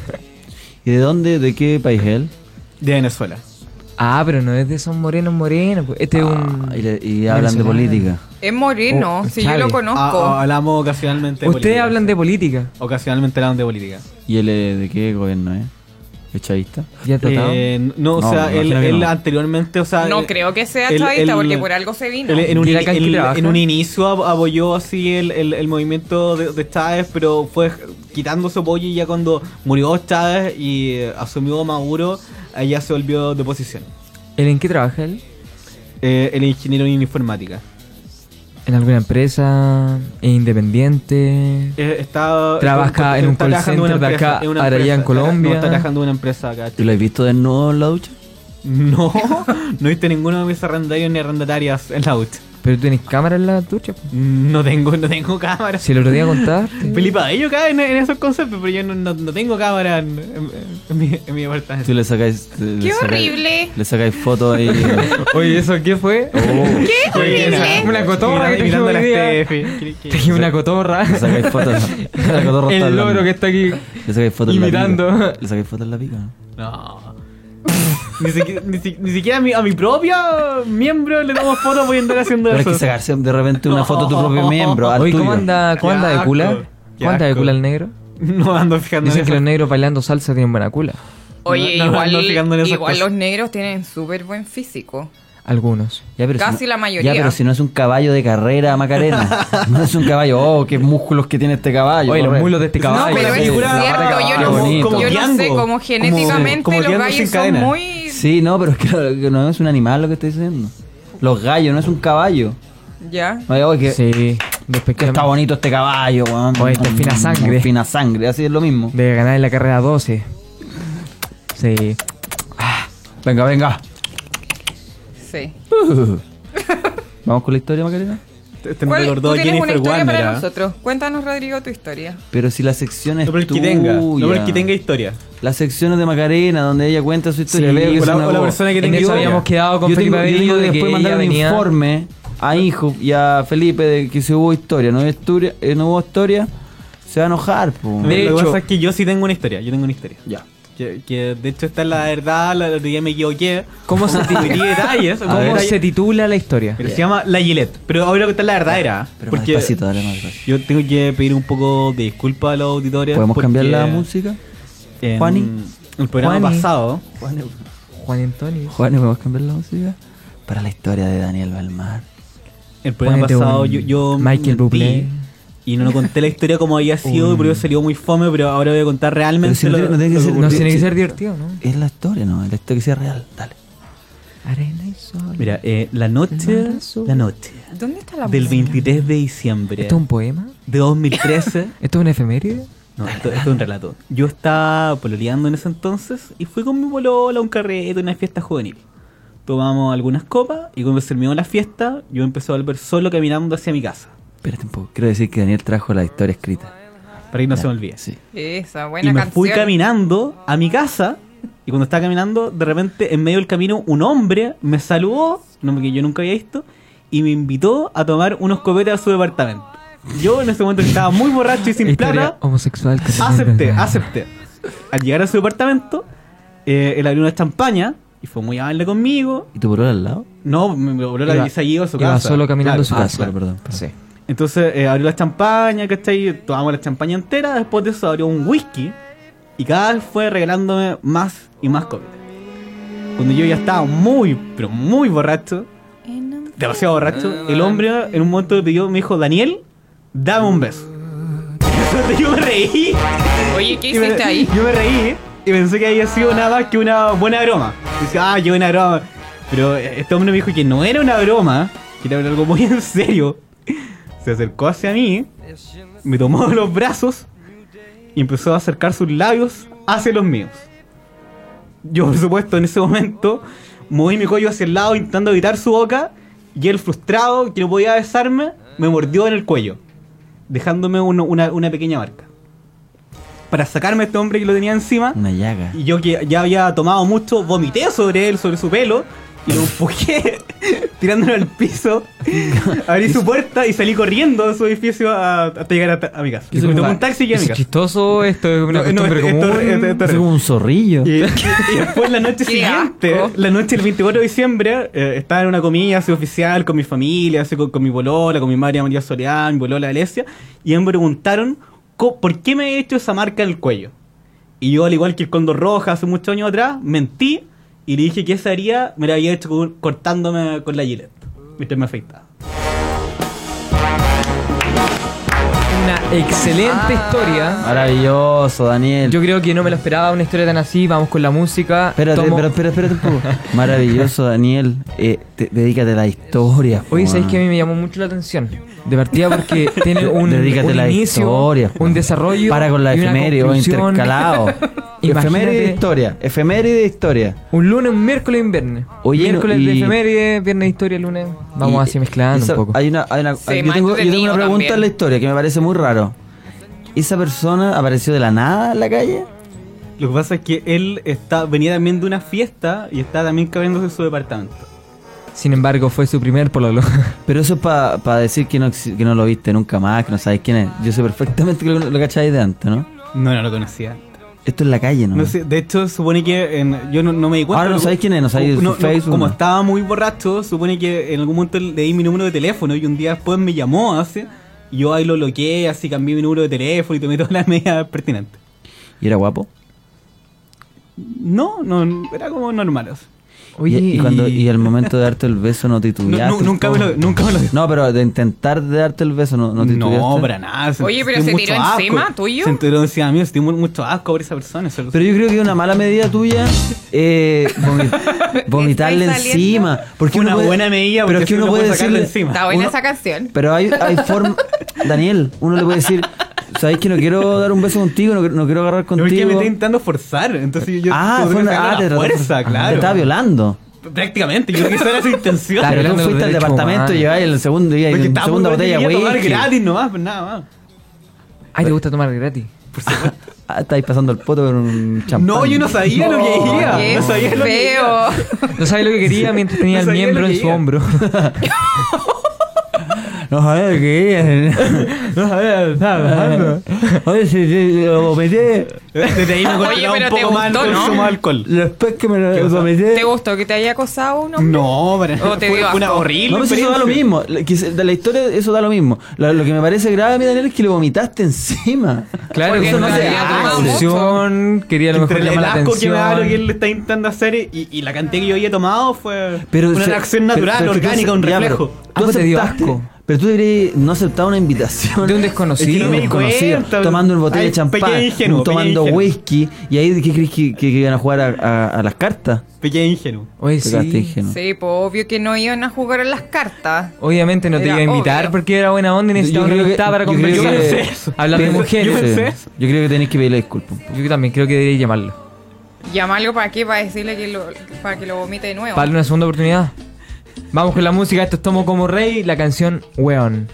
[SPEAKER 5] ¿Y de dónde, de qué país es él?
[SPEAKER 3] De Venezuela.
[SPEAKER 1] Ah, pero no es de esos morenos morenos. pues. Este es un...
[SPEAKER 5] Ah, y, le- y hablan de
[SPEAKER 1] venezolano.
[SPEAKER 5] política.
[SPEAKER 4] Es moreno,
[SPEAKER 1] Oh,
[SPEAKER 4] si yo
[SPEAKER 1] Chávez.
[SPEAKER 4] lo conozco.
[SPEAKER 3] Ah, ah, hablamos ocasionalmente de
[SPEAKER 1] Ustedes
[SPEAKER 3] política.
[SPEAKER 1] hablan de política.
[SPEAKER 3] Ocasionalmente hablamos de política.
[SPEAKER 5] ¿Y él es de qué gobierno es? ¿Es chavista?
[SPEAKER 1] ¿Ya ha tratado?
[SPEAKER 3] Eh, no, o
[SPEAKER 5] No,
[SPEAKER 3] sea,
[SPEAKER 5] me
[SPEAKER 3] él,
[SPEAKER 5] imagino que
[SPEAKER 3] él
[SPEAKER 5] no.
[SPEAKER 3] anteriormente, o sea...
[SPEAKER 4] no
[SPEAKER 3] él-
[SPEAKER 4] creo que sea
[SPEAKER 3] él-
[SPEAKER 4] chavista,
[SPEAKER 3] él-
[SPEAKER 4] porque por algo se vino.
[SPEAKER 3] él en, un,
[SPEAKER 1] Dile
[SPEAKER 3] ini-
[SPEAKER 1] acá en qué
[SPEAKER 3] él-
[SPEAKER 1] trabaja.
[SPEAKER 3] en un inicio ab- apoyó así el, el, el movimiento de, de Chávez, pero fue quitando su apoyo y ya cuando murió Chávez y eh, asumió Maduro, ahí ya se volvió de oposición.
[SPEAKER 1] ¿Él en qué trabaja él?
[SPEAKER 3] Eh, el ingeniero en informática.
[SPEAKER 1] ¿En alguna empresa? ¿Es independiente?
[SPEAKER 3] Eh, está,
[SPEAKER 1] Trabaja en un
[SPEAKER 3] está
[SPEAKER 1] call
[SPEAKER 3] trabajando en
[SPEAKER 1] center
[SPEAKER 3] una
[SPEAKER 1] de
[SPEAKER 3] empresa-
[SPEAKER 1] acá,
[SPEAKER 3] en una
[SPEAKER 1] ahora allá en
[SPEAKER 3] empresa.
[SPEAKER 1] Colombia.
[SPEAKER 3] No, está trabajando en una empresa acá.
[SPEAKER 5] ¿Tú lo has visto desnudo en la ducha?
[SPEAKER 3] No, no viste ninguno de mis arrendarios ni arrendatarias en la ducha.
[SPEAKER 1] ¿Pero tú tienes cámara en la ducha? po?
[SPEAKER 3] No tengo, no tengo cámara.
[SPEAKER 1] Si el otro día contaste.
[SPEAKER 3] Felipe Abello cae en, en esos conceptos, pero yo no, no, no tengo cámara en, en- en mi, en mi apartamento.
[SPEAKER 5] Tú le sacáis... le
[SPEAKER 4] ¡Qué
[SPEAKER 5] sacáis-
[SPEAKER 4] horrible!
[SPEAKER 5] Le sacáis fotos ahí.
[SPEAKER 1] Oye, ¿eso qué fue?
[SPEAKER 4] ¡Qué horrible!
[SPEAKER 1] Una cotorra que
[SPEAKER 3] mirando
[SPEAKER 1] trajimos
[SPEAKER 3] la
[SPEAKER 1] hoy día.
[SPEAKER 3] Steffi. ¿Qué- qué-
[SPEAKER 1] Trajimos una cotorra.
[SPEAKER 5] Le sacáis fotos. La cotorra está
[SPEAKER 1] El loro
[SPEAKER 5] hablando.
[SPEAKER 1] que está aquí.
[SPEAKER 5] Le sacáis fotos en la
[SPEAKER 1] imitando.
[SPEAKER 5] pica. Le sacáis fotos en la pica, ¿no?
[SPEAKER 3] No. Ni siquiera, ni, si- ni siquiera a mi, a mi propio miembro le tomo fotos, voy a andar haciendo
[SPEAKER 5] Pero hay
[SPEAKER 3] eso.
[SPEAKER 5] que sacarse de repente una foto de tu propio miembro. Al
[SPEAKER 1] Oye, ¿cómo
[SPEAKER 5] tuyo.
[SPEAKER 1] anda, cómo
[SPEAKER 3] Qué
[SPEAKER 1] anda de
[SPEAKER 3] asco,
[SPEAKER 1] cula?
[SPEAKER 3] qué
[SPEAKER 1] ¿Cómo anda de
[SPEAKER 3] asco.
[SPEAKER 1] cula el negro?
[SPEAKER 3] No ando fijando
[SPEAKER 1] Dicen
[SPEAKER 3] en
[SPEAKER 1] que
[SPEAKER 3] eso.
[SPEAKER 1] los negros bailando salsa tienen buena cula.
[SPEAKER 4] Oye,
[SPEAKER 3] No, no,
[SPEAKER 4] igual,
[SPEAKER 3] no fijando en esas
[SPEAKER 4] igual
[SPEAKER 3] cosas.
[SPEAKER 4] los negros tienen súper buen físico.
[SPEAKER 1] Algunos.
[SPEAKER 5] Ya, pero
[SPEAKER 4] Casi
[SPEAKER 5] si no-
[SPEAKER 4] la mayoría.
[SPEAKER 5] Ya, pero si no es un caballo de carrera, Macarena. No es un caballo. Oh, qué músculos que tiene este caballo.
[SPEAKER 1] Oye, los
[SPEAKER 5] corre.
[SPEAKER 1] mulos de este caballo.
[SPEAKER 4] No, pero
[SPEAKER 3] la
[SPEAKER 4] es
[SPEAKER 3] figura-
[SPEAKER 4] cierto, yo
[SPEAKER 5] Qué
[SPEAKER 4] no,
[SPEAKER 5] bonito.
[SPEAKER 4] yo no
[SPEAKER 3] Django.
[SPEAKER 4] sé, como
[SPEAKER 3] Como-
[SPEAKER 4] genéticamente
[SPEAKER 3] como
[SPEAKER 4] los
[SPEAKER 3] Django
[SPEAKER 4] gallos
[SPEAKER 3] sin
[SPEAKER 4] son
[SPEAKER 3] cadena.
[SPEAKER 4] muy...
[SPEAKER 5] Sí, no, pero es que, no- que no es un animal lo que estoy diciendo. Los gallos, no es un caballo.
[SPEAKER 4] Ya.
[SPEAKER 5] Oye, oye, que,
[SPEAKER 1] Sí,
[SPEAKER 5] que
[SPEAKER 1] despectivamente.
[SPEAKER 5] está bonito este caballo, weón.
[SPEAKER 1] Oye, esta es fina sangre.
[SPEAKER 5] Fina sangre, así es lo mismo.
[SPEAKER 1] De ganar en la carrera doce. Sí.
[SPEAKER 5] Venga, venga.
[SPEAKER 4] Sí.
[SPEAKER 5] Vamos con la historia, Macarena.
[SPEAKER 3] Este me
[SPEAKER 4] ¿Cuál,
[SPEAKER 3] recordó
[SPEAKER 4] tú
[SPEAKER 3] a
[SPEAKER 4] tienes una
[SPEAKER 3] Jennifer
[SPEAKER 4] historia
[SPEAKER 3] Warner.
[SPEAKER 4] para
[SPEAKER 3] ¿ah?
[SPEAKER 4] nosotros? Cuéntanos, Rodrigo, tu historia.
[SPEAKER 5] Pero si la sección es
[SPEAKER 3] No, pero el que
[SPEAKER 5] tuya.
[SPEAKER 3] tenga. No, pero el que tenga historia.
[SPEAKER 5] La sección es de Macarena, donde ella cuenta su historia.
[SPEAKER 1] Sí,
[SPEAKER 5] Veo que
[SPEAKER 3] o
[SPEAKER 5] es
[SPEAKER 3] la-
[SPEAKER 5] una
[SPEAKER 3] o la
[SPEAKER 5] voz.
[SPEAKER 3] persona que
[SPEAKER 1] En
[SPEAKER 3] tenga
[SPEAKER 1] eso
[SPEAKER 3] historia.
[SPEAKER 1] habíamos quedado con
[SPEAKER 5] Yo
[SPEAKER 1] Felipe
[SPEAKER 5] tengo, yo
[SPEAKER 1] Abello
[SPEAKER 5] tengo que
[SPEAKER 1] de que
[SPEAKER 5] después
[SPEAKER 1] ella
[SPEAKER 5] mandar un
[SPEAKER 1] venía...
[SPEAKER 5] informe a Hijo y a Felipe de que si hubo historia. No hubo historia, eh, no hubo historia, se va a enojar. Po.
[SPEAKER 3] De
[SPEAKER 1] De
[SPEAKER 3] lo que
[SPEAKER 1] hecho-
[SPEAKER 3] pasa es que yo sí tengo una historia. Yo tengo una historia.
[SPEAKER 5] Ya.
[SPEAKER 3] Que, que de hecho esta es la verdad, la otro día me equivoqué.
[SPEAKER 1] ¿Cómo se,
[SPEAKER 3] Omití detalles.
[SPEAKER 1] ¿Cómo
[SPEAKER 3] omití
[SPEAKER 1] se
[SPEAKER 3] detalles,
[SPEAKER 1] titula la historia?
[SPEAKER 3] pero se llama La Gillette. Pero ahora que está la verdadera.
[SPEAKER 5] Pero más
[SPEAKER 3] porque
[SPEAKER 5] despacito, dale más despacio.
[SPEAKER 3] yo tengo que pedir un poco de disculpas a los auditores.
[SPEAKER 5] ¿Podemos
[SPEAKER 3] porque
[SPEAKER 5] cambiar la música?
[SPEAKER 3] en
[SPEAKER 5] Juani?
[SPEAKER 3] el programa
[SPEAKER 1] Juani.
[SPEAKER 3] pasado.
[SPEAKER 1] Juan Antonio.
[SPEAKER 5] Juan, ¿podemos cambiar la música? Para la historia de Daniel Balmar.
[SPEAKER 3] El programa
[SPEAKER 1] Ponete
[SPEAKER 3] pasado
[SPEAKER 1] un
[SPEAKER 3] yo, yo
[SPEAKER 1] Michael
[SPEAKER 3] mentí
[SPEAKER 1] Bublé.
[SPEAKER 3] y no conté la historia como había sido,
[SPEAKER 1] Un-
[SPEAKER 3] pero salió muy fome, pero ahora voy a contar realmente
[SPEAKER 5] Pero si no
[SPEAKER 3] lo-
[SPEAKER 5] tiene- no tiene que
[SPEAKER 3] lo
[SPEAKER 5] ser-
[SPEAKER 3] ocurrió.
[SPEAKER 1] No tiene que
[SPEAKER 5] Sí.
[SPEAKER 1] ser divertido, ¿no?
[SPEAKER 5] Es la historia, ¿no? Es la historia que sea real. Dale.
[SPEAKER 1] Arena y sol.
[SPEAKER 3] Mira, eh, la noche,
[SPEAKER 1] El mar azul.
[SPEAKER 3] la noche
[SPEAKER 4] ¿Dónde está la
[SPEAKER 3] del
[SPEAKER 4] música?
[SPEAKER 3] veintitrés de diciembre
[SPEAKER 1] ¿Esto es un poema?
[SPEAKER 3] de dos mil trece.
[SPEAKER 1] ¿Esto es una efeméride?
[SPEAKER 3] No, esto, esto es un relato. Yo estaba pololeando en ese entonces y fui con mi polola a un carrete, una fiesta juvenil. Tomamos algunas copas y cuando terminó la fiesta, yo empecé a volver solo caminando hacia mi casa.
[SPEAKER 5] Espérate un poco. Quiero decir que Daniel trajo la historia escrita.
[SPEAKER 3] Para que no
[SPEAKER 5] Ya,
[SPEAKER 3] se me olvide.
[SPEAKER 5] Sí.
[SPEAKER 4] Esa, buena
[SPEAKER 3] Y me
[SPEAKER 4] canción.
[SPEAKER 3] fui caminando a mi casa. Y cuando estaba caminando, de repente, en medio del camino, un hombre me saludó, nombre que yo nunca había visto, y me invitó a tomar unos copetes a su departamento. Yo en ese momento estaba muy borracho y sin
[SPEAKER 1] Historia
[SPEAKER 3] plata.
[SPEAKER 1] homosexual que se
[SPEAKER 3] Acepté,
[SPEAKER 1] inventa.
[SPEAKER 3] acepté. Al llegar a su departamento, eh, él abrió una champaña y fue muy amable conmigo.
[SPEAKER 5] ¿Y tu polola al lado?
[SPEAKER 3] No, me me volvió la
[SPEAKER 1] Iba-
[SPEAKER 3] se ha ido a su
[SPEAKER 1] iba
[SPEAKER 3] casa.
[SPEAKER 1] solo caminando
[SPEAKER 3] Claro,
[SPEAKER 1] a su
[SPEAKER 5] Ah,
[SPEAKER 1] casa.
[SPEAKER 5] claro, perdón. perdón.
[SPEAKER 1] Sí.
[SPEAKER 3] Entonces eh, abrió la champaña, ¿cachai? Tomamos la champaña entera, después de eso abrió un whisky y cada vez fue regalándome más y más copias. Cuando yo ya estaba muy, pero muy borracho, demasiado borracho, el hombre en un momento me pidió, me dijo, Daniel, dame un beso. Entonces yo me reí.
[SPEAKER 4] Oye, ¿qué
[SPEAKER 3] y me-
[SPEAKER 4] hiciste ahí?
[SPEAKER 3] Yo me reí y pensé que había sido nada más que una buena broma. Dice, ah, qué buena broma. Pero este hombre me dijo que no era una broma, que era algo muy en serio. Se acercó hacia mí, me tomó de los brazos y empezó a acercar sus labios hacia los míos. Yo, por supuesto, en ese momento moví mi cuello hacia el lado intentando evitar su boca y él, frustrado, que no podía besarme, me mordió en el cuello, dejándome uno- una, una pequeña marca. para sacarme a este hombre que lo tenía encima.
[SPEAKER 5] Una llaga.
[SPEAKER 3] Y yo que ya había tomado mucho, vomité sobre él, sobre su pelo. Y lo empujé tirándolo al piso. Abrí su puerta y salí corriendo de su edificio a- hasta llegar a, a mi casa. Y me tomé un taxi y llegué a mi
[SPEAKER 1] ¿Es
[SPEAKER 3] casa.
[SPEAKER 1] chistoso? ¿Esto es una
[SPEAKER 3] No, no,
[SPEAKER 1] costumbre
[SPEAKER 3] esto-
[SPEAKER 1] común?
[SPEAKER 3] esto- esto-
[SPEAKER 5] Es como un zorrillo.
[SPEAKER 3] Y, y después la noche
[SPEAKER 4] Qué
[SPEAKER 3] siguiente,
[SPEAKER 4] asco.
[SPEAKER 3] la noche del veinticuatro de diciembre, eh, estaba en una comida así oficial con mi familia, así con, con mi polola, con mi madre María Soleán, mi polola Alesia, y ellos me preguntaron co- por qué me he hecho esa marca en el cuello. Y yo, al igual que el Cóndor Roja hace muchos años atrás, mentí y le dije que esa haría me la había hecho con- cortándome con la Gillette mientras me afeitaba.
[SPEAKER 1] Una excelente historia.
[SPEAKER 5] Maravilloso, Daniel.
[SPEAKER 1] Yo creo que no me lo esperaba una historia tan así. Vamos con la música.
[SPEAKER 5] Espérate,
[SPEAKER 1] Tomo-
[SPEAKER 5] pero espera, espérate un poco. Maravilloso, Daniel. Eh, te- dedícate a la historia.
[SPEAKER 1] Oye,
[SPEAKER 5] po,
[SPEAKER 1] ¿sabéis que a mí
[SPEAKER 5] man.
[SPEAKER 1] me llamó mucho la atención? De partida porque tiene un,
[SPEAKER 5] Dedícate
[SPEAKER 1] un
[SPEAKER 5] a la
[SPEAKER 1] inicio,
[SPEAKER 5] historia, po.
[SPEAKER 1] un desarrollo.
[SPEAKER 5] Para con la
[SPEAKER 1] y una
[SPEAKER 5] efeméride, o
[SPEAKER 1] conclusión.
[SPEAKER 5] intercalado.
[SPEAKER 1] Imagínate.
[SPEAKER 5] Efeméride de historia. Efeméride de historia.
[SPEAKER 1] Un lunes, un miércoles, un viernes.
[SPEAKER 5] Oye,
[SPEAKER 1] miércoles
[SPEAKER 5] no,
[SPEAKER 1] de
[SPEAKER 5] y-
[SPEAKER 1] efeméride, viernes de historia, lunes. Vamos
[SPEAKER 5] Y-
[SPEAKER 1] así mezclando
[SPEAKER 5] esa-
[SPEAKER 1] un poco.
[SPEAKER 5] Hay una, hay una,
[SPEAKER 4] Sí,
[SPEAKER 5] yo,
[SPEAKER 4] más
[SPEAKER 5] tengo, yo tengo
[SPEAKER 4] entretenido
[SPEAKER 5] una pregunta
[SPEAKER 4] también.
[SPEAKER 5] en la historia que me parece muy raro. ¿Esa persona apareció de la nada en la calle?
[SPEAKER 3] Lo que pasa es que él está, venía también de una fiesta y estaba también cabriéndose en su departamento.
[SPEAKER 1] Sin embargo, fue su primer pololo.
[SPEAKER 5] Pero eso es para decir que no, exi- que no lo viste nunca más, que no sabes quién es. Yo sé perfectamente que lo, lo cacháis de antes, ¿no?
[SPEAKER 3] No, no lo conocía.
[SPEAKER 5] Esto es la calle, ¿no?
[SPEAKER 3] No sé, de hecho, supone que en- yo no, no me di cuenta.
[SPEAKER 5] Ahora no sabéis quién es, no sabéis su
[SPEAKER 3] No, no,
[SPEAKER 5] Facebook,
[SPEAKER 3] Como
[SPEAKER 5] no.
[SPEAKER 3] estaba muy borracho, supone que en algún momento le di mi número de teléfono y un día después me llamó así. Y yo ahí lo bloqueé, así cambié mi número de teléfono y tomé todas las medidas pertinentes.
[SPEAKER 5] ¿Y era guapo?
[SPEAKER 3] No, no, era como normal. así.
[SPEAKER 1] Oye,
[SPEAKER 5] y, y cuando, y al momento de darte el beso no titubeaste.
[SPEAKER 3] No, no, nunca, me lo, nunca me lo
[SPEAKER 5] No, pero de intentar de darte el beso no, no titubeaste.
[SPEAKER 3] No, para nada. se-
[SPEAKER 4] Oye, pero
[SPEAKER 3] sentí
[SPEAKER 4] ¿se
[SPEAKER 3] mucho
[SPEAKER 4] tiró
[SPEAKER 3] asco.
[SPEAKER 4] encima tuyo?
[SPEAKER 3] Se tiró encima mío, sentí mu- mucho asco por esa persona. eso-
[SPEAKER 5] Pero yo creo que es una mala medida tuya eh, vomi- vomitarle
[SPEAKER 4] ¿Estáis saliendo?
[SPEAKER 5] encima. Porque
[SPEAKER 3] Fue
[SPEAKER 5] uno
[SPEAKER 3] una
[SPEAKER 5] puede-
[SPEAKER 3] buena medida
[SPEAKER 5] pero
[SPEAKER 3] porque
[SPEAKER 5] es que
[SPEAKER 3] así
[SPEAKER 5] uno
[SPEAKER 3] uno
[SPEAKER 5] puede
[SPEAKER 3] puede sacarle
[SPEAKER 5] decirle
[SPEAKER 3] encima.
[SPEAKER 4] Está buena
[SPEAKER 5] uno-
[SPEAKER 4] esa canción.
[SPEAKER 5] Pero hay, hay forma. Daniel, uno le puede decir, ¿sabéis que no quiero dar un beso contigo? No, no quiero agarrar
[SPEAKER 3] No, porque me
[SPEAKER 5] contigo.
[SPEAKER 3] está intentando forzar. Entonces yo
[SPEAKER 5] Ah,
[SPEAKER 3] tuve
[SPEAKER 5] fue
[SPEAKER 3] que
[SPEAKER 5] una,
[SPEAKER 3] sacar
[SPEAKER 5] ah,
[SPEAKER 3] la
[SPEAKER 5] te trató de
[SPEAKER 3] fuerza,
[SPEAKER 5] forzar.
[SPEAKER 3] claro.
[SPEAKER 5] Te estaba violando.
[SPEAKER 3] Prácticamente, yo creo que esa era su intención.
[SPEAKER 5] Claro, tú
[SPEAKER 1] violando los
[SPEAKER 5] fuiste al
[SPEAKER 1] derechos
[SPEAKER 5] departamento y
[SPEAKER 1] humanos.
[SPEAKER 5] lleváis el segundo día y
[SPEAKER 3] Porque
[SPEAKER 5] en
[SPEAKER 3] estaba
[SPEAKER 5] segunda
[SPEAKER 3] muy
[SPEAKER 5] botella,
[SPEAKER 3] quería tomar
[SPEAKER 5] whisky.
[SPEAKER 3] gratis nomás, pues nada más.
[SPEAKER 1] Ay, ¿te gusta tomar gratis?
[SPEAKER 5] Ah, estáis pasando el poto con un champán.
[SPEAKER 3] No, yo no sabía lo que iba.
[SPEAKER 4] Qué
[SPEAKER 3] No sabía lo que iba.
[SPEAKER 4] feo.
[SPEAKER 1] No sabía lo que quería mientras tenía
[SPEAKER 3] No
[SPEAKER 1] el
[SPEAKER 3] sabía
[SPEAKER 1] miembro
[SPEAKER 3] lo que
[SPEAKER 1] en su
[SPEAKER 3] iba.
[SPEAKER 1] hombro.
[SPEAKER 5] No sabía lo que es. No sabía lo que estaba pasando. Oye, si, si lo vomité.
[SPEAKER 3] Desde ahí me
[SPEAKER 4] Oye,
[SPEAKER 3] controlaba
[SPEAKER 4] pero
[SPEAKER 3] un
[SPEAKER 4] te
[SPEAKER 3] poco más el
[SPEAKER 4] gustó, ¿no?
[SPEAKER 3] consumo de alcohol.
[SPEAKER 5] Después que me
[SPEAKER 3] ¿Qué
[SPEAKER 5] lo
[SPEAKER 3] cosa?
[SPEAKER 5] vomité.
[SPEAKER 4] ¿Te gustó que te haya acosado un hombre?
[SPEAKER 3] No, para
[SPEAKER 4] ¿O te
[SPEAKER 3] fue
[SPEAKER 4] dio
[SPEAKER 3] una
[SPEAKER 4] asco?
[SPEAKER 3] horrible.
[SPEAKER 5] No, pero eso da lo
[SPEAKER 3] experiencia.
[SPEAKER 5] mismo. La- que se- De la historia eso da lo mismo. Lo, lo que me parece grave a mí, Daniel, es que le vomitaste encima.
[SPEAKER 1] Claro,
[SPEAKER 4] Porque
[SPEAKER 1] eso no
[SPEAKER 4] en
[SPEAKER 1] se
[SPEAKER 4] realidad tomaba
[SPEAKER 1] atención. Quería a lo mejor
[SPEAKER 3] Entre el
[SPEAKER 1] llamar la
[SPEAKER 3] asco que me da lo que
[SPEAKER 1] atención.
[SPEAKER 3] él le está intentando hacer y, y la cantidad que yo había tomado fue
[SPEAKER 5] Pero
[SPEAKER 3] una
[SPEAKER 5] se-
[SPEAKER 3] reacción
[SPEAKER 5] pero-
[SPEAKER 3] natural,
[SPEAKER 5] pero es que tú
[SPEAKER 3] orgánica,
[SPEAKER 5] ace-
[SPEAKER 3] un
[SPEAKER 5] ya,
[SPEAKER 3] reflejo.
[SPEAKER 5] pero
[SPEAKER 1] Ah,
[SPEAKER 5] tú
[SPEAKER 1] pues te dio
[SPEAKER 5] aceptaste.
[SPEAKER 1] asco.
[SPEAKER 5] Pero tú deberías no aceptar una invitación
[SPEAKER 1] De un
[SPEAKER 3] Es que
[SPEAKER 1] desconocido.
[SPEAKER 3] no me di
[SPEAKER 5] desconocido,
[SPEAKER 3] cuenta.
[SPEAKER 5] tomando una botella
[SPEAKER 3] Ay,
[SPEAKER 5] de champán,
[SPEAKER 3] pequeño ingenuo,
[SPEAKER 5] tomando
[SPEAKER 3] pequeño ingenuo.
[SPEAKER 5] whisky, y ahí ¿qué crees que, que- que iban a jugar a, a- a las cartas?
[SPEAKER 3] Pequeño ingenuo.
[SPEAKER 1] Oye,
[SPEAKER 5] Pegaste
[SPEAKER 1] sí.
[SPEAKER 5] ingenuo.
[SPEAKER 4] Sí, pues obvio que no iban a jugar a las cartas.
[SPEAKER 1] Obviamente no te
[SPEAKER 4] Era
[SPEAKER 1] iba a invitar
[SPEAKER 4] obvio.
[SPEAKER 1] porque era buena onda y necesitaba
[SPEAKER 5] Yo
[SPEAKER 1] una
[SPEAKER 5] creo que-
[SPEAKER 1] amistad para
[SPEAKER 5] yo creo
[SPEAKER 1] conversar.
[SPEAKER 5] que-
[SPEAKER 3] Yo pensé eso.
[SPEAKER 1] Hablar de
[SPEAKER 3] Yo
[SPEAKER 1] mujeres.
[SPEAKER 3] pensé
[SPEAKER 5] Sí.
[SPEAKER 3] eso.
[SPEAKER 5] Yo creo que tenéis que pedirle disculpas.
[SPEAKER 1] Yo también creo que debería llamarlo.
[SPEAKER 4] Llamarlo para qué, para decirle que lo, para que lo vomite de nuevo.
[SPEAKER 1] Para darle una segunda oportunidad. Vamos con la música. Esto es Tomo como Rey, la canción Weón.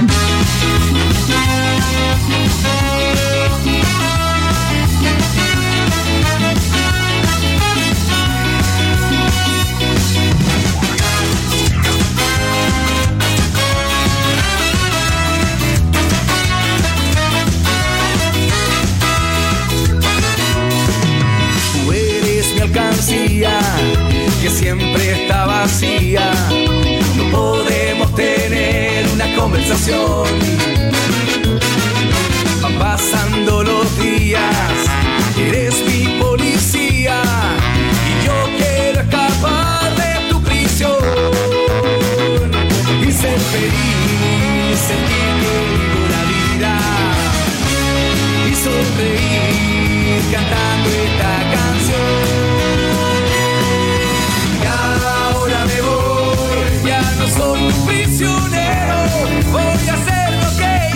[SPEAKER 2] Tú eres mi alcancía, que siempre está vacía. No podemos tener una conversación. Van pasando los días, eres mi policía y yo quiero escapar de tu prisión y ser feliz, sentir que vivo la vida y sonreír cantando esta canción. Y ahora me voy, ya no soy tu prisionero, voy a hacer lo que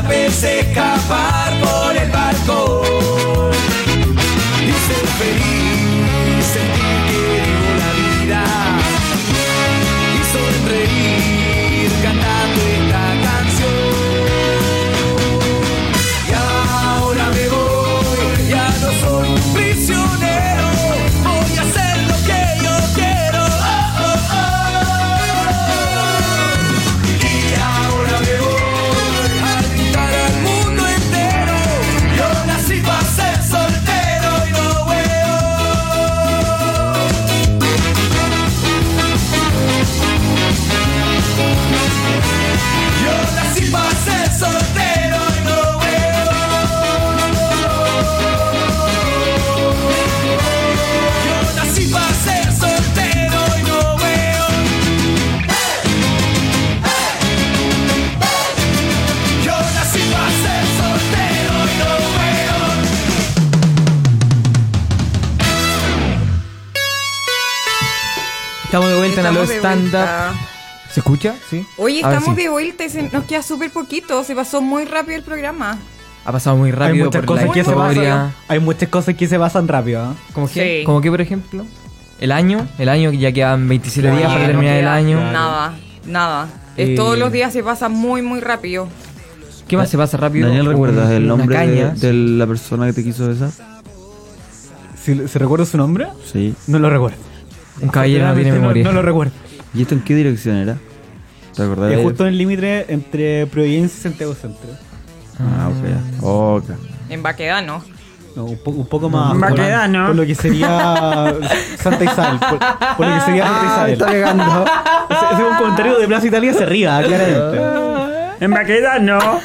[SPEAKER 6] escapes, escapar por el balcón y ser feliz, sentir que vivo la vida y sonreír cantando esta canción. Y ahora me voy, ya no soy un prisionero, voy a hacer lo que yo quiero. Oh, oh, oh. Y ahora me voy a gritar al mundo entero, yo nací para ser soltero y no veo. Yo nací para ser soltero y no veo. Yo nací para ser soltero y no veo. Yo nací para ser soltero y no veo.
[SPEAKER 1] Estamos de vuelta en
[SPEAKER 4] Estamos
[SPEAKER 1] los
[SPEAKER 4] de
[SPEAKER 1] stand-up.
[SPEAKER 4] vuelta.
[SPEAKER 1] ¿Se escucha? Sí.
[SPEAKER 4] Oye,
[SPEAKER 1] Ahora
[SPEAKER 4] estamos
[SPEAKER 1] sí.
[SPEAKER 4] de vuelta y se nos queda súper poquito. Se pasó muy rápido el programa.
[SPEAKER 1] Ha pasado muy
[SPEAKER 3] Hay
[SPEAKER 1] rápido
[SPEAKER 3] muchas
[SPEAKER 1] por la
[SPEAKER 3] cosas que se
[SPEAKER 1] historia.
[SPEAKER 3] pasan. Hay muchas cosas que se pasan rápido. ¿eh?
[SPEAKER 1] ¿Cómo qué?
[SPEAKER 4] Sí.
[SPEAKER 1] ¿Cómo qué, por ejemplo? El año, el año que ya quedan veintisiete días
[SPEAKER 4] Oye,
[SPEAKER 1] para
[SPEAKER 4] no
[SPEAKER 1] terminar el
[SPEAKER 4] queda
[SPEAKER 1] año.
[SPEAKER 4] Nada, nada. Es
[SPEAKER 1] Eh,
[SPEAKER 4] todos los días se pasa muy, muy rápido.
[SPEAKER 1] ¿Qué más se pasa rápido?
[SPEAKER 5] Daniel, ¿recuerdas
[SPEAKER 1] Un-
[SPEAKER 5] el
[SPEAKER 1] unas
[SPEAKER 5] nombre de,
[SPEAKER 1] cañas.
[SPEAKER 5] de la persona que te quiso besar?
[SPEAKER 3] ¿Se, ¿se recuerda su nombre?
[SPEAKER 5] Sí.
[SPEAKER 3] No lo recuerdo.
[SPEAKER 1] Un caballero no tiene
[SPEAKER 3] No,
[SPEAKER 1] memoria.
[SPEAKER 3] no lo recuerdo.
[SPEAKER 5] ¿Y esto en qué dirección era? ¿Te acordás?
[SPEAKER 3] Es
[SPEAKER 5] de-
[SPEAKER 3] justo en el límite entre Providencia y Santiago Centro.
[SPEAKER 5] Ah, ok. Ok.
[SPEAKER 4] En Baquedano.
[SPEAKER 3] No, un, po- un poco más.
[SPEAKER 5] Baquedano.
[SPEAKER 3] Por lo que sería Santa Isabel. Por, por lo que sería Santa Isabel.
[SPEAKER 5] está llegando.
[SPEAKER 3] Ese, ese es un comentario de Plaza Italia hacia arriba, claramente.
[SPEAKER 5] En Baquedano.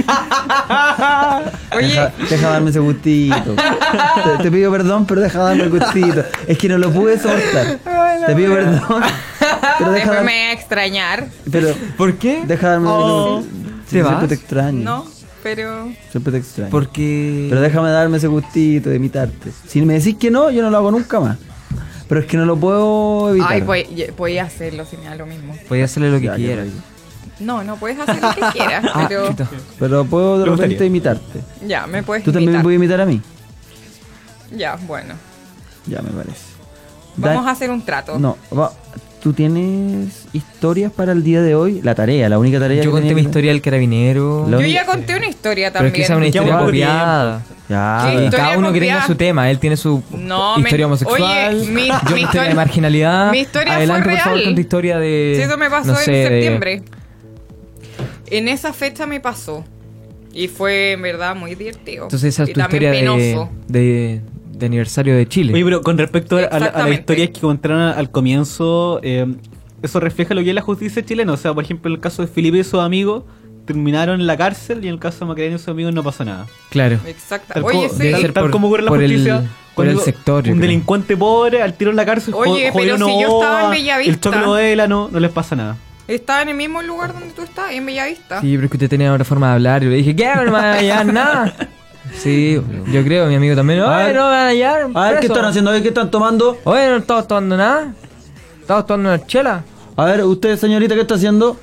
[SPEAKER 4] Oye,
[SPEAKER 5] Deja, deja darme ese gustito. Te, te pido perdón, pero deja darme el gustito. Es que no lo pude soportar. Te pido perdón. Pero deja
[SPEAKER 4] después
[SPEAKER 5] darme.
[SPEAKER 4] me voy a extrañar.
[SPEAKER 5] Pero
[SPEAKER 1] ¿Por qué?
[SPEAKER 5] deja darme.
[SPEAKER 1] Oh.
[SPEAKER 5] Sí,
[SPEAKER 1] ¿Te
[SPEAKER 5] siempre
[SPEAKER 1] vas?
[SPEAKER 5] te extraño.
[SPEAKER 4] No, pero...
[SPEAKER 5] Siempre te extraño.
[SPEAKER 1] Porque...
[SPEAKER 5] Pero déjame darme ese gustito de imitarte. Si me decís que no, yo no lo hago nunca más. Pero es que no lo puedo evitar.
[SPEAKER 4] Ay, pues, ye- podía hacerlo si me da lo mismo.
[SPEAKER 1] Podía hacerle lo que
[SPEAKER 5] Ya,
[SPEAKER 1] quiera.
[SPEAKER 5] ya,
[SPEAKER 4] No, no puedes hacer lo que quieras,
[SPEAKER 1] Ah,
[SPEAKER 4] pero...
[SPEAKER 1] chuta.
[SPEAKER 5] Pero puedo de
[SPEAKER 3] Me
[SPEAKER 5] repente
[SPEAKER 3] gustaría.
[SPEAKER 5] imitarte.
[SPEAKER 4] Ya, me puedes
[SPEAKER 5] Tú también me
[SPEAKER 4] imitar.
[SPEAKER 5] puedes imitar a mí.
[SPEAKER 4] Ya, bueno.
[SPEAKER 5] Ya me parece.
[SPEAKER 4] Vamos
[SPEAKER 5] Da-
[SPEAKER 4] a hacer un trato.
[SPEAKER 5] No, va- ¿tú tienes historias para el día de hoy? La tarea, la única tarea
[SPEAKER 1] Yo
[SPEAKER 5] que
[SPEAKER 1] conté
[SPEAKER 5] tenía
[SPEAKER 1] mi
[SPEAKER 5] que-
[SPEAKER 1] historia del carabinero.
[SPEAKER 5] La
[SPEAKER 4] Yo
[SPEAKER 5] única-
[SPEAKER 4] ya conté una historia
[SPEAKER 1] Pero es
[SPEAKER 4] también.
[SPEAKER 1] que esa es una
[SPEAKER 3] Ya
[SPEAKER 1] historia
[SPEAKER 3] un poco
[SPEAKER 1] apropiada.
[SPEAKER 5] Ya,
[SPEAKER 4] ¿Qué
[SPEAKER 1] Y
[SPEAKER 4] historia
[SPEAKER 1] cada uno que tenga
[SPEAKER 4] apropiada?
[SPEAKER 1] su tema. Él tiene su
[SPEAKER 4] No, me-
[SPEAKER 1] historia homosexual.
[SPEAKER 4] oye, mi-
[SPEAKER 1] yo
[SPEAKER 4] mi
[SPEAKER 1] mi historia
[SPEAKER 4] historia-
[SPEAKER 1] de marginalidad.
[SPEAKER 4] mi historia
[SPEAKER 1] Adelante,
[SPEAKER 4] fue
[SPEAKER 1] por favor,
[SPEAKER 4] real.
[SPEAKER 1] con tu historia de.
[SPEAKER 4] Sí, eso me pasó
[SPEAKER 1] no
[SPEAKER 4] en
[SPEAKER 1] sé, de-
[SPEAKER 4] septiembre. En esa fecha me pasó. Y fue en verdad muy divertido.
[SPEAKER 1] Entonces, esa es
[SPEAKER 4] y
[SPEAKER 1] tu
[SPEAKER 4] también
[SPEAKER 1] historia de,
[SPEAKER 4] penoso.
[SPEAKER 1] de, de aniversario de Chile.
[SPEAKER 3] Oye, pero con respecto a, la- a las
[SPEAKER 4] Exactamente.
[SPEAKER 3] historias que comentaron al, al comienzo, eh, eso refleja lo que es la justicia chilena. O sea, por ejemplo, en el caso de Felipe y sus amigos, terminaron en la cárcel y en el caso de Macarena y sus amigos no pasó nada.
[SPEAKER 1] Claro.
[SPEAKER 4] Exacto.
[SPEAKER 3] Tal,
[SPEAKER 4] Oye,
[SPEAKER 3] co-
[SPEAKER 4] sí.
[SPEAKER 1] debe
[SPEAKER 3] tal-
[SPEAKER 1] ser
[SPEAKER 3] tal
[SPEAKER 1] por-
[SPEAKER 3] como ocurre en la
[SPEAKER 1] por el-
[SPEAKER 3] justicia.
[SPEAKER 1] por el
[SPEAKER 3] cuando
[SPEAKER 1] sector, yo
[SPEAKER 3] Un
[SPEAKER 1] creo.
[SPEAKER 3] delincuente pobre al tiro en la cárcel.
[SPEAKER 4] Oye,
[SPEAKER 3] jo-
[SPEAKER 4] pero
[SPEAKER 3] jodió
[SPEAKER 4] si yo estaba en
[SPEAKER 3] Novoa,
[SPEAKER 4] Bellavista.
[SPEAKER 3] El choclo de Vela no, no les pasa nada.
[SPEAKER 4] Estaba en el mismo lugar donde tú estás, en Bellavista.
[SPEAKER 1] Sí, pero es que usted tenía otra forma de hablar. Y le dije, ¿qué? No me van a hallar nada. Sí, yo creo, mi amigo también.
[SPEAKER 5] A
[SPEAKER 1] Oye,
[SPEAKER 5] ver.
[SPEAKER 1] no me van a hallar.
[SPEAKER 5] A ver, ¿qué
[SPEAKER 1] preso.
[SPEAKER 5] están haciendo? A ver, ¿qué están tomando?
[SPEAKER 1] Oye, no estamos tomando nada. Estamos tomando una chela.
[SPEAKER 5] A ver, usted, señorita, ¿qué está haciendo?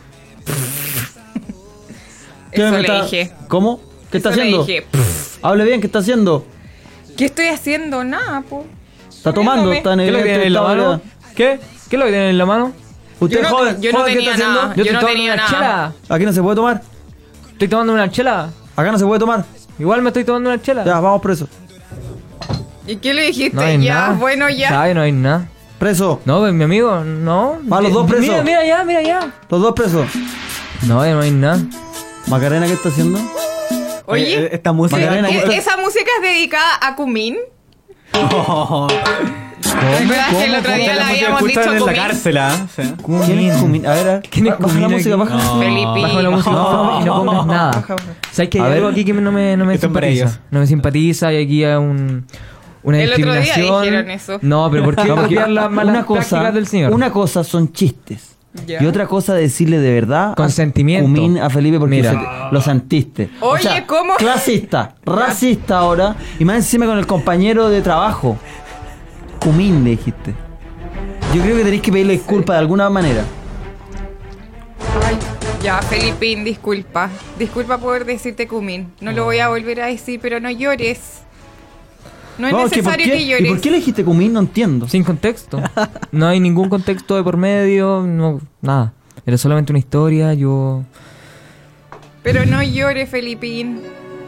[SPEAKER 5] ¿Qué
[SPEAKER 4] Eso
[SPEAKER 5] me
[SPEAKER 4] le
[SPEAKER 5] está-
[SPEAKER 4] dije.
[SPEAKER 5] ¿Cómo? ¿Qué está
[SPEAKER 4] Eso le
[SPEAKER 5] haciendo?
[SPEAKER 4] dije.
[SPEAKER 5] Hable bien, ¿qué está haciendo?
[SPEAKER 4] ¿Qué estoy haciendo? Nada, po.
[SPEAKER 5] ¿Está tomando?
[SPEAKER 4] Poniéndome.
[SPEAKER 5] ¿Está en
[SPEAKER 1] ¿Qué es lo que tiene en la mano? ¿Qué? ¿Qué es lo que tiene en la mano?
[SPEAKER 5] ¿Usted
[SPEAKER 4] Yo no-
[SPEAKER 5] joven?
[SPEAKER 4] yo no
[SPEAKER 5] joven, ¿qué
[SPEAKER 4] tenía
[SPEAKER 5] está haciendo?
[SPEAKER 4] nada.
[SPEAKER 1] Yo
[SPEAKER 4] Yo
[SPEAKER 1] estoy
[SPEAKER 4] no
[SPEAKER 1] tomando
[SPEAKER 4] tenía
[SPEAKER 1] una
[SPEAKER 4] nada.
[SPEAKER 1] chela.
[SPEAKER 5] ¿Aquí no se puede tomar?
[SPEAKER 1] Estoy tomando una chela.
[SPEAKER 5] ¿Acá no se puede tomar?
[SPEAKER 1] Igual me estoy tomando una chela.
[SPEAKER 5] Ya, vamos preso.
[SPEAKER 4] ¿Y qué le dijiste?
[SPEAKER 1] No hay
[SPEAKER 4] ya,
[SPEAKER 1] nada.
[SPEAKER 4] bueno, ya.
[SPEAKER 1] ¿Sabes? No hay nada.
[SPEAKER 5] Preso.
[SPEAKER 1] No, pues mi amigo, no.
[SPEAKER 5] Va, los dos presos.
[SPEAKER 1] Mira, mira ya, mira ya.
[SPEAKER 5] Los dos presos.
[SPEAKER 1] No, ya no hay nada.
[SPEAKER 5] Macarena, ¿qué está haciendo?
[SPEAKER 4] Oye,
[SPEAKER 3] Eh, esta música.
[SPEAKER 5] Macarena,
[SPEAKER 4] ¿e-
[SPEAKER 5] ¿cómo-
[SPEAKER 4] ¿esa música es dedicada a Cumín?
[SPEAKER 3] Oh,
[SPEAKER 4] ¿Recuerdas que el otro día
[SPEAKER 3] esta es
[SPEAKER 4] le
[SPEAKER 3] la música que
[SPEAKER 4] habíamos dicho
[SPEAKER 3] escuchan en la
[SPEAKER 4] Cumín?
[SPEAKER 3] cárcel, ¿ah? Sí.
[SPEAKER 5] ¿Quién es Cumín? A ver, a ver.
[SPEAKER 1] ¿Quién es
[SPEAKER 5] Baja la
[SPEAKER 1] Cumín
[SPEAKER 5] música,
[SPEAKER 1] aquí?
[SPEAKER 5] baja.
[SPEAKER 3] No.
[SPEAKER 4] Felipe.
[SPEAKER 1] Baja la música
[SPEAKER 5] No.
[SPEAKER 1] y no pongas nada.
[SPEAKER 5] Baja, baja.
[SPEAKER 1] ¿Sabes que hay
[SPEAKER 5] A
[SPEAKER 1] algo
[SPEAKER 5] ver.
[SPEAKER 1] aquí que no me, no me
[SPEAKER 3] Esto es para
[SPEAKER 1] simpatiza?
[SPEAKER 3] ellos.
[SPEAKER 1] No me simpatiza y aquí hay un, una
[SPEAKER 4] El otro día
[SPEAKER 1] discriminación.
[SPEAKER 4] dijeron eso.
[SPEAKER 1] No, pero ¿por qué
[SPEAKER 5] Porque
[SPEAKER 1] copiar las malas
[SPEAKER 5] una cosa,
[SPEAKER 1] prácticas del señor?
[SPEAKER 5] una cosa son chistes.
[SPEAKER 4] Ya.
[SPEAKER 5] Y otra cosa decirle de verdad
[SPEAKER 1] Consentimiento.
[SPEAKER 5] a Cumín a Felipe porque
[SPEAKER 1] Mira.
[SPEAKER 5] se- lo santiste.
[SPEAKER 4] Oye, ¿cómo?
[SPEAKER 5] Clasista, racista ahora. Y más encima con el compañero de trabajo. Cumín le dijiste. Yo creo que tenéis que pedirle disculpas de alguna manera.
[SPEAKER 4] Ay, Ya, Felipín, disculpa. Disculpa por decirte Cumin. No lo voy a volver a decir, pero no llores. No es
[SPEAKER 5] No, es que ¿por
[SPEAKER 4] necesario
[SPEAKER 5] qué?
[SPEAKER 4] que,
[SPEAKER 5] ¿Y
[SPEAKER 4] llores.
[SPEAKER 5] por qué elegiste Cumin? No entiendo.
[SPEAKER 1] Sin contexto. No hay ningún contexto de por medio, no, nada. Era solamente una historia, yo...
[SPEAKER 4] Pero no llores, Felipín.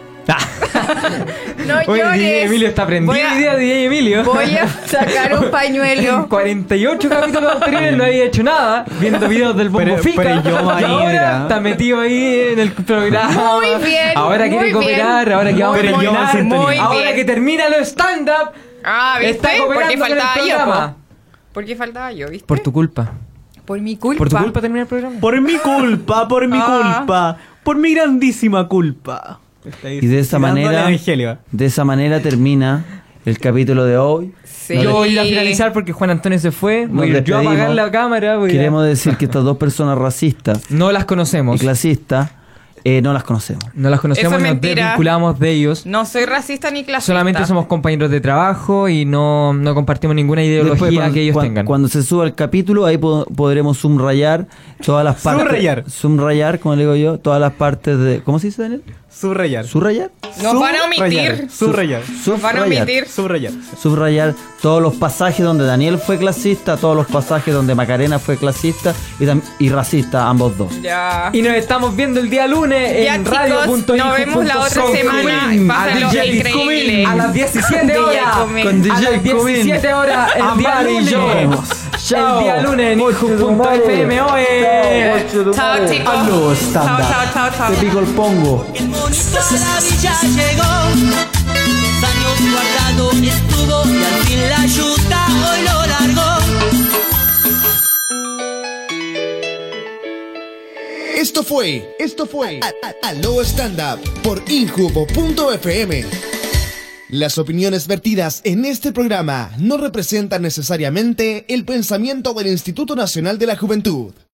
[SPEAKER 4] No
[SPEAKER 1] Oye,
[SPEAKER 4] llores.
[SPEAKER 1] D J Emilio está prendido
[SPEAKER 4] Voy a-
[SPEAKER 1] hoy día, D J Emilio.
[SPEAKER 4] Voy a sacar un pañuelo.
[SPEAKER 1] En cuarenta y ocho capítulos anteriores no había hecho nada, viendo videos del Bombo
[SPEAKER 3] Pero-
[SPEAKER 1] Fica.
[SPEAKER 3] pero yo
[SPEAKER 1] y
[SPEAKER 3] ahí,
[SPEAKER 1] ahora
[SPEAKER 3] mira.
[SPEAKER 1] está metido ahí en el programa.
[SPEAKER 4] Muy bien,
[SPEAKER 1] Ahora
[SPEAKER 4] muy
[SPEAKER 1] quiere
[SPEAKER 4] bien.
[SPEAKER 1] cooperar, ahora que vamos a
[SPEAKER 4] Muy, muy,
[SPEAKER 1] terminar.
[SPEAKER 4] muy
[SPEAKER 1] Ahora
[SPEAKER 4] bien.
[SPEAKER 1] que termina los stand-up,
[SPEAKER 4] Ah, ¿viste?
[SPEAKER 1] está
[SPEAKER 4] Porque
[SPEAKER 1] cooperando con el
[SPEAKER 4] faltaba yo,
[SPEAKER 1] programa.
[SPEAKER 4] po. Porque faltaba yo, ¿viste?
[SPEAKER 1] Por tu culpa.
[SPEAKER 4] Por mi culpa.
[SPEAKER 1] Por tu culpa termina el programa.
[SPEAKER 3] Por mi culpa, por mi
[SPEAKER 4] Ah.
[SPEAKER 3] culpa, por mi grandísima culpa.
[SPEAKER 5] Y de esa
[SPEAKER 3] Dándole
[SPEAKER 5] manera,
[SPEAKER 3] Evangelio.
[SPEAKER 5] de esa manera termina el capítulo de hoy.
[SPEAKER 4] Sí.
[SPEAKER 5] No
[SPEAKER 1] Yo
[SPEAKER 5] le-
[SPEAKER 1] voy a ir a finalizar porque Juan Antonio se fue.
[SPEAKER 5] Nos
[SPEAKER 1] Voy a ir yo a
[SPEAKER 5] despedimos.
[SPEAKER 1] apagar la cámara. voy a-
[SPEAKER 5] Queremos decir que estas dos personas racistas
[SPEAKER 1] No las
[SPEAKER 5] y
[SPEAKER 1] conocemos.
[SPEAKER 5] clasistas eh, no las conocemos.
[SPEAKER 1] No las conocemos
[SPEAKER 4] Eso
[SPEAKER 1] y
[SPEAKER 4] es
[SPEAKER 1] nos
[SPEAKER 4] mentira.
[SPEAKER 1] desvinculamos de ellos.
[SPEAKER 4] No soy racista ni clasista.
[SPEAKER 1] Solamente somos compañeros de trabajo y no, no compartimos ninguna ideología
[SPEAKER 5] Después, cuando,
[SPEAKER 1] que ellos
[SPEAKER 5] cuan-
[SPEAKER 1] tengan.
[SPEAKER 5] cuando se suba el capítulo, ahí po- podremos subrayar todas las partes.
[SPEAKER 3] Subrayar.
[SPEAKER 5] Subrayar, como le digo yo, todas las partes de. ¿Cómo se dice, Daniel?
[SPEAKER 3] Subrayar.
[SPEAKER 5] ¿Subrayar?
[SPEAKER 4] Nos van a omitir.
[SPEAKER 3] Subrayar.
[SPEAKER 4] Nos van a
[SPEAKER 5] Subrayar.
[SPEAKER 4] omitir.
[SPEAKER 3] Subrayar.
[SPEAKER 5] Subrayar todos los pasajes donde Daniel fue clasista, todos los pasajes donde Macarena fue clasista y, tam- y racista, ambos dos.
[SPEAKER 4] Ya.
[SPEAKER 1] Y nos estamos viendo el día lunes
[SPEAKER 4] Ya,
[SPEAKER 1] en
[SPEAKER 4] chicos,
[SPEAKER 1] radio punto
[SPEAKER 4] nos
[SPEAKER 1] info
[SPEAKER 4] vemos la
[SPEAKER 1] punto
[SPEAKER 4] otra
[SPEAKER 1] com.
[SPEAKER 4] semana.
[SPEAKER 1] Al
[SPEAKER 4] Pásenlo
[SPEAKER 1] D J
[SPEAKER 4] increíble.
[SPEAKER 1] A las diecisiete
[SPEAKER 4] D J
[SPEAKER 1] horas.
[SPEAKER 4] Comen.
[SPEAKER 5] Con D J
[SPEAKER 1] A las diecisiete horas el día
[SPEAKER 5] Amar y
[SPEAKER 1] lunes.
[SPEAKER 5] yo. Chao.
[SPEAKER 1] El día lunes en info punto f m. Oye.
[SPEAKER 4] Chao, chicos.
[SPEAKER 5] Aló,
[SPEAKER 4] Chao,
[SPEAKER 5] estándar.
[SPEAKER 4] chao, chao, chao.
[SPEAKER 5] Te pico el pongo.
[SPEAKER 7] El monito a la villa llegó, dos años guardado estuvo y al fin la yuta hoy lo largó.
[SPEAKER 2] Esto fue, esto fue A- A- Aló Stand Up por injubo punto f m. Las opiniones vertidas en este programa no representan necesariamente el pensamiento del Instituto Nacional de la Juventud.